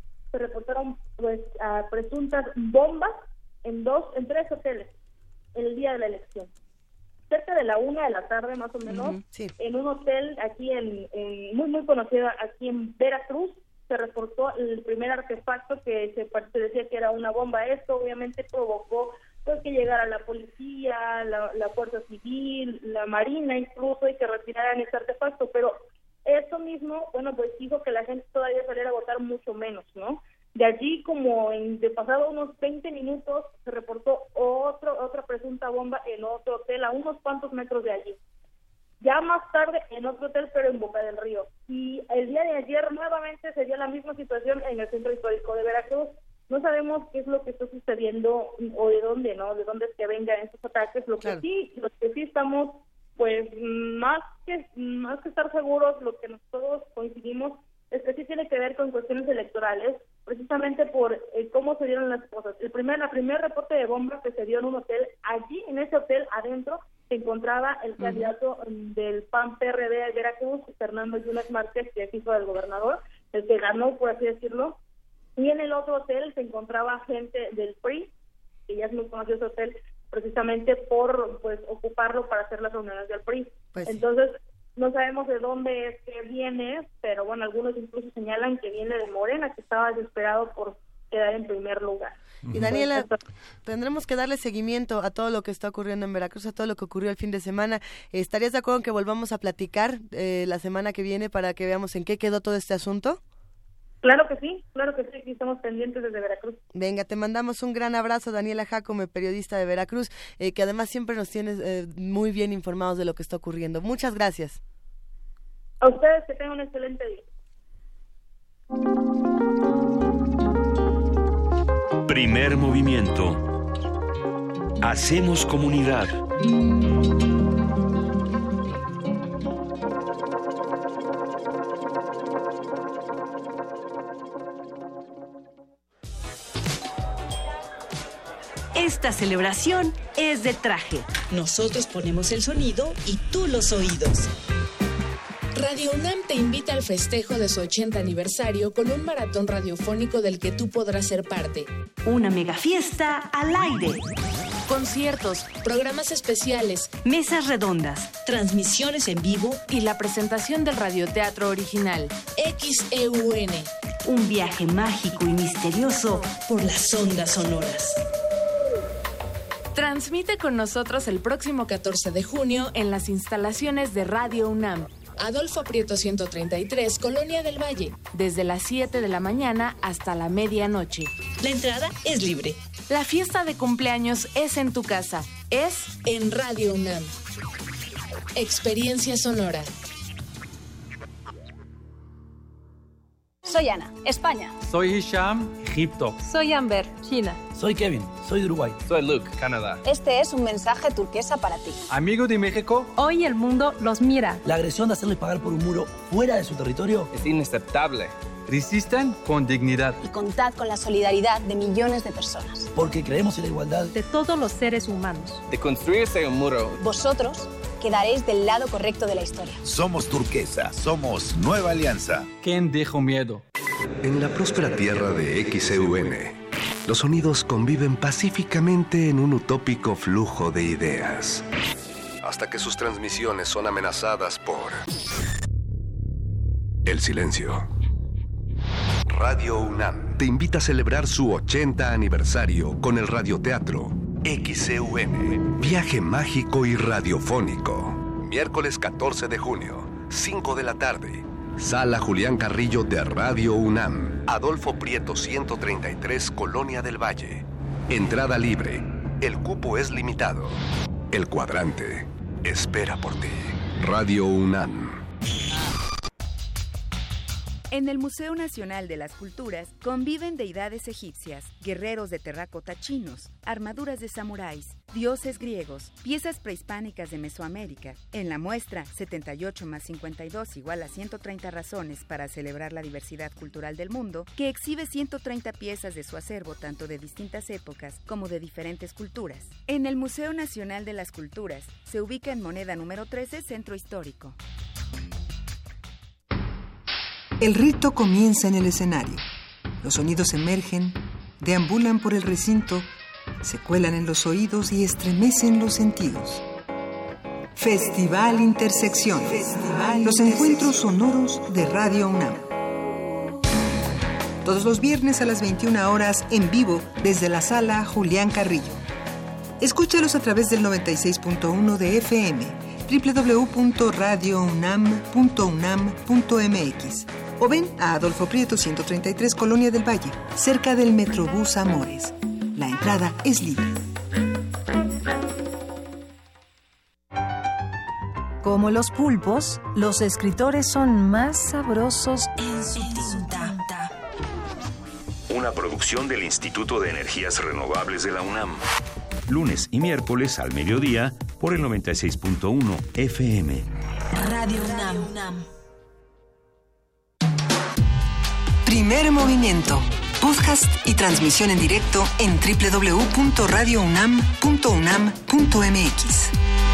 pues presuntas bombas en 3 hoteles el día de la elección. Cerca de la 1 de la tarde más o menos, en un hotel aquí muy muy conocido aquí en Veracruz, se reportó el primer artefacto que se decía que era una bomba. Esto obviamente provocó pues que llegara la policía, la Fuerza Civil, la Marina incluso, y que retiraran ese artefacto, pero eso mismo, bueno, pues hizo que la gente todavía saliera a votar mucho menos, ¿no? De allí, como de pasado unos 20 minutos, se reportó otra presunta bomba en otro hotel a unos cuantos metros de allí. Ya más tarde en otro hotel, pero en Boca del Río. Y el día de ayer nuevamente se dio la misma situación en el centro histórico de Veracruz. No sabemos qué es lo que está sucediendo o de dónde, ¿no? De dónde es que vengan estos ataques. Lo que sí estamos, pues, más que estar seguros, lo que nosotros coincidimos es que sí tiene que ver con cuestiones electorales, precisamente por cómo se dieron las cosas. La primer reporte de bomba que se dio en un hotel, allí en ese hotel adentro se encontraba el candidato del PAN-PRD de Veracruz, Fernando Yunes Márquez, que es hijo del gobernador, el que ganó, por así decirlo, y en el otro hotel se encontraba gente del PRI, que ya es muy conocido ese hotel, precisamente por pues ocuparlo para hacer las reuniones del PRI. Pues entonces, no sabemos de dónde es que viene, pero bueno, algunos incluso señalan que viene de Morena, que estaba desesperado por quedar en primer lugar. Y Daniela, tendremos que darle seguimiento a todo lo que está ocurriendo en Veracruz, a todo lo que ocurrió el fin de semana. ¿Estarías de acuerdo en que volvamos a platicar la semana que viene para que veamos en qué quedó todo este asunto? Claro que sí, aquí estamos pendientes desde Veracruz. Venga, te mandamos un gran abrazo, Daniela Jácome, periodista de Veracruz, que además siempre nos tienes muy bien informados de lo que está ocurriendo. Muchas gracias. A ustedes, que tengan un excelente día. Primer movimiento. Hacemos comunidad. Esta celebración es de traje. Nosotros ponemos el sonido y tú los oídos. Radio UNAM te invita al festejo de su 80 aniversario con un maratón radiofónico del que tú podrás ser parte. Una mega fiesta al aire. Conciertos, programas especiales, mesas redondas, transmisiones en vivo y la presentación del radioteatro original. XEUN. Un viaje mágico y misterioso por las ondas sonoras. Transmite con nosotros el próximo 14 de junio en las instalaciones de Radio UNAM. Adolfo Prieto 133, Colonia del Valle, desde las 7 de la mañana hasta la medianoche. La entrada es libre. La fiesta de cumpleaños es en tu casa, es en Radio UNAM. Experiencia sonora. Soy Ana, España. Soy Hisham, Egipto. Soy Amber, China. Soy Kevin, soy de Uruguay. Soy Luke, Canadá. Este es un mensaje turquesa para ti. Amigo de México. Hoy el mundo los mira. La agresión de hacerles pagar por un muro fuera de su territorio es inaceptable. Resistan con dignidad. Y contad con la solidaridad de millones de personas. Porque creemos en la igualdad de todos los seres humanos. De construirse un muro. Vosotros quedaréis del lado correcto de la historia. Somos turquesa, somos Nueva Alianza. ¿Quién dijo miedo? En la próspera tierra de XEUN, los sonidos conviven pacíficamente en un utópico flujo de ideas. Hasta que sus transmisiones son amenazadas por el silencio. Radio UNAM te invita a celebrar su 80 aniversario con el radioteatro XEUN, viaje mágico y radiofónico. Miércoles 14 de junio, 5 de la tarde. Sala Julián Carrillo de Radio UNAM, Adolfo Prieto 133, Colonia del Valle. Entrada libre. El cupo es limitado. El cuadrante espera por ti. Radio UNAM. En el Museo Nacional de las Culturas conviven deidades egipcias, guerreros de terracota chinos, armaduras de samuráis, dioses griegos, piezas prehispánicas de Mesoamérica. En la muestra 78 más 52 igual a 130 razones para celebrar la diversidad cultural del mundo, que exhibe 130 piezas de su acervo tanto de distintas épocas como de diferentes culturas. En el Museo Nacional de las Culturas se ubica en Moneda número 13, Centro Histórico. El rito comienza en el escenario. Los sonidos emergen, deambulan por el recinto, se cuelan en los oídos y estremecen los sentidos. Festival Intersección. Los encuentros sonoros de Radio UNAM. Todos los viernes a las 21 horas en vivo desde la Sala Julián Carrillo. Escúchalos a través del 96.1 de FM, www.radiounam.unam.mx o ven a Adolfo Prieto 133, Colonia del Valle, cerca del Metrobús Amores. La entrada es libre. Como los pulpos, los escritores son más sabrosos en su tinta. Una producción del Instituto de Energías Renovables de la UNAM. Lunes y miércoles al mediodía por el 96.1 FM. Radio UNAM. Primer movimiento. Podcast y transmisión en directo en www.radiounam.unam.mx.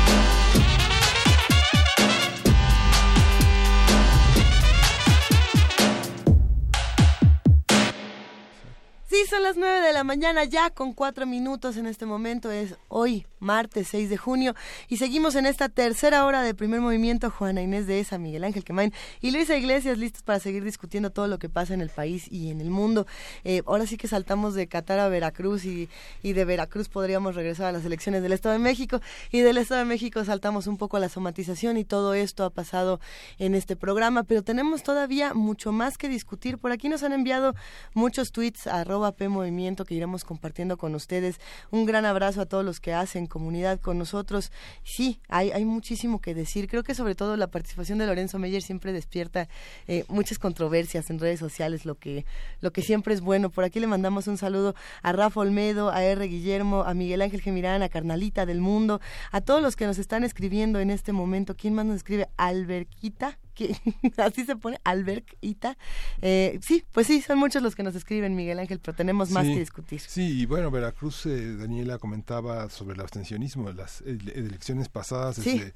Sí, son las 9 de la mañana, ya con 4 minutos en este momento. Es hoy, martes 6 de junio, y seguimos en esta tercera hora de Primer Movimiento. Juana Inés de Esa, Miguel Ángel Quemain y Luisa Iglesias, listos para seguir discutiendo todo lo que pasa en el país y en el mundo. Ahora sí que saltamos de Qatar a Veracruz, y de Veracruz podríamos regresar a las elecciones del Estado de México, y del Estado de México saltamos un poco a la somatización, y todo esto ha pasado en este programa, pero tenemos todavía mucho más que discutir. Por aquí nos han enviado muchos tweets a @PMovimiento que iremos compartiendo con ustedes. Un gran abrazo a todos los que hacen comunidad con nosotros. Sí, hay muchísimo que decir. Creo que sobre todo la participación de Lorenzo Meyer siempre despierta muchas controversias en redes sociales, lo que siempre es bueno. Por aquí le mandamos un saludo a Rafa Olmedo, a R. Guillermo, a Miguel Ángel Gemirán, a Carnalita del Mundo, a todos los que nos están escribiendo en este momento. ¿Quién más nos escribe? Alberquita. Así se pone, Alberquita. Sí, pues sí, son muchos los que nos escriben, Miguel Ángel, pero tenemos más que discutir. Sí, y bueno, Veracruz, Daniela comentaba sobre el abstencionismo. Las elecciones pasadas desde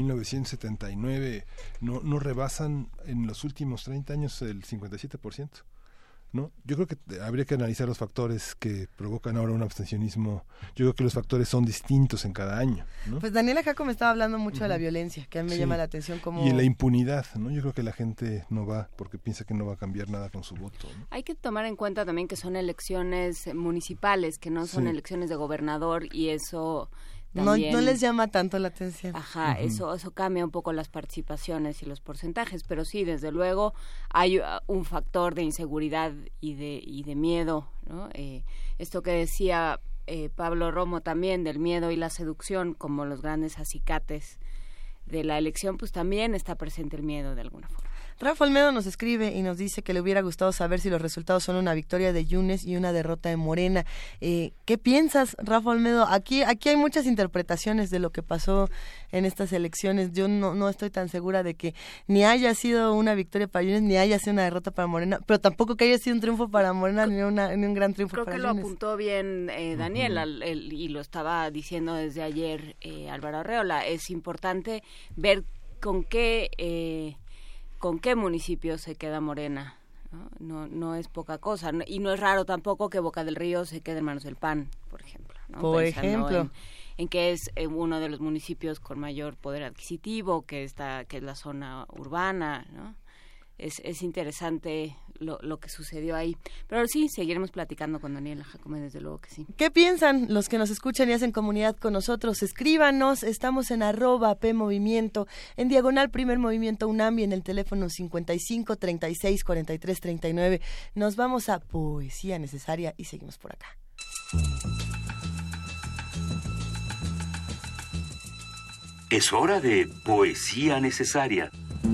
1979 no rebasan en los últimos 30 años el 57%. ¿No? Yo creo que habría que analizar los factores que provocan ahora un abstencionismo. Yo creo que los factores son distintos en cada año, ¿no? Pues Daniela Jaco me estaba hablando mucho de la violencia, que a mí me llama la atención como... Y en la impunidad, ¿no? Yo creo que la gente no va porque piensa que no va a cambiar nada con su voto, ¿no? Hay que tomar en cuenta también que son elecciones municipales, que no son elecciones de gobernador, y eso... También, no les llama tanto la atención. Ajá, eso cambia un poco las participaciones y los porcentajes, pero sí, desde luego hay un factor de inseguridad y de miedo, ¿no? Esto que decía Pablo Romo también, del miedo y la seducción como los grandes acicates de la elección, pues también está presente el miedo de alguna forma. Rafa Olmedo nos escribe y nos dice que le hubiera gustado saber si los resultados son una victoria de Yunes y una derrota de Morena. ¿Qué piensas, Rafa Olmedo? Aquí hay muchas interpretaciones de lo que pasó en estas elecciones. Yo no estoy tan segura de que ni haya sido una victoria para Yunes ni haya sido una derrota para Morena, pero tampoco que haya sido un triunfo para Morena ni un gran triunfo para Yunes. Creo que lo apuntó bien Daniel y lo estaba diciendo desde ayer Álvaro Arreola. Es importante ver con qué municipios se queda Morena, ¿no? No es poca cosa, y no es raro tampoco que Boca del Río se quede en manos del PAN, por ejemplo, ¿no? Por ejemplo, en que es uno de los municipios con mayor poder adquisitivo, que es la zona urbana, ¿no? Es interesante lo que sucedió ahí. Pero sí, seguiremos platicando con Daniela Jacome, desde luego que sí. ¿Qué piensan los que nos escuchan y hacen comunidad con nosotros? Escríbanos, estamos en @PMovimiento, en diagonal Primer Movimiento UNAM y en el teléfono 55 36 43 39. Nos vamos a Poesía Necesaria y seguimos por acá. Es hora de Poesía Necesaria.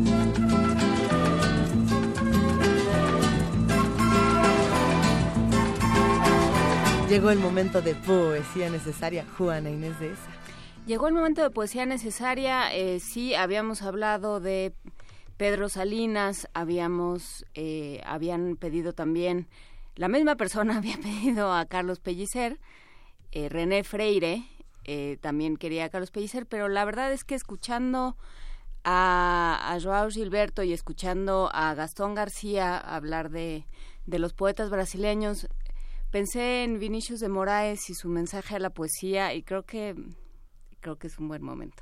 Llegó el momento de Poesía Necesaria, Juana Inés de Esa. Llegó el momento de Poesía Necesaria. Sí, habíamos hablado de Pedro Salinas, habían pedido también, la misma persona había pedido a Carlos Pellicer, René Freire también quería a Carlos Pellicer, pero la verdad es que escuchando a João Gilberto y escuchando a Gastón García hablar de los poetas brasileños, pensé en Vinícius de Moraes y su mensaje a la poesía, y creo que es un buen momento.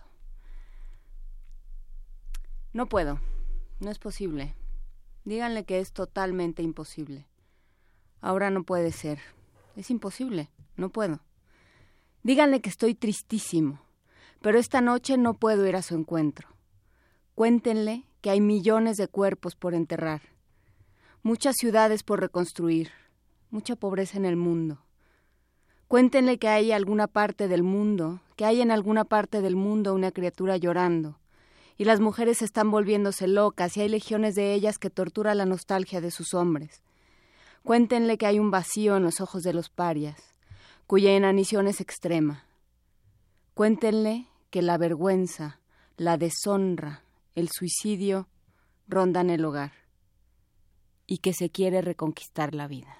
No puedo, no es posible. Díganle que es totalmente imposible. Ahora no puede ser. Es imposible, no puedo. Díganle que estoy tristísimo, pero esta noche no puedo ir a su encuentro. Cuéntenle que hay millones de cuerpos por enterrar, muchas ciudades por reconstruir, mucha pobreza en el mundo. Cuéntenle que hay en alguna parte del mundo una criatura llorando, y las mujeres están volviéndose locas y hay legiones de ellas que tortura la nostalgia de sus hombres. Cuéntenle que hay un vacío en los ojos de los parias, cuya inanición es extrema. Cuéntenle que la vergüenza, la deshonra, el suicidio rondan el hogar y que se quiere reconquistar la vida.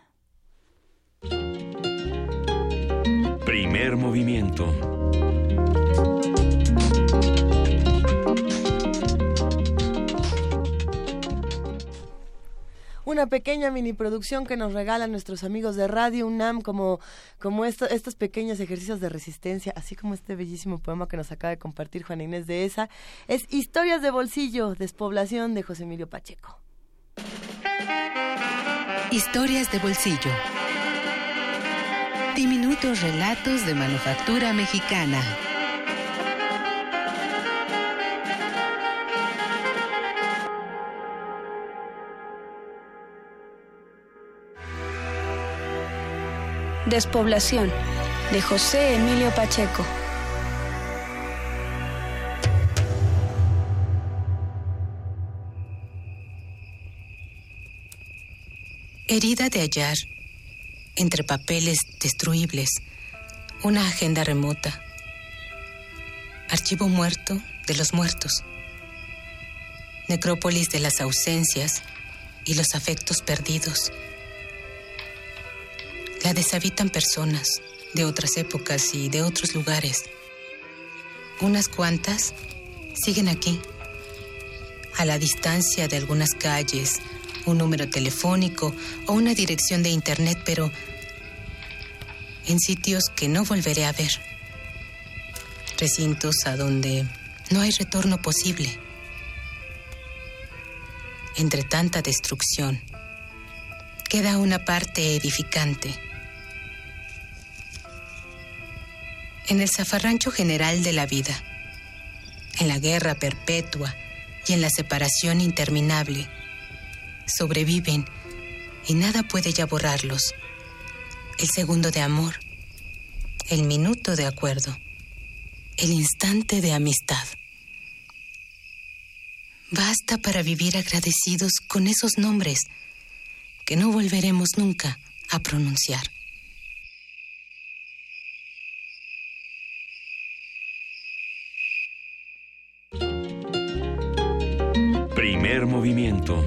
Primer movimiento. Una pequeña mini producción que nos regalan nuestros amigos de Radio UNAM, como estos pequeños ejercicios de resistencia, así como este bellísimo poema que nos acaba de compartir Juana Inés de Esa. Es Historias de Bolsillo, Despoblación, de José Emilio Pacheco. Historias de Bolsillo. Diminutos relatos de manufactura mexicana. Despoblación, de José Emilio Pacheco. Herida de hallar, entre papeles destruibles, una agenda remota. Archivo muerto de los muertos. Necrópolis de las ausencias y los afectos perdidos. La deshabitan personas de otras épocas y de otros lugares. Unas cuantas siguen aquí, a la distancia de algunas calles, un número telefónico o una dirección de internet, pero en sitios que no volveré a ver. Recintos a donde no hay retorno posible. Entre tanta destrucción, queda una parte edificante. En el zafarrancho general de la vida, en la guerra perpetua y en la separación interminable, sobreviven y nada puede ya borrarlos. El segundo de amor, el minuto de acuerdo, el instante de amistad. Basta para vivir agradecidos con esos nombres que no volveremos nunca a pronunciar. Primer movimiento.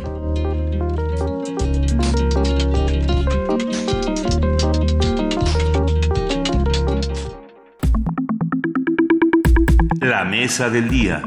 La mesa del día.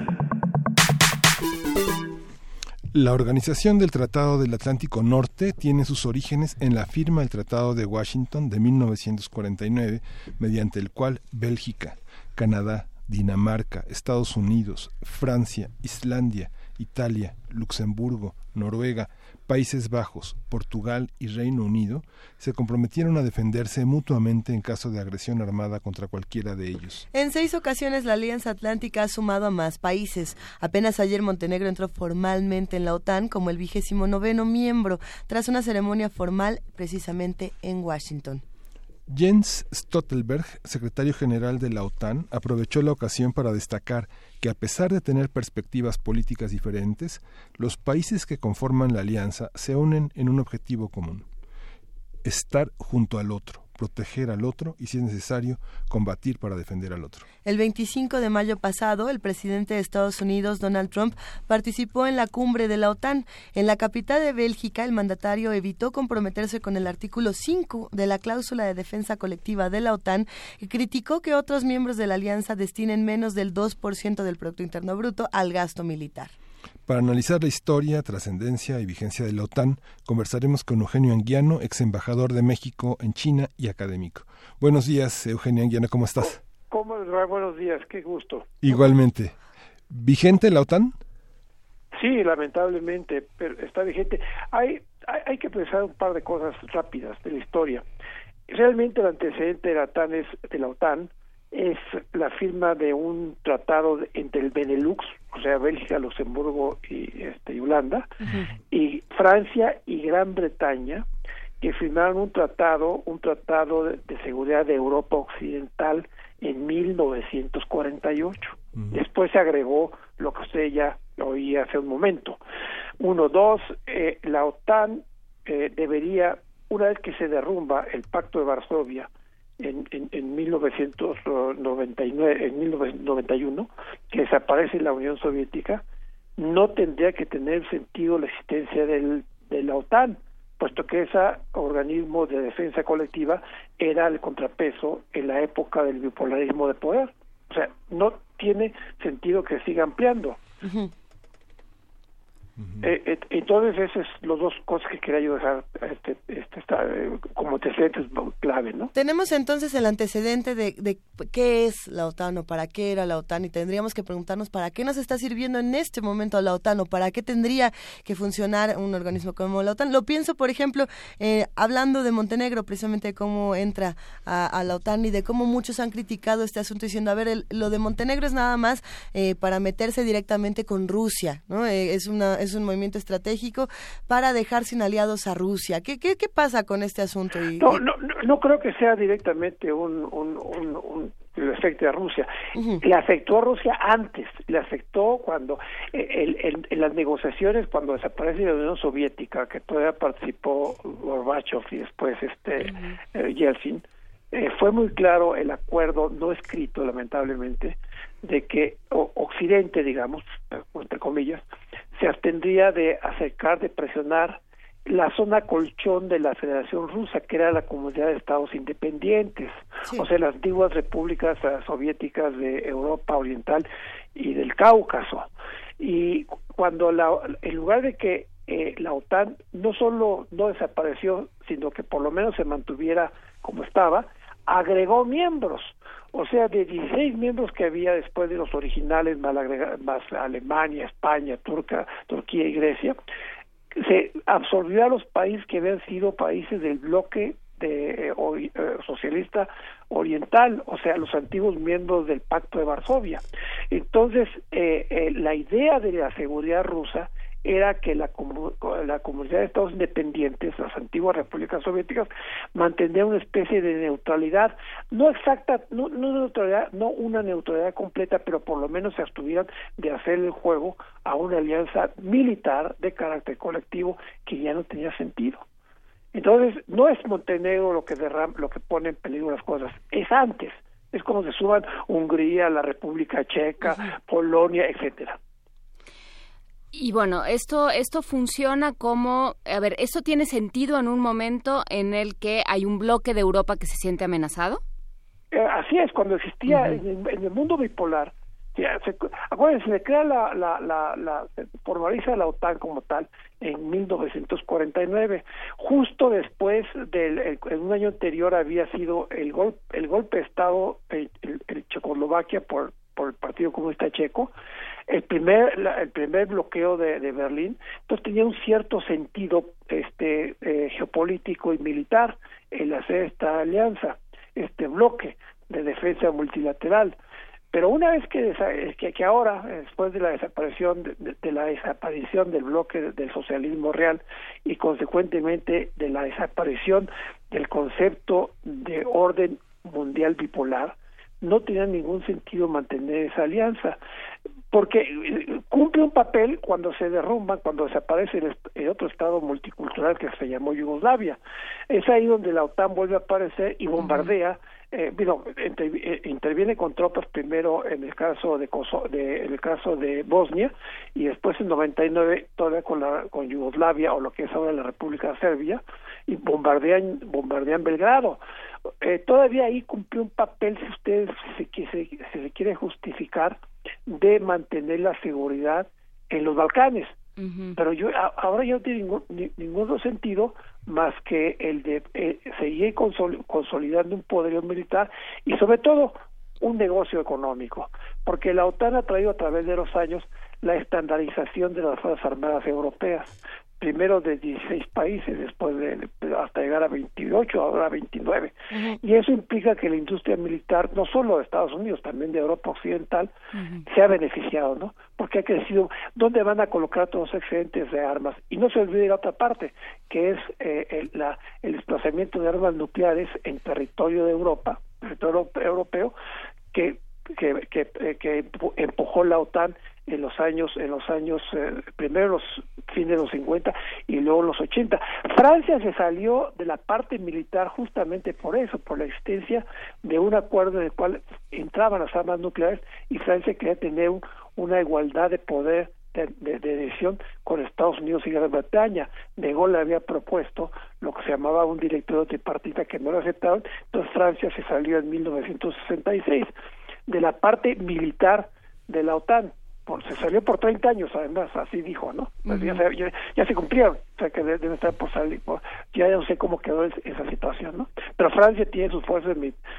La Organización del Tratado del Atlántico Norte tiene sus orígenes en la firma del Tratado de Washington de 1949, mediante el cual Bélgica, Canadá, Dinamarca, Estados Unidos, Francia, Islandia, Italia, Luxemburgo, Noruega, Países Bajos, Portugal y Reino Unido se comprometieron a defenderse mutuamente en caso de agresión armada contra cualquiera de ellos. En 6 ocasiones la Alianza Atlántica ha sumado a más países. Apenas ayer Montenegro entró formalmente en la OTAN como el 29º miembro, tras una ceremonia formal precisamente en Washington. Jens Stoltenberg, secretario general de la OTAN, aprovechó la ocasión para destacar que a pesar de tener perspectivas políticas diferentes, los países que conforman la alianza se unen en un objetivo común: estar junto al otro, proteger al otro y, si es necesario, combatir para defender al otro. El 25 de mayo pasado, el presidente de Estados Unidos, Donald Trump, participó en la cumbre de la OTAN. En la capital de Bélgica, el mandatario evitó comprometerse con el artículo 5 de la cláusula de defensa colectiva de la OTAN y criticó que otros miembros de la alianza destinen menos del 2% del Producto Interno Bruto al gasto militar. Para analizar la historia, trascendencia y vigencia de la OTAN, conversaremos con Eugenio Anguiano, ex embajador de México en China y académico. Buenos días, Eugenio Anguiano, ¿cómo estás? ¿Cómo les va? Buenos días, qué gusto. Igualmente. ¿Vigente la OTAN? Sí, lamentablemente, pero está vigente. Hay que pensar un par de cosas rápidas de la historia. Realmente el antecedente de la OTAN es la firma de un tratado entre el Benelux, o sea, Bélgica, Luxemburgo y Holanda, y Francia y Gran Bretaña, que firmaron un tratado de seguridad de Europa Occidental en 1948. Después se agregó lo que usted ya oía hace un momento. 1, 2, la OTAN debería, una vez que se derrumba el Pacto de Varsovia en 1999, en 1991, que desaparece la Unión Soviética, no tendría que tener sentido la existencia de la OTAN, puesto que ese organismo de defensa colectiva era el contrapeso en la época del bipolarismo de poder. O sea, no tiene sentido que siga ampliando. Entonces, esas son las dos cosas que quería yo dejar como antecedentes clave, ¿no? Tenemos entonces el antecedente de qué es la OTAN o para qué era la OTAN, y tendríamos que preguntarnos para qué nos está sirviendo en este momento la OTAN o para qué tendría que funcionar un organismo como la OTAN. Lo pienso, por ejemplo, hablando de Montenegro, precisamente de cómo entra a la OTAN y de cómo muchos han criticado este asunto diciendo, a ver, lo de Montenegro es nada más para meterse directamente con Rusia, ¿no? Es un movimiento estratégico para dejar sin aliados a Rusia. ¿Qué pasa con este asunto? No creo que sea directamente el afecte a Rusia. Le afectó a Rusia antes, le afectó cuando en las negociaciones, cuando desaparece la Unión Soviética, que todavía participó Gorbachev y después Yeltsin, fue muy claro el acuerdo no escrito, lamentablemente, de que Occidente, digamos, entre comillas, se abstendría de acercar, de presionar la zona colchón de la Federación Rusa, que era la Comunidad de Estados Independientes, o sea, las antiguas repúblicas soviéticas de Europa Oriental y del Cáucaso. Y cuando en lugar de que la OTAN no solo no desapareció, sino que por lo menos se mantuviera como estaba, agregó miembros. O sea, de 16 miembros que había después de los originales, más Alemania, España, Turquía y Grecia, se absorbió a los países que habían sido países del bloque socialista oriental, o sea, los antiguos miembros del Pacto de Varsovia. Entonces, la idea de la seguridad rusa era que la comunidad de estados independientes, las antiguas repúblicas soviéticas, mantenían una especie de neutralidad, no exacta, no una neutralidad completa, pero por lo menos se abstuvieran de hacer el juego a una alianza militar de carácter colectivo que ya no tenía sentido. Entonces, no es Montenegro lo que pone en peligro las cosas, es antes, es como se suban Hungría, la República Checa, Polonia, etcétera. Y bueno, esto funciona como, a ver, ¿esto tiene sentido en un momento en el que hay un bloque de Europa que se siente amenazado? Así es, cuando existía en el mundo bipolar, acuérdense, se crea se formaliza la OTAN como tal en 1949, justo después en un año anterior había sido el golpe de Estado en Checoslovaquia por el Partido Comunista Checo, el primer bloqueo de Berlín. Entonces tenía un cierto sentido geopolítico y militar el hacer esta alianza, este bloque de defensa multilateral. Pero una vez que ahora, después de la desaparición del bloque del socialismo real y consecuentemente de la desaparición del concepto de orden mundial bipolar, no tenía ningún sentido mantener esa alianza, porque cumple un papel cuando se derrumba, cuando desaparece el otro estado multicultural que se llamó Yugoslavia. Es ahí donde la OTAN vuelve a aparecer y bombardea, interviene con tropas primero en el caso de Bosnia y después en 99 todavía con Yugoslavia, o lo que es ahora la República Serbia, y bombardean Belgrado. Todavía ahí cumplió un papel, si se quiere justificar, de mantener la seguridad en los Balcanes. Pero ahora ya no tiene ningún sentido más que el de seguir consolidando un poderío militar y sobre todo un negocio económico, porque la OTAN ha traído a través de los años la estandarización de las Fuerzas Armadas europeas. primero de 16 países, después hasta llegar a 28, ahora a 29. Y eso implica que la industria militar, no solo de Estados Unidos, también de Europa Occidental, se ha beneficiado, ¿no? Porque ha crecido. ¿Dónde van a colocar todos los excedentes de armas? Y no se olvide la otra parte, que es el desplazamiento de armas nucleares en territorio de Europa, territorio europeo, que empujó la OTAN en los años primero los fines de los 50 y luego los 80. Francia se salió de la parte militar justamente por eso, por la existencia de un acuerdo en el cual entraban las armas nucleares, y Francia quería tener una igualdad de poder de decisión con Estados Unidos y Gran Bretaña. De Gaulle le había propuesto lo que se llamaba un directorio tripartita que no lo aceptaron, entonces Francia se salió en 1966 de la parte militar de la OTAN. Se salió por 30 años, además, así dijo, ¿no? Pues ya se cumplieron, o sea que deben estar por salir. Ya no sé cómo quedó esa situación, ¿no? Pero Francia tiene sus fuerzas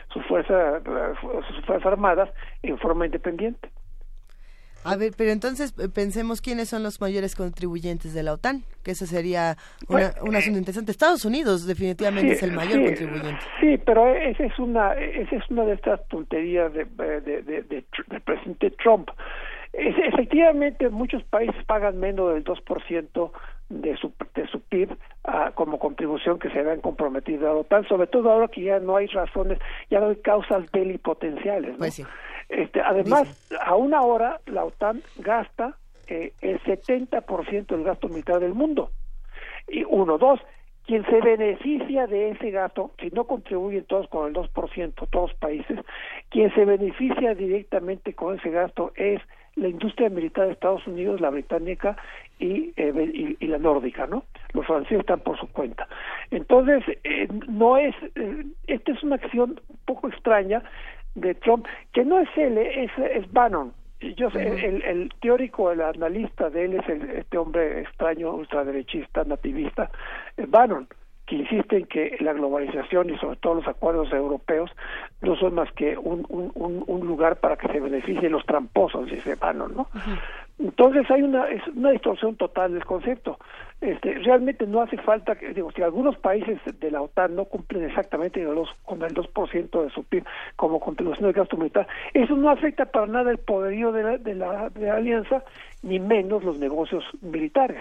armadas en forma independiente. A ver, pero entonces pensemos quiénes son los mayores contribuyentes de la OTAN, que eso sería un asunto interesante. Estados Unidos definitivamente es el mayor contribuyente. Sí, pero esa es una de estas tonterías del presidente Trump. Efectivamente, muchos países pagan menos del 2% de su PIB como contribución que se habían comprometido a la OTAN, sobre todo ahora que ya no hay razones, ya no hay causas belipotenciales, ¿no? Pues sí. Además, aún ahora la OTAN gasta el 70% del gasto militar del mundo. Y quien se beneficia de ese gasto, si no contribuyen todos con el 2%, todos los países, quien se beneficia directamente con ese gasto es la industria militar de Estados Unidos, la británica y la nórdica, ¿no? Los franceses están por su cuenta. Entonces, esta es una acción un poco extraña de Trump, que no es él, es Bannon. Yo sé, el teórico, el analista de él es este hombre extraño, ultraderechista, nativista, Bannon, que insiste en que la globalización y sobre todo los acuerdos europeos no son más que un lugar para que se beneficien los tramposos, dice Bannon, ¿no? Entonces hay una distorsión total del concepto. Realmente no hace falta si algunos países de la OTAN no cumplen exactamente con el 2% de su PIB como contribución del gasto militar, eso no afecta para nada el poderío de la alianza, ni menos los negocios militares.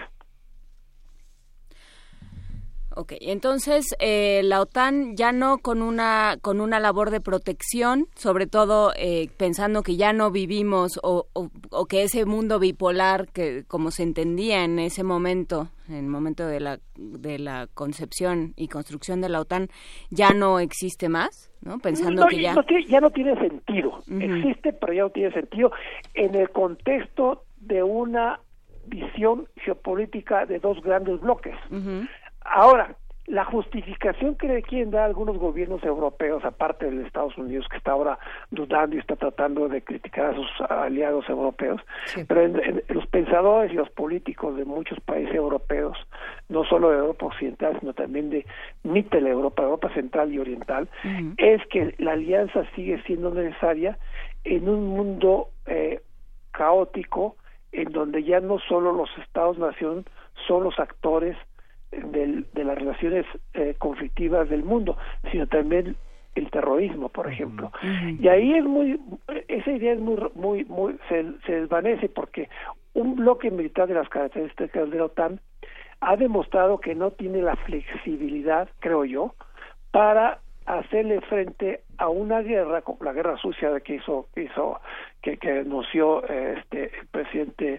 Okay, entonces la OTAN ya no con una labor de protección, sobre todo pensando que ya no vivimos o que ese mundo bipolar que como se entendía en ese momento, en el momento de la concepción y construcción de la OTAN, ya no existe más, ¿no? Pensando que ya no tiene sentido. Existe, pero ya no tiene sentido en el contexto de una visión geopolítica de dos grandes bloques. Ahora, la justificación que le quieren dar algunos gobiernos europeos, aparte de Estados Unidos, que está ahora dudando y está tratando de criticar a sus aliados europeos, pero en los pensadores y los políticos de muchos países europeos, no solo de Europa Occidental, sino también de Mittel Europa Central y Oriental, es que la alianza sigue siendo necesaria en un mundo caótico, en donde ya no solo los Estados-nación son los actores de las relaciones conflictivas del mundo, sino también el terrorismo, por ejemplo. Y ahí esa idea es muy se desvanece, porque un bloque militar de las características de la OTAN ha demostrado que no tiene la flexibilidad, creo yo, para hacerle frente a una guerra como la guerra sucia que anunció el presidente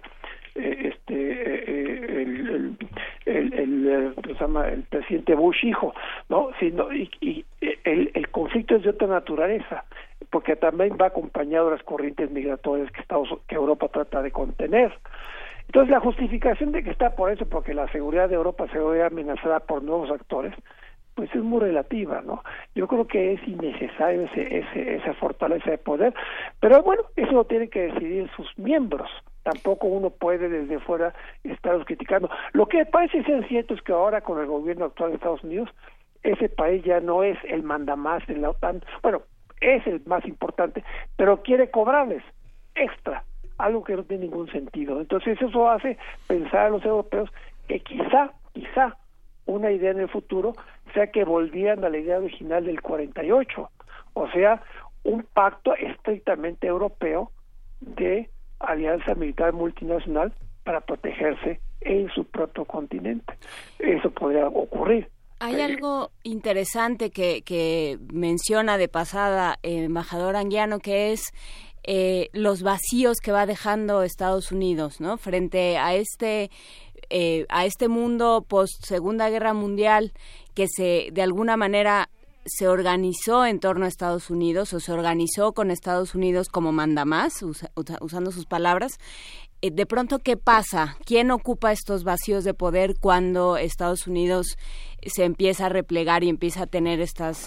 el presidente Bush hijo, ¿no? Y el conflicto es de otra naturaleza, porque también va acompañado de las corrientes migratorias que Europa trata de contener. Entonces la justificación de que está por eso, porque la seguridad de Europa se ve amenazada por nuevos actores, pues es muy relativa, ¿no? Yo creo que es innecesario esa fortaleza de poder, pero bueno, eso lo tienen que decidir sus miembros. Tampoco uno puede desde fuera estarlos criticando. Lo que parece ser cierto es que ahora con el gobierno actual de Estados Unidos, ese país ya no es el mandamás en la OTAN, bueno, es el más importante, pero quiere cobrarles extra, algo que no tiene ningún sentido. Entonces eso hace pensar a los europeos que quizá quizá una idea en el futuro sea que volvieran a la idea original del 48, o sea, un pacto estrictamente europeo de alianza militar multinacional para protegerse en su propio continente. Eso podría ocurrir. Hay algo interesante que menciona de pasada embajador Anguiano, que es los vacíos que va dejando Estados Unidos, ¿no? Frente a este mundo post Segunda Guerra Mundial que de alguna manera se organizó en torno a Estados Unidos o se organizó con Estados Unidos como mandamás, usando sus palabras. De pronto, ¿qué pasa? ¿Quién ocupa estos vacíos de poder cuando Estados Unidos se empieza a replegar y empieza a tener estas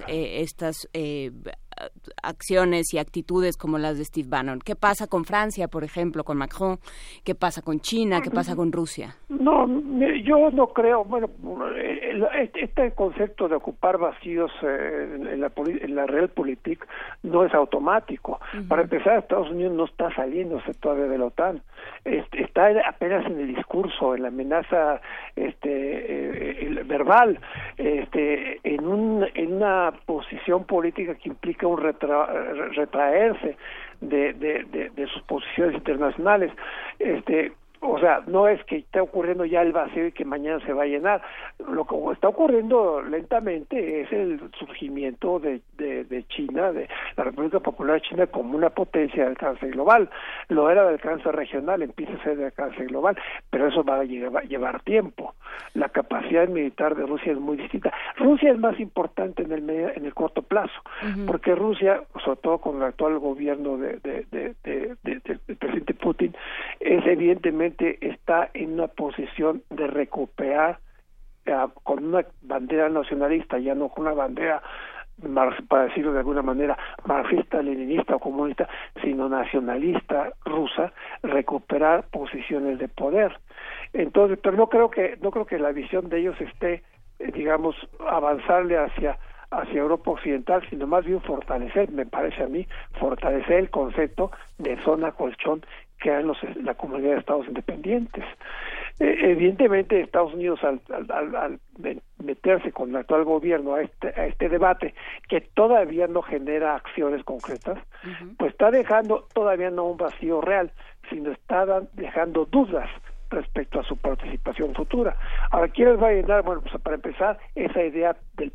acciones y actitudes como las de Steve Bannon? ¿Qué pasa con Francia, por ejemplo, con Macron? ¿Qué pasa con China? ¿Qué pasa con Rusia? No, yo no creo. Bueno, este concepto de ocupar vacíos en la realpolitik no es automático. Uh-huh. Para empezar, Estados Unidos no está saliéndose todavía de la OTAN. Está apenas en el discurso, en la amenaza verbal, en una posición política que implica un retraerse de sus posiciones internacionales. O sea, no es que esté ocurriendo ya el vacío y que mañana se va a llenar. Lo que está ocurriendo lentamente es el surgimiento de China, de la República Popular China, como una potencia de alcance global. Lo era de alcance regional, empieza a ser de alcance global, pero eso va a llevar tiempo. La capacidad militar de Rusia es muy distinta. Rusia es más importante en el corto plazo, uh-huh, porque Rusia, sobre todo con el actual gobierno del presidente Putin, es evidentemente está en una posición de recuperar con una bandera nacionalista, ya no con una bandera, para decirlo de alguna manera, marxista, leninista o comunista, sino nacionalista rusa, recuperar posiciones de poder. Entonces, pero no creo que la visión de ellos esté, digamos, avanzarle hacia Europa Occidental, sino más bien fortalecer, me parece a mí, fortalecer el concepto de zona colchón que eran la comunidad de estados independientes. Evidentemente Estados Unidos al meterse con el actual gobierno a este debate que todavía no genera acciones concretas, uh-huh, pues está dejando todavía no un vacío real, sino está dejando dudas respecto a su participación futura. Ahora, ¿quiénes va a llenar? Bueno, pues para empezar, esa idea del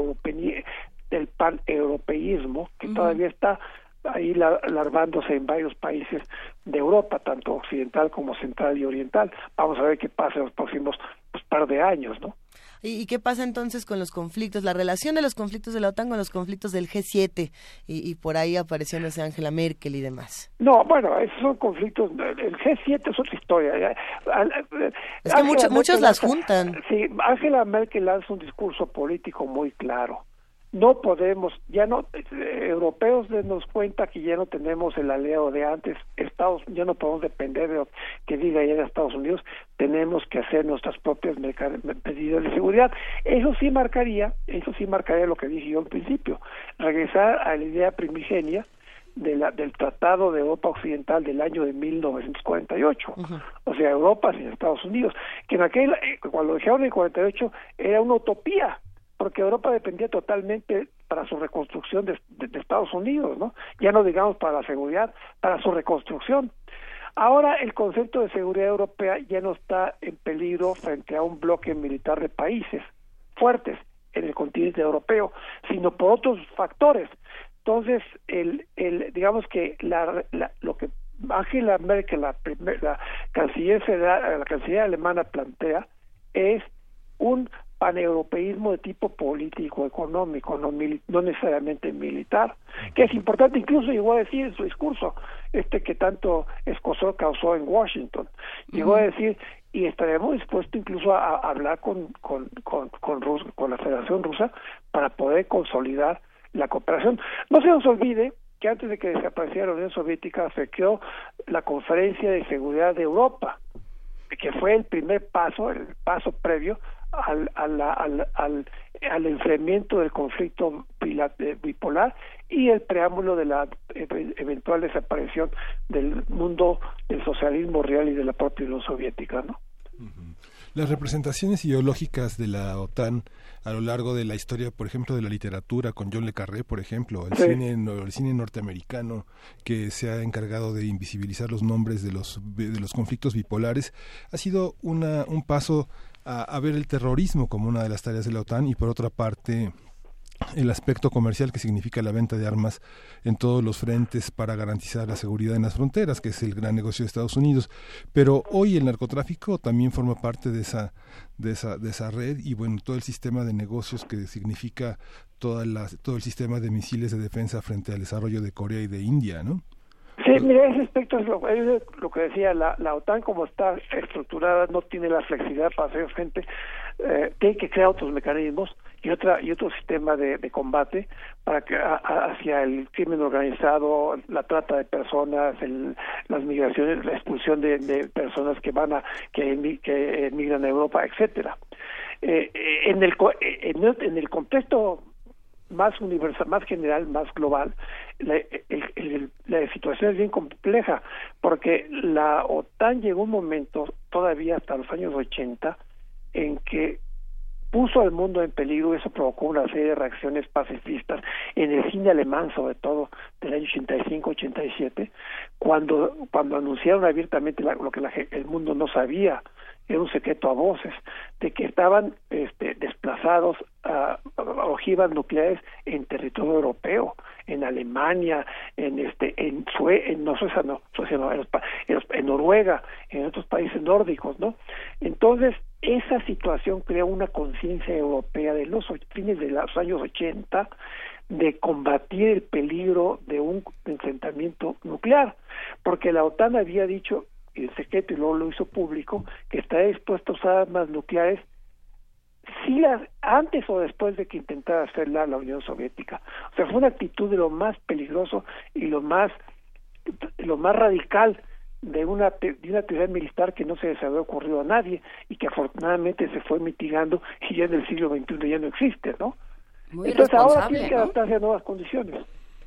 paneuropeísmo que uh-huh, todavía está ahí larvándose en varios países de Europa, tanto occidental como central y oriental. Vamos a ver qué pasa en los próximos par de años, ¿no? ¿Y qué pasa entonces con los conflictos, la relación de los conflictos de la OTAN con los conflictos del G7 y por ahí apareciéndose Angela Merkel y demás? No, bueno, esos son conflictos, el G7 es otra historia. Es que muchos las juntan. Sí, Angela Merkel lanza un discurso político muy claro. No podemos, europeos denos cuenta que ya no tenemos el aliado de antes, ya no podemos depender de lo que diga ya de Estados Unidos, tenemos que hacer nuestras propias medidas de seguridad. Eso sí marcaría lo que dije yo al principio, regresar a la idea primigenia del Tratado de Europa Occidental del año de 1948, uh-huh, o sea, Europa sin Estados Unidos, que cuando dijeron en el 48 era una utopía, porque Europa dependía totalmente para su reconstrucción de Estados Unidos, ¿no? Ya no digamos para la seguridad, para su reconstrucción. Ahora el concepto de seguridad europea ya no está en peligro frente a un bloque militar de países fuertes en el continente europeo, sino por otros factores. Entonces, digamos que lo que Angela Merkel, la canciller alemana, plantea es un paneuropeísmo de tipo político, económico, no necesariamente militar, que es importante, incluso llegó a decir en su discurso, que tanto escozor causó en Washington, llegó a decir, y estaríamos dispuestos incluso a hablar con la Federación Rusa para poder consolidar la cooperación. No se nos olvide que antes de que desapareciera la Unión Soviética se creó la Conferencia de Seguridad de Europa, que fue el primer paso, el paso previo al enfriamiento del conflicto bipolar y el preámbulo de la eventual desaparición del mundo del socialismo real y de la propia Unión Soviética, ¿no? Las representaciones ideológicas de la OTAN a lo largo de la historia, por ejemplo, de la literatura, con John le Carré, por ejemplo, el cine norteamericano que se ha encargado de invisibilizar los nombres de los conflictos bipolares, ha sido un paso a ver el terrorismo como una de las tareas de la OTAN, y por otra parte el aspecto comercial que significa la venta de armas en todos los frentes para garantizar la seguridad en las fronteras, que es el gran negocio de Estados Unidos. Pero hoy el narcotráfico también forma parte de esa red, y bueno, todo el sistema de negocios que significa todo el sistema de misiles de defensa frente al desarrollo de Corea y de India, ¿no? Sí, mira, ese aspecto es lo que decía, la OTAN como está estructurada no tiene la flexibilidad para hacer frente, tiene que crear otros mecanismos y otro sistema de combate para que hacia el crimen organizado, la trata de personas, las migraciones, la expulsión de personas que emigran a Europa, etcétera. En el contexto más universal, más general, más global, la situación es bien compleja, porque la OTAN llegó un momento, todavía hasta los años 80, en que puso al mundo en peligro. Eso provocó una serie de reacciones pacifistas en el cine alemán, sobre todo del año 85-87, cuando anunciaron abiertamente lo que el mundo no sabía, era un secreto a voces, de que estaban desplazados a ojivas nucleares en territorio europeo, en Alemania, en Noruega, en otros países nórdicos, ¿no? Entonces, esa situación creó una conciencia europea de los fines de los años 80 de combatir el peligro de un enfrentamiento nuclear, porque la OTAN había dicho en secreto, y luego lo hizo público, que está dispuesto a usar armas nucleares antes o después de que intentara hacerla la Unión Soviética. O sea, fue una actitud de lo más peligroso y lo más radical de una actividad militar que no se les había ocurrido a nadie y que afortunadamente se fue mitigando y ya en el siglo XXI ya no existe, ¿no? Entonces ahora tiene que adaptarse a nuevas condiciones.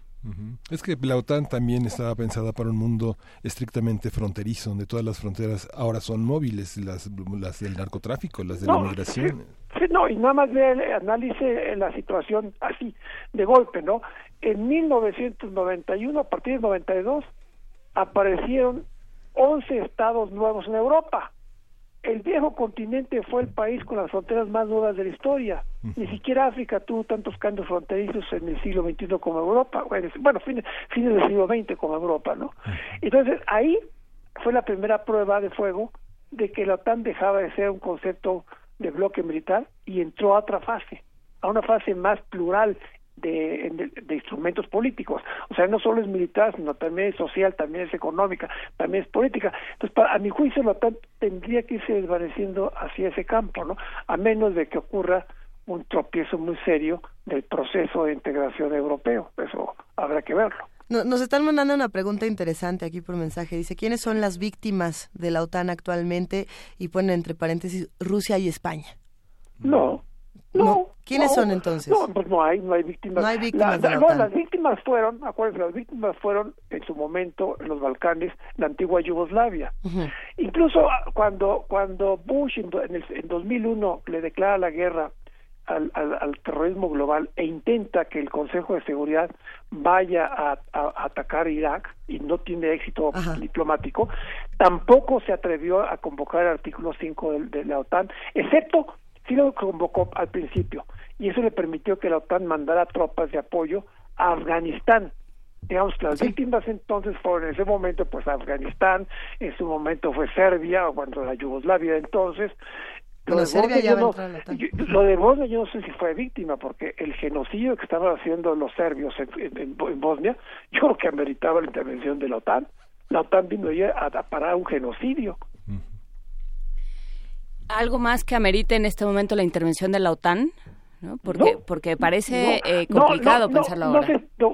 Es que la OTAN también estaba pensada para un mundo estrictamente fronterizo, donde todas las fronteras ahora son móviles, las del narcotráfico, las de la migración. Sí, y nada más analice la situación así, de golpe, ¿no? En 1991, a partir del 92, aparecieron 11 estados nuevos en Europa. El viejo continente fue el país con las fronteras más duras de la historia. Ni siquiera África tuvo tantos cambios fronterizos en el siglo XXI como Europa. Bueno, fines del siglo XX como Europa, ¿no? Entonces, ahí fue la primera prueba de fuego de que la OTAN dejaba de ser un concepto de bloque militar y entró a otra fase, a una fase más plural de instrumentos políticos. O sea, no solo es militar, sino también es social, también es económica, también es política. Entonces, a mi juicio, la OTAN tendría que irse desvaneciendo hacia ese campo, ¿no? A menos de que ocurra un tropiezo muy serio del proceso de integración europeo. Eso habrá que verlo. Nos están mandando una pregunta interesante aquí por mensaje. Dice, ¿quiénes son las víctimas de la OTAN actualmente? Y pone entre paréntesis Rusia y España. No. ¿Quiénes son entonces? No, pues no hay víctimas. No hay víctimas de la OTAN. Las víctimas fueron en su momento en los Balcanes, la antigua Yugoslavia. Uh-huh. Incluso cuando Bush en 2001 le declara la guerra al terrorismo global e intenta que el Consejo de Seguridad vaya a atacar Irak y no tiene éxito diplomático, tampoco se atrevió a convocar el artículo 5 de la OTAN, excepto sí lo convocó al principio, y eso le permitió que la OTAN mandara tropas de apoyo a Afganistán. Digamos que las víctimas entonces fueron en ese momento pues Afganistán, en su momento fue Serbia, o cuando la Yugoslavia entonces. Lo de Bosnia yo no sé si fue víctima, porque el genocidio que estaban haciendo los serbios en Bosnia, yo creo que ameritaba la intervención de la OTAN. La OTAN vino ahí a parar un genocidio. ¿Algo más que amerite en este momento la intervención de la OTAN? ¿No? Porque parece complicado pensarlo ahora.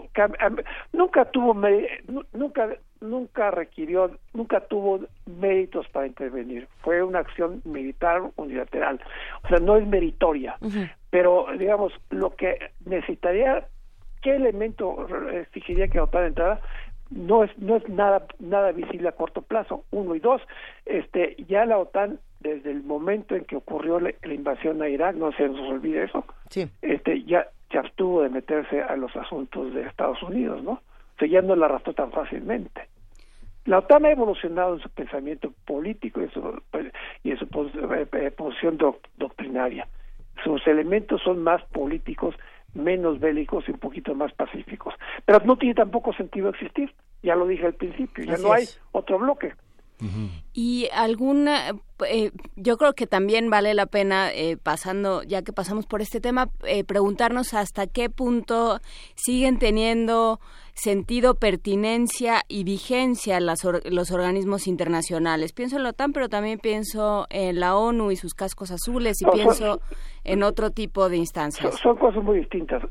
Nunca tuvo méritos para intervenir. Fue una acción militar unilateral. O sea, no es meritoria. Uh-huh. Pero, digamos, lo que necesitaría, ¿qué elemento exigiría que la OTAN entrara? no es nada visible a corto plazo. 1 y 2, ya la OTAN, desde el momento en que ocurrió la invasión a Irak, no se nos olvide eso, sí. Ya se abstuvo de meterse a los asuntos de Estados Unidos, ¿no? O sea, ya no la arrastró tan fácilmente. La OTAN ha evolucionado en su pensamiento político y en su posición doctrinaria. Sus elementos son más políticos, menos bélicos y un poquito más pacíficos. Pero no tiene tampoco sentido existir. Ya lo dije al principio, ya no hay otro bloque. Y yo creo que también vale la pena, ya que pasamos por este tema, preguntarnos hasta qué punto siguen teniendo sentido, pertinencia y vigencia los organismos internacionales. Pienso en la OTAN, pero también pienso en la ONU y sus cascos azules, y pienso en otro tipo de instancias. Son cosas muy distintas.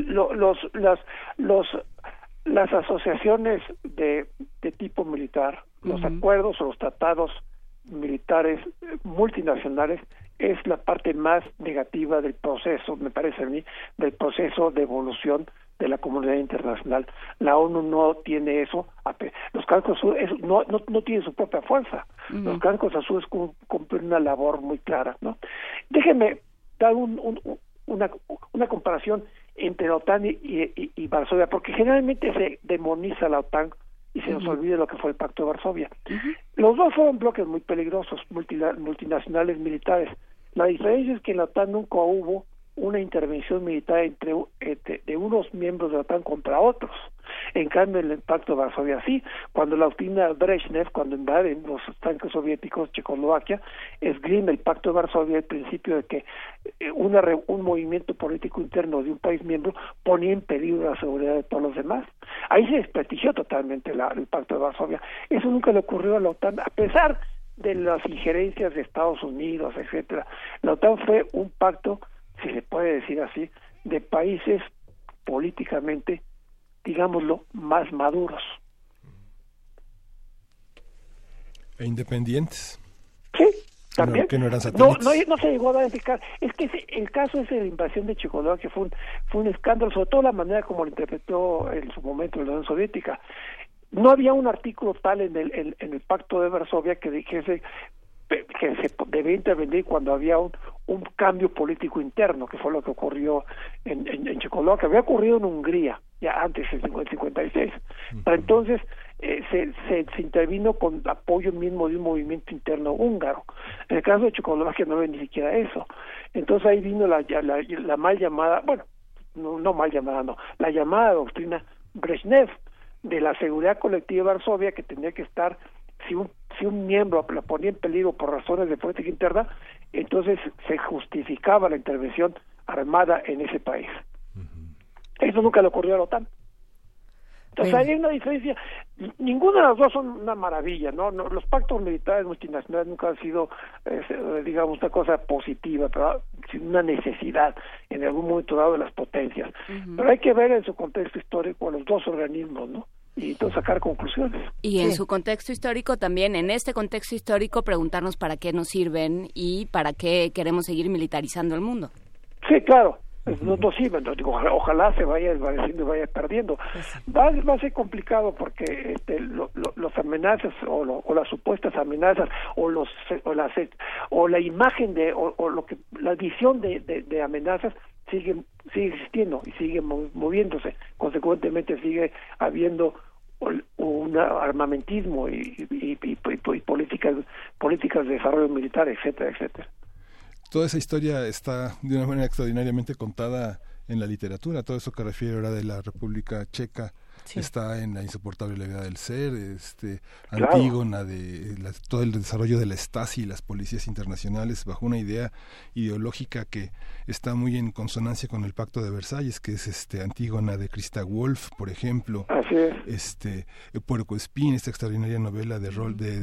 Las asociaciones de tipo militar, los acuerdos o los tratados militares multinacionales, es la parte más negativa del proceso, me parece a mí, del proceso de evolución de la comunidad internacional. La ONU no tiene eso, los cascos azules no tienen su propia fuerza. Los cascos azules cumplen una labor muy clara, ¿no? Déjenme dar una comparación entre la OTAN y Varsovia, porque generalmente se demoniza la OTAN y se nos olvida lo que fue el Pacto de Varsovia. Los dos fueron bloques muy peligrosos, multinacionales militares. La diferencia es que en la OTAN nunca hubo una intervención militar de unos miembros de la OTAN contra otros. En cambio, en el Pacto de Varsovia sí, cuando la doctrina Brezhnev, cuando invaden los tanques soviéticos Checoslovaquia, esgrime el Pacto de Varsovia el principio de que un movimiento político interno de un país miembro ponía en peligro la seguridad de todos los demás. Ahí se desprestigió totalmente el Pacto de Varsovia. Eso nunca le ocurrió a la OTAN, a pesar de las injerencias de Estados Unidos, etcétera. La OTAN fue un pacto, si se puede decir así, de países políticamente, digámoslo, más maduros. E independientes. Sí, también. Que no eran satélites. No se llegó a verificar. Es que el caso ese de la invasión de Checoslovaquia fue un escándalo, sobre todo la manera como lo interpretó en su momento la Unión Soviética. No había un artículo tal en el Pacto de Varsovia que dijese que se debía intervenir cuando había un cambio político interno, que fue lo que ocurrió en Checoslovaquia. Había ocurrido en Hungría, ya antes, en 56. Pero entonces se intervino con apoyo mismo de un movimiento interno húngaro. En el caso de Checoslovaquia no había ni siquiera eso. Entonces ahí vino la mal llamada, bueno, no mal llamada, no, la llamada doctrina Brezhnev de la seguridad colectiva de Varsovia, que tenía que estar, si un miembro la ponía en peligro por razones de política interna, entonces se justificaba la intervención armada en ese país. Eso nunca le ocurrió a la OTAN. Entonces hay una diferencia. Ninguna de las dos son una maravilla, ¿no? Los pactos militares multinacionales nunca han sido, digamos, una cosa positiva, pero una necesidad en algún momento dado de las potencias. Pero hay que ver en su contexto histórico a los dos organismos, ¿no? Y entonces sacar conclusiones. Y en su contexto histórico también, en este contexto histórico, preguntarnos para qué nos sirven y para qué queremos seguir militarizando el mundo. Sí, claro. No sirven, ojalá se vaya desvaneciendo y vaya perdiendo. Va a ser complicado porque los amenazas o las supuestas amenazas o la imagen la visión de amenazas sigue existiendo y sigue moviéndose. Consecuentemente sigue habiendo un armamentismo y políticas de desarrollo militar, etcétera, etcétera. Toda esa historia está de una manera extraordinariamente contada en la literatura. Todo eso que refiere ahora de la República Checa está en La insoportable levedad del ser, claro. Antígona, todo el desarrollo de la Stasi y las policías internacionales bajo una idea ideológica que está muy en consonancia con el Pacto de Versalles, que es Antígona de Christa Wolf, por ejemplo. Así es. Puerco Espín, esta extraordinaria novela de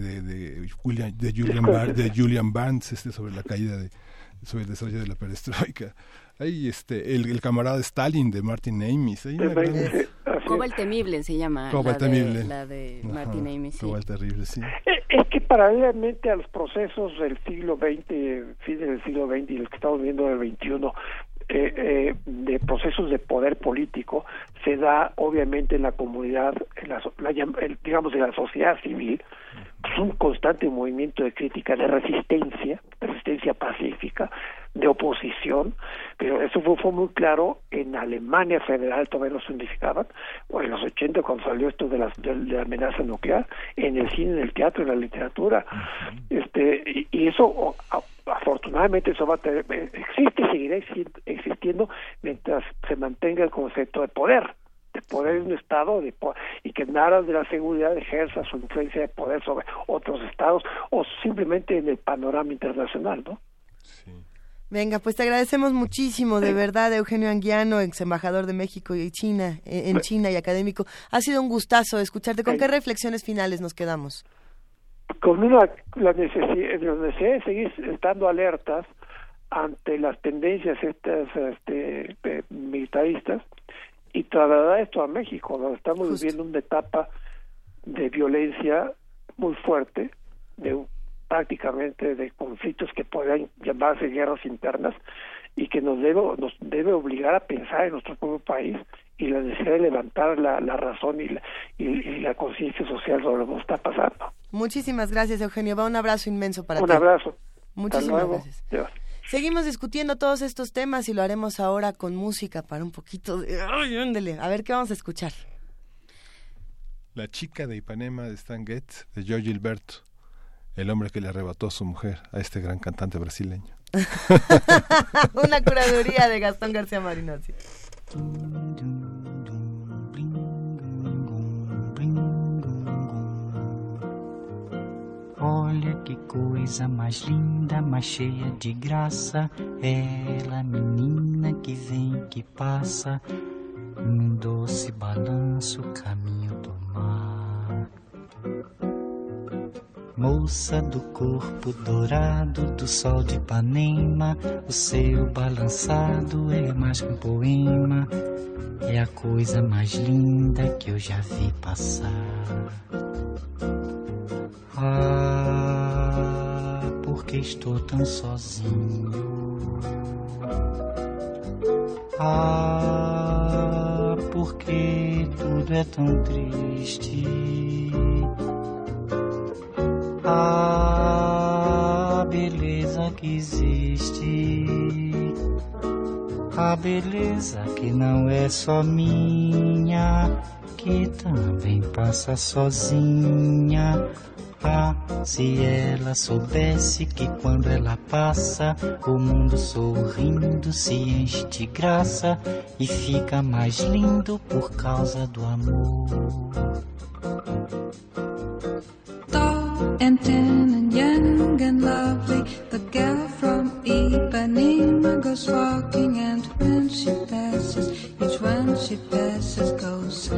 Julian Barnes, sobre la caída sobre el desarrollo de la perestroika. Hay el camarada Stalin de Martin Amis. Cobalt Temible se llama. Cobalt Temible. La de Martin Amis. Sí. Cobalt Terrible, sí. Es que paralelamente a los procesos del siglo XX, fin del siglo XX y los que estamos viendo del XXI, de procesos de poder político se da obviamente en la comunidad, digamos de la sociedad civil, pues un constante movimiento de crítica, de resistencia pacífica, de oposición, pero eso fue muy claro en Alemania Federal, todavía no se unificaban, o en los 80 cuando salió esto de la amenaza nuclear, en el cine, en el teatro, en la literatura, y eso afortunadamente eso va a seguirá existiendo mientras se mantenga el concepto de poder de un estado y que en aras de la seguridad ejerza su influencia de poder sobre otros estados o simplemente en el panorama internacional, ¿no? Sí. Venga, pues te agradecemos muchísimo, de verdad, Eugenio Anguiano, ex embajador de México y China, en China y académico. Ha sido un gustazo escucharte. ¿Con qué reflexiones finales nos quedamos? Con la necesidad de seguir estando alertas ante las tendencias estas militaristas y trasladar esto a México, donde estamos viviendo una etapa de violencia muy fuerte, prácticamente de conflictos que podrían llamarse guerras internas y que nos debe obligar a pensar en nuestro propio país y la necesidad de levantar la razón y la conciencia social sobre lo que está pasando. Muchísimas gracias, Eugenio. Un abrazo inmenso para ti. Un abrazo. Muchísimas gracias. Dios. Seguimos discutiendo todos estos temas y lo haremos ahora con música para un poquito de... ¡Ay, ándale! A ver, ¿qué vamos a escuchar? La chica de Ipanema de Stan Getz, de Joe Gilberto, el hombre que le arrebató a su mujer a este gran cantante brasileño. Una curaduría de Gastón García Marinozzi. Olha que coisa mais linda, mais cheia de graça, ela, menina que vem, que passa, num doce balanço, caminho do mar. Moça do corpo dourado, do sol de Ipanema, o seu balançado é mais que um poema, é a coisa mais linda que eu já vi passar. Ah, porque estou tão sozinho. Ah, porque tudo é tão triste. Ah, beleza que existe. A beleza que não é só minha, que também passa sozinha. Ah, se ela soubesse que quando ela passa, o mundo sorrindo se enche de graça e fica mais lindo por causa do amor. Tall and thin and young and lovely, the girl from Ipanema goes walking, and when she passes, each one she passes goes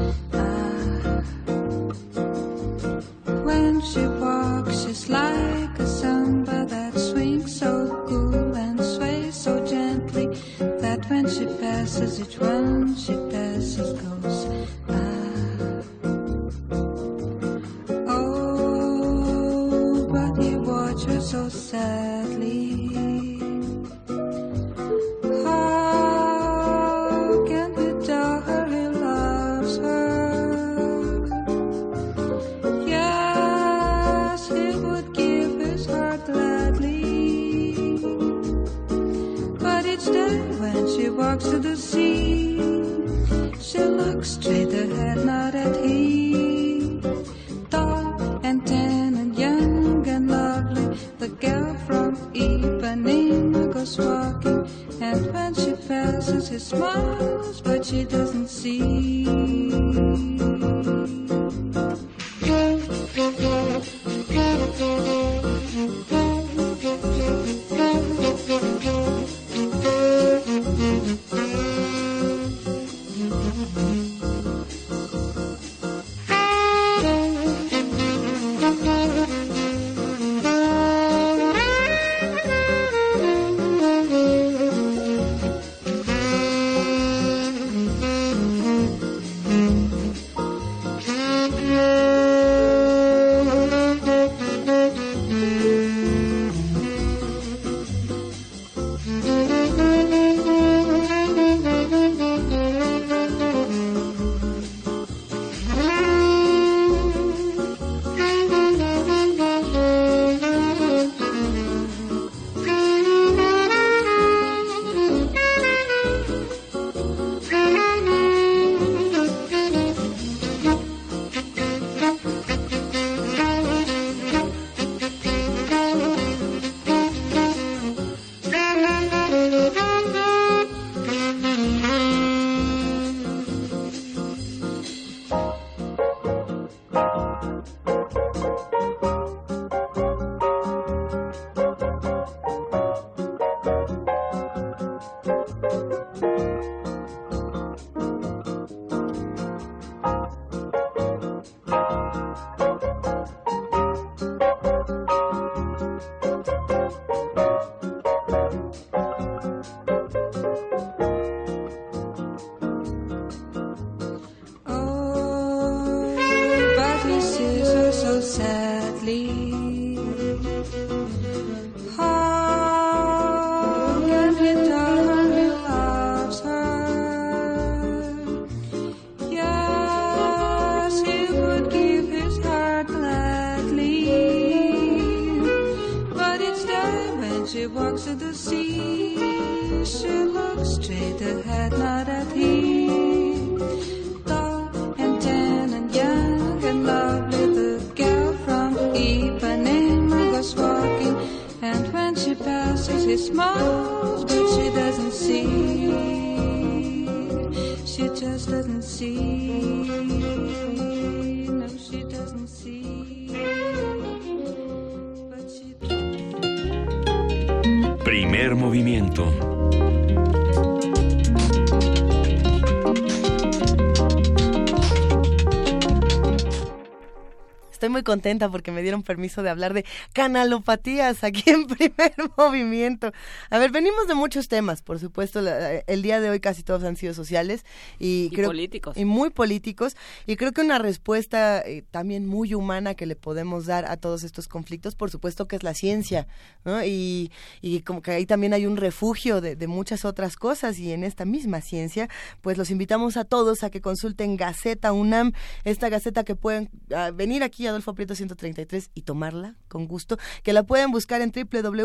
When she walks, she's like a samba that swings so cool and sways so gently that when she passes, each one she passes goes Oh, but he watches her so sadly. How can he tell her he loves her? When she walks to the sea, she looks straight ahead, not at him. Tall and tan and young and lovely, the girl from Ipanema goes walking, and when she passes, he smiles, but she doesn't see. She looks straight ahead, not at him. Tall and tan and young and lovely, the girl from Ipanema goes walking. And when she passes, he smiles, but she doesn't see. She just doesn't see. No, she doesn't see. But she... Primer movimiento. Estoy muy contenta porque me dieron permiso de hablar de canalopatías aquí en Primer Movimiento. A ver, venimos de muchos temas, por supuesto. El día de hoy casi todos han sido sociales y políticos. Y muy políticos. Y creo que una respuesta también muy humana que le podemos dar a todos estos conflictos, por supuesto que es la ciencia, ¿no? Y como que ahí también hay un refugio de muchas otras cosas, y en esta misma ciencia, pues los invitamos a todos a que consulten Gaceta UNAM, esta Gaceta que pueden venir aquí Adolfo Prieto 133 y tomarla con gusto, que la pueden buscar en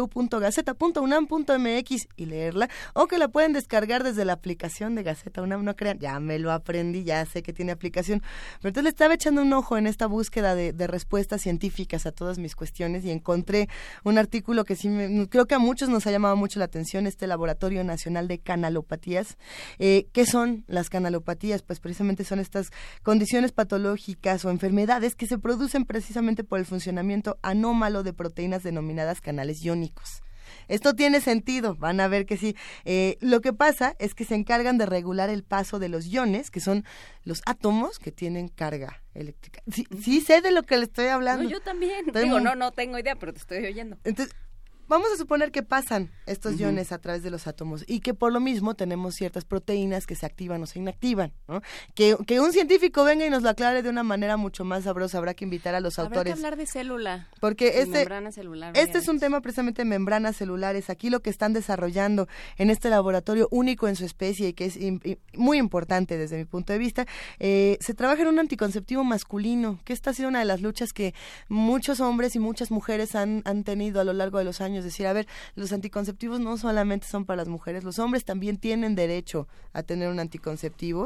www.gaceta.unam.mx y leerla, o que la pueden descargar desde la aplicación de Gaceta UNAM. No crean, ya me lo aprendí, ya sé que tiene aplicación, pero entonces le estaba echando un ojo en esta búsqueda de respuestas científicas a todas mis cuestiones y encontré un artículo que sí creo que a muchos nos ha llamado mucho la atención, este Laboratorio Nacional de Canalopatías. ¿Qué son las canalopatías? Pues precisamente son estas condiciones patológicas o enfermedades que se producen precisamente por el funcionamiento anómalo de proteínas denominadas canales iónicos. Esto tiene sentido, van a ver que sí. Lo que pasa es que se encargan de regular el paso de los iones, que son los átomos que tienen carga eléctrica. Sí sé de lo que le estoy hablando. No, yo también. No tengo idea, pero te estoy oyendo. Entonces, vamos a suponer que pasan estos iones a través de los átomos y que por lo mismo tenemos ciertas proteínas que se activan o se inactivan, ¿no? Que un científico venga y nos lo aclare de una manera mucho más sabrosa. Habrá que invitar a los autores. Habrá que hablar de célula. Porque membrana celular. Este es un tema precisamente de membranas celulares. Aquí lo que están desarrollando en este laboratorio único en su especie y que es muy importante desde mi punto de vista, se trabaja en un anticonceptivo masculino, que esta ha sido una de las luchas que muchos hombres y muchas mujeres han tenido a lo largo de los años. Es decir, a ver, los anticonceptivos no solamente son para las mujeres, los hombres también tienen derecho a tener un anticonceptivo.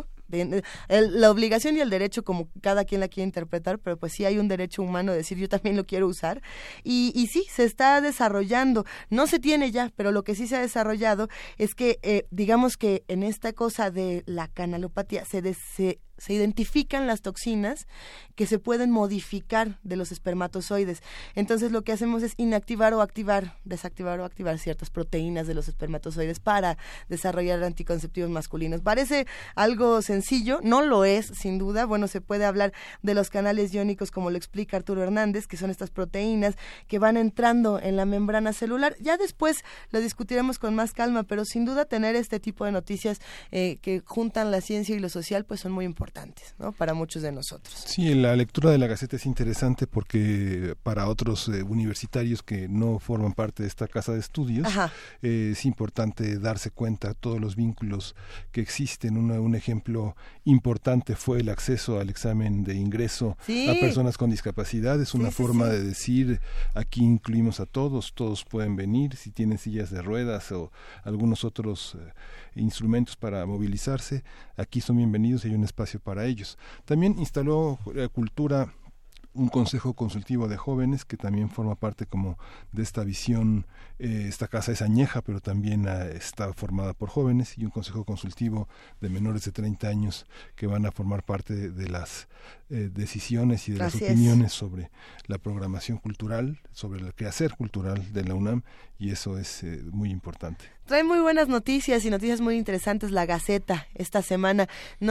La obligación y el derecho, como cada quien la quiere interpretar, pero pues sí hay un derecho humano de decir yo también lo quiero usar, y sí, se está desarrollando, no se tiene ya, pero lo que sí se ha desarrollado es que digamos que en esta cosa de la canalopatía se identifican las toxinas que se pueden modificar de los espermatozoides. Entonces lo que hacemos es inactivar o activar, desactivar o activar ciertas proteínas de los espermatozoides para desarrollar anticonceptivos masculinos. Parece algo sencillo, no lo es, sin duda. Bueno, se puede hablar de los canales iónicos, como lo explica Arturo Hernández, que son estas proteínas que van entrando en la membrana celular. Ya después lo discutiremos con más calma, pero sin duda tener este tipo de noticias que juntan la ciencia y lo social, pues son muy importantes, ¿no? Para muchos de nosotros. Sí, la lectura de la Gaceta es interesante porque para otros universitarios que no forman parte de esta casa de estudios, es importante darse cuenta de todos los vínculos que existen. Un ejemplo importante fue el acceso al examen de ingreso a personas con discapacidad. Es una forma de decir, aquí incluimos a todos pueden venir, si tienen sillas de ruedas o algunos otros instrumentos para movilizarse, aquí son bienvenidos y hay un espacio para ellos. También instaló Cultura un consejo consultivo de jóvenes que también forma parte como de esta visión. Esta casa es añeja, pero también está formada por jóvenes, y un consejo consultivo de menores de 30 años que van a formar parte de las decisiones y de las opiniones sobre la programación cultural, sobre el quehacer cultural de la UNAM, y eso es muy importante. Trae muy buenas noticias y noticias muy interesantes la Gaceta esta semana.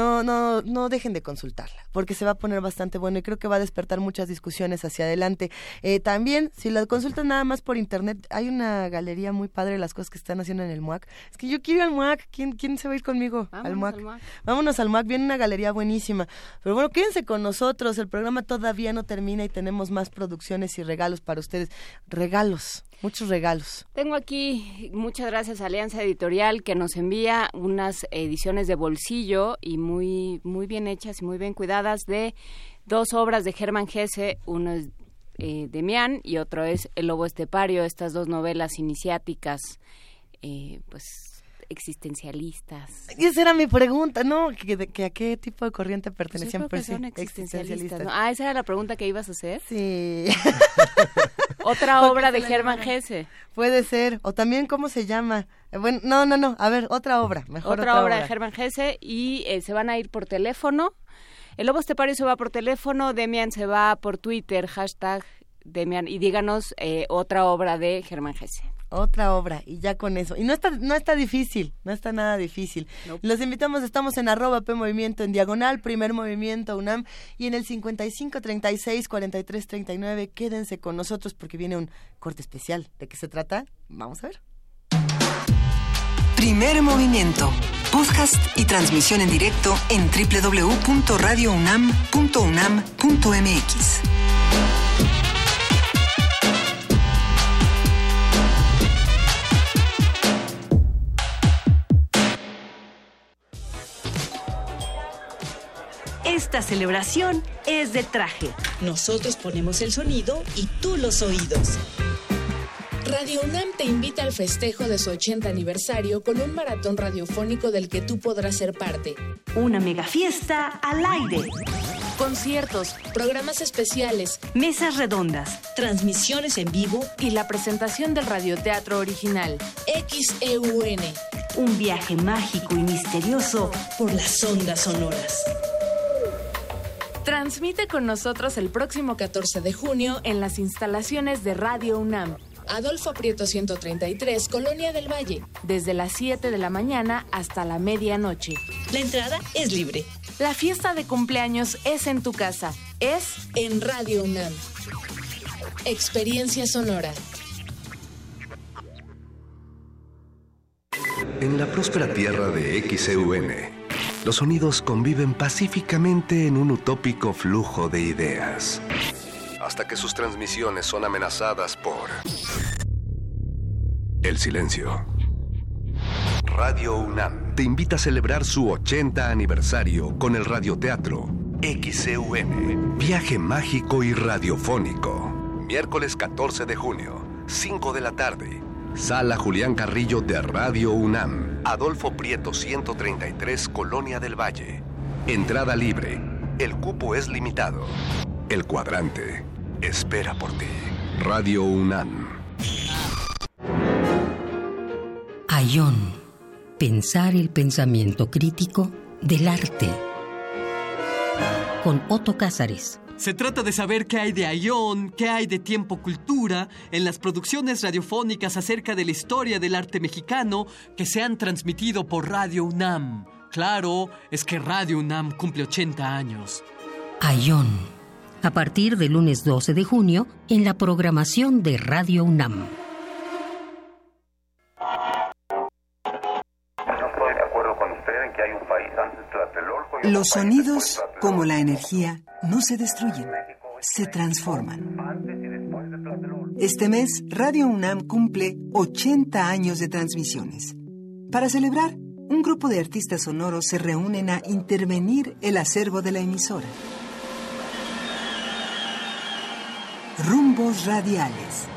No dejen de consultarla, porque se va a poner bastante bueno y creo que va a despertar muchas discusiones hacia adelante. También, si la consultan nada más por internet, hay una galería muy padre de las cosas que están haciendo en el MUAC. Es que yo quiero ir al MUAC. ¿Quién se va a ir conmigo? Al MUAC. Vámonos al MUAC, viene una galería buenísima. Pero bueno, quédense con nosotros, el programa todavía no termina y tenemos más producciones y regalos para ustedes. Regalos. Muchos regalos. Tengo aquí, muchas gracias a Alianza Editorial, que nos envía unas ediciones de bolsillo y muy bien hechas y muy bien cuidadas de dos obras de Hermann Hesse. Uno es Demián y otro es El lobo estepario, estas dos novelas iniciáticas pues existencialistas. Y esa era mi pregunta, ¿no? ¿Que a qué tipo de corriente pertenecían? Pues son existencialistas, ¿no? Ah, esa era la pregunta que ibas a hacer. Sí. Otra obra de Hermann Hesse. Puede ser. O también, ¿cómo se llama? Bueno, no. A ver, otra obra. Mejor otra obra de Hermann Hesse y se van a ir por teléfono. El Lobo Estepario se va por teléfono, Demian se va por Twitter, #Demian, y díganos otra obra de Hermann Hesse. Otra obra, y ya con eso. Y no está difícil, no está nada difícil. Nope. Los invitamos, estamos en @PMovimiento, en diagonal, Primer Movimiento UNAM, y en el 5536-4339. Quédense con nosotros porque viene un corte especial. ¿De qué se trata? Vamos a ver. Primer Movimiento, podcast y transmisión en directo en www.radiounam.unam.mx. Esta celebración es de traje. Nosotros ponemos el sonido y tú los oídos. Radio UNAM te invita al festejo de su 80 aniversario con un maratón radiofónico del que tú podrás ser parte. Una mega fiesta al aire. Conciertos, programas especiales, mesas redondas, transmisiones en vivo y la presentación del radioteatro original, XEUN. Un viaje mágico y misterioso por las ondas sonoras. Transmite con nosotros el próximo 14 de junio en las instalaciones de Radio UNAM. Adolfo Prieto 133, Colonia del Valle, desde las 7 de la mañana hasta la medianoche. La entrada es libre. La fiesta de cumpleaños es en tu casa, es en Radio UNAM. Experiencia sonora. En la próspera tierra de XEUN, los sonidos conviven pacíficamente en un utópico flujo de ideas, hasta que sus transmisiones son amenazadas por el silencio. Radio UNAM te invita a celebrar su 80 aniversario con el radioteatro XEUN, viaje mágico y radiofónico. Miércoles 14 de junio, 5 de la tarde. Sala Julián Carrillo de Radio UNAM, Adolfo Prieto 133, Colonia del Valle. Entrada libre. El cupo es limitado. El cuadrante espera por ti. Radio UNAM. Ayón. Pensar el pensamiento crítico del arte. Con Otto Cázares. Se trata de saber qué hay de Ayón, qué hay de Tiempo Cultura en las producciones radiofónicas acerca de la historia del arte mexicano que se han transmitido por Radio UNAM. Claro, es que Radio UNAM cumple 80 años. Ayón. A partir del lunes 12 de junio en la programación de Radio UNAM. Los sonidos, como la energía, no se destruyen, se transforman. Este mes, Radio UNAM cumple 80 años de transmisiones. Para celebrar, un grupo de artistas sonoros se reúnen a intervenir el acervo de la emisora. Rumbos radiales.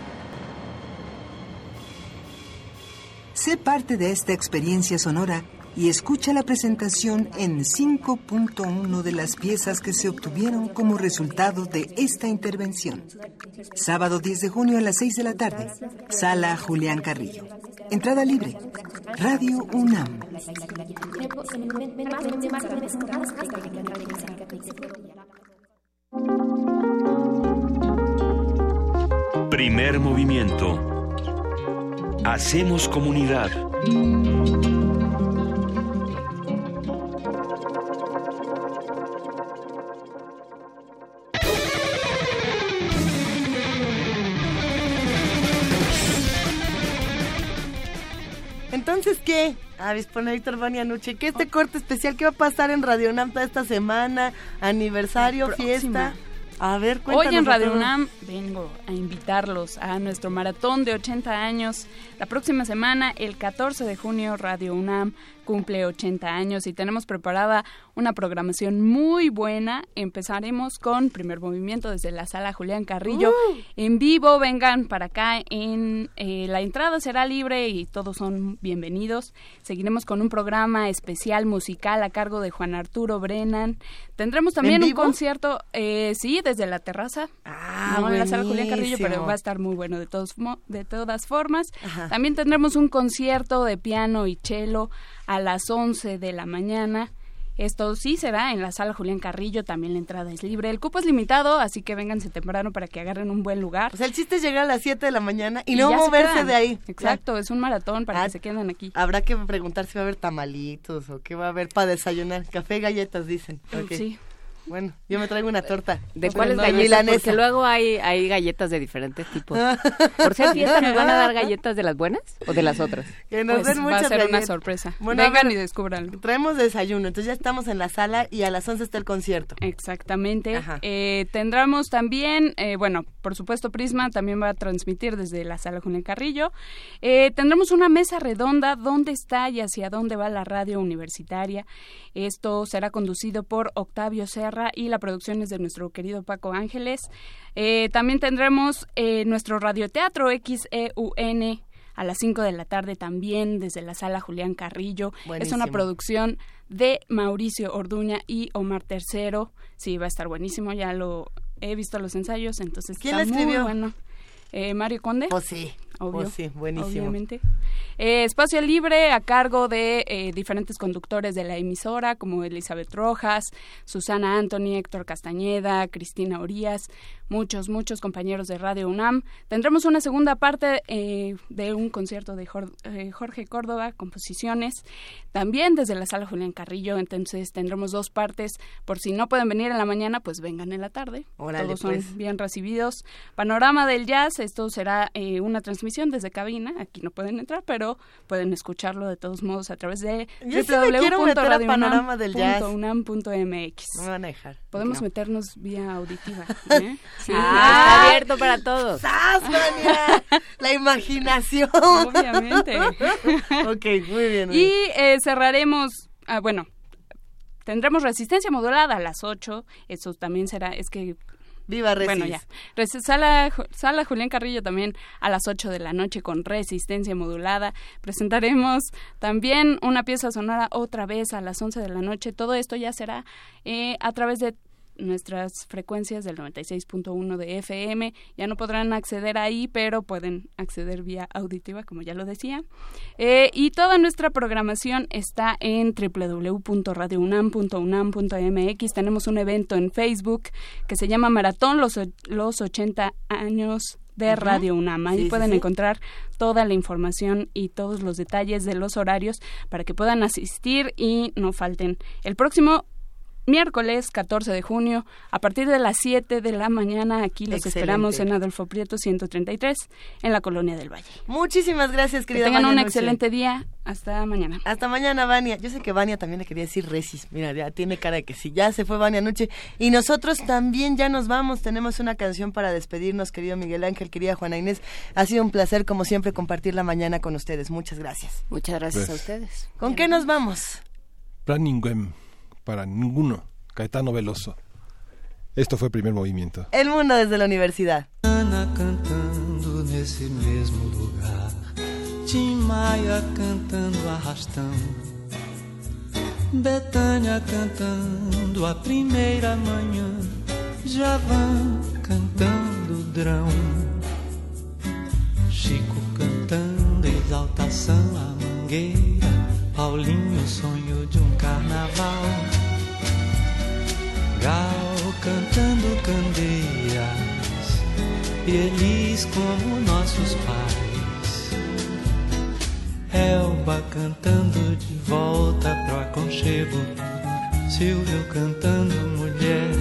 Sé parte de esta experiencia sonora y escucha la presentación en 5.1 de las piezas que se obtuvieron como resultado de esta intervención. Sábado 10 de junio a las 6 de la tarde. Sala Julián Carrillo. Entrada libre. Radio UNAM. Primer movimiento. Hacemos comunidad. Entonces, ¿qué? Dispone Víctor Bonianucci, ¿qué este corte especial? ¿Qué va a pasar en Radio UNAM toda esta semana? ¿Aniversario, fiesta? A ver, cuéntanos. Hoy en Radio UNAM vengo a invitarlos a nuestro maratón de 80 años. La próxima semana, el 14 de junio, Radio UNAM cumple 80 años y tenemos preparada una programación muy buena. Empezaremos con Primer Movimiento desde la Sala Julián Carrillo. En vivo, vengan para acá. La entrada será libre y todos son bienvenidos. Seguiremos con un programa especial musical a cargo de Juan Arturo Brennan. Tendremos también un concierto, sí, desde la terraza. No en la Sala Julián Carrillo, pero va a estar muy bueno de todas formas. Ajá. También tendremos un concierto de piano y cello a las 11 de la mañana. Esto sí será en la Sala Julián Carrillo, también la entrada es libre. El cupo es limitado, así que vénganse temprano para que agarren un buen lugar. O sea, el chiste es llegar a las 7 de la mañana y no moverse de ahí. Exacto, es un maratón para que se queden aquí. Habrá que preguntar si va a haber tamalitos o qué va a haber para desayunar. Café, galletas, dicen. Okay. Sí. Bueno, yo me traigo una torta. ¿De cuáles galletas? Porque luego hay galletas de diferentes tipos. Por ser fiesta, ¿nos van a dar galletas de las buenas o de las otras? Que nos den muchas va a ser galletas. Una sorpresa. Bueno, vengan y descúbranlo. Traemos desayuno, entonces ya estamos en la sala y a las 11 está el concierto. Exactamente. Tendremos también, por supuesto Prisma también va a transmitir desde la Sala Julián Carrillo. Tendremos una mesa redonda, ¿dónde está y hacia dónde va la radio universitaria? Esto será conducido por Octavio Serra y la producción es de nuestro querido Paco Ángeles. También tendremos nuestro radioteatro XEUN a las 5 de la tarde también desde la Sala Julián Carrillo. Buenísimo. Es una producción de Mauricio Orduña y Omar Tercero. Sí, va a estar buenísimo, ya lo he visto los ensayos, entonces ¿quién está lo escribió? Muy bueno. Mario Conde. Pues sí. Obvio, sí, buenísimo. Obviamente. Espacio libre a cargo de diferentes conductores de la emisora, como Elizabeth Rojas, Susana Anthony, Héctor Castañeda, Cristina Orías, muchos compañeros de Radio UNAM. Tendremos una segunda parte de un concierto de Jorge Córdoba, composiciones, también desde la Sala Julián Carrillo, entonces tendremos dos partes. Por si no pueden venir en la mañana, pues vengan en la tarde. Órale, todos pues. son bien recibidos. Panorama del Jazz, esto será una transmisión desde cabina, aquí no pueden entrar, pero pueden escucharlo de todos modos a través de www.radiounam.mx. No me van a dejar. Podemos meternos vía auditiva. Sí, está abierto para todos. ¡Sas, Vania! La imaginación. Obviamente. Ok, muy bien. Y cerraremos, tendremos Resistencia Modulada a las 8, eso también será, ¡Viva Resist! Bueno, ya. Sala Julián Carrillo también a las 8 de la noche con Resistencia Modulada. Presentaremos también una pieza sonora otra vez a las 11 de la noche. Todo esto ya será a través de nuestras frecuencias del 96.1 de FM. Ya no podrán acceder ahí, pero pueden acceder vía auditiva, como ya lo decía. Y toda nuestra programación está en www.radiounam.unam.mx. Tenemos un evento en Facebook que se llama Maratón los 80 años de Radio UNAM. Ahí pueden encontrar toda la información y todos los detalles de los horarios para que puedan asistir y no falten. El próximo miércoles 14 de junio, a partir de las 7 de la mañana, aquí los esperamos en Adolfo Prieto 133, en la Colonia del Valle. Muchísimas gracias, querida Vania. Que tengan un excelente día. Hasta mañana. Hasta mañana, Vania. Yo sé que Vania también le quería decir Resis. Mira, ya tiene cara de que sí. Ya se fue Vania Nuche. Y nosotros también ya nos vamos. Tenemos una canción para despedirnos, querido Miguel Ángel, querida Juana Inés. Ha sido un placer, como siempre, compartir la mañana con ustedes. Muchas gracias. Muchas gracias a ustedes. ¿Con qué nos vamos? Planning para ninguno. Caetano Veloso. Esto fue Primer Movimiento. El mundo desde la universidad. Ana cantando nesse mesmo lugar, Tim Maia cantando arrastão, Betânia cantando a primeira manhã, Djavan cantando drão, Chico cantando exaltação à mangueira, Paulinho sonho de um carnaval, Gal cantando candeias, e Elis como nossos pais, Elba cantando de volta pro aconchego, Silvio cantando mulher,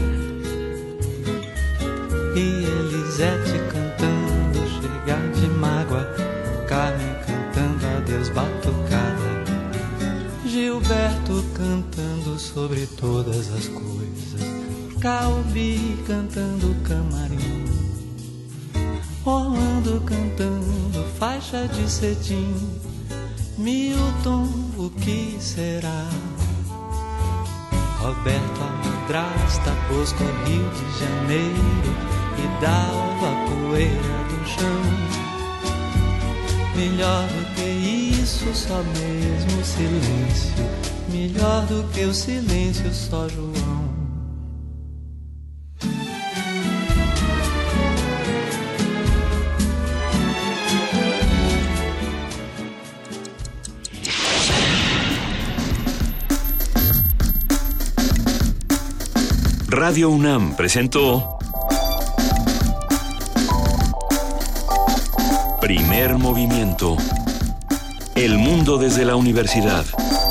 e Elisete cantando chegar de mágoa, Carmen cantando adeus batucada, Gilberto cantando sobre todas as coisas, Calbi cantando camarim, Orlando cantando faixa de cetim, Milton, o que será? Roberto Adrasta pôs com Rio de Janeiro e dava a poeira do chão. Melhor do que isso, só mesmo o silêncio. Melhor do que o silêncio, só João. Radio UNAM presentó Primer Movimiento. El mundo desde la universidad.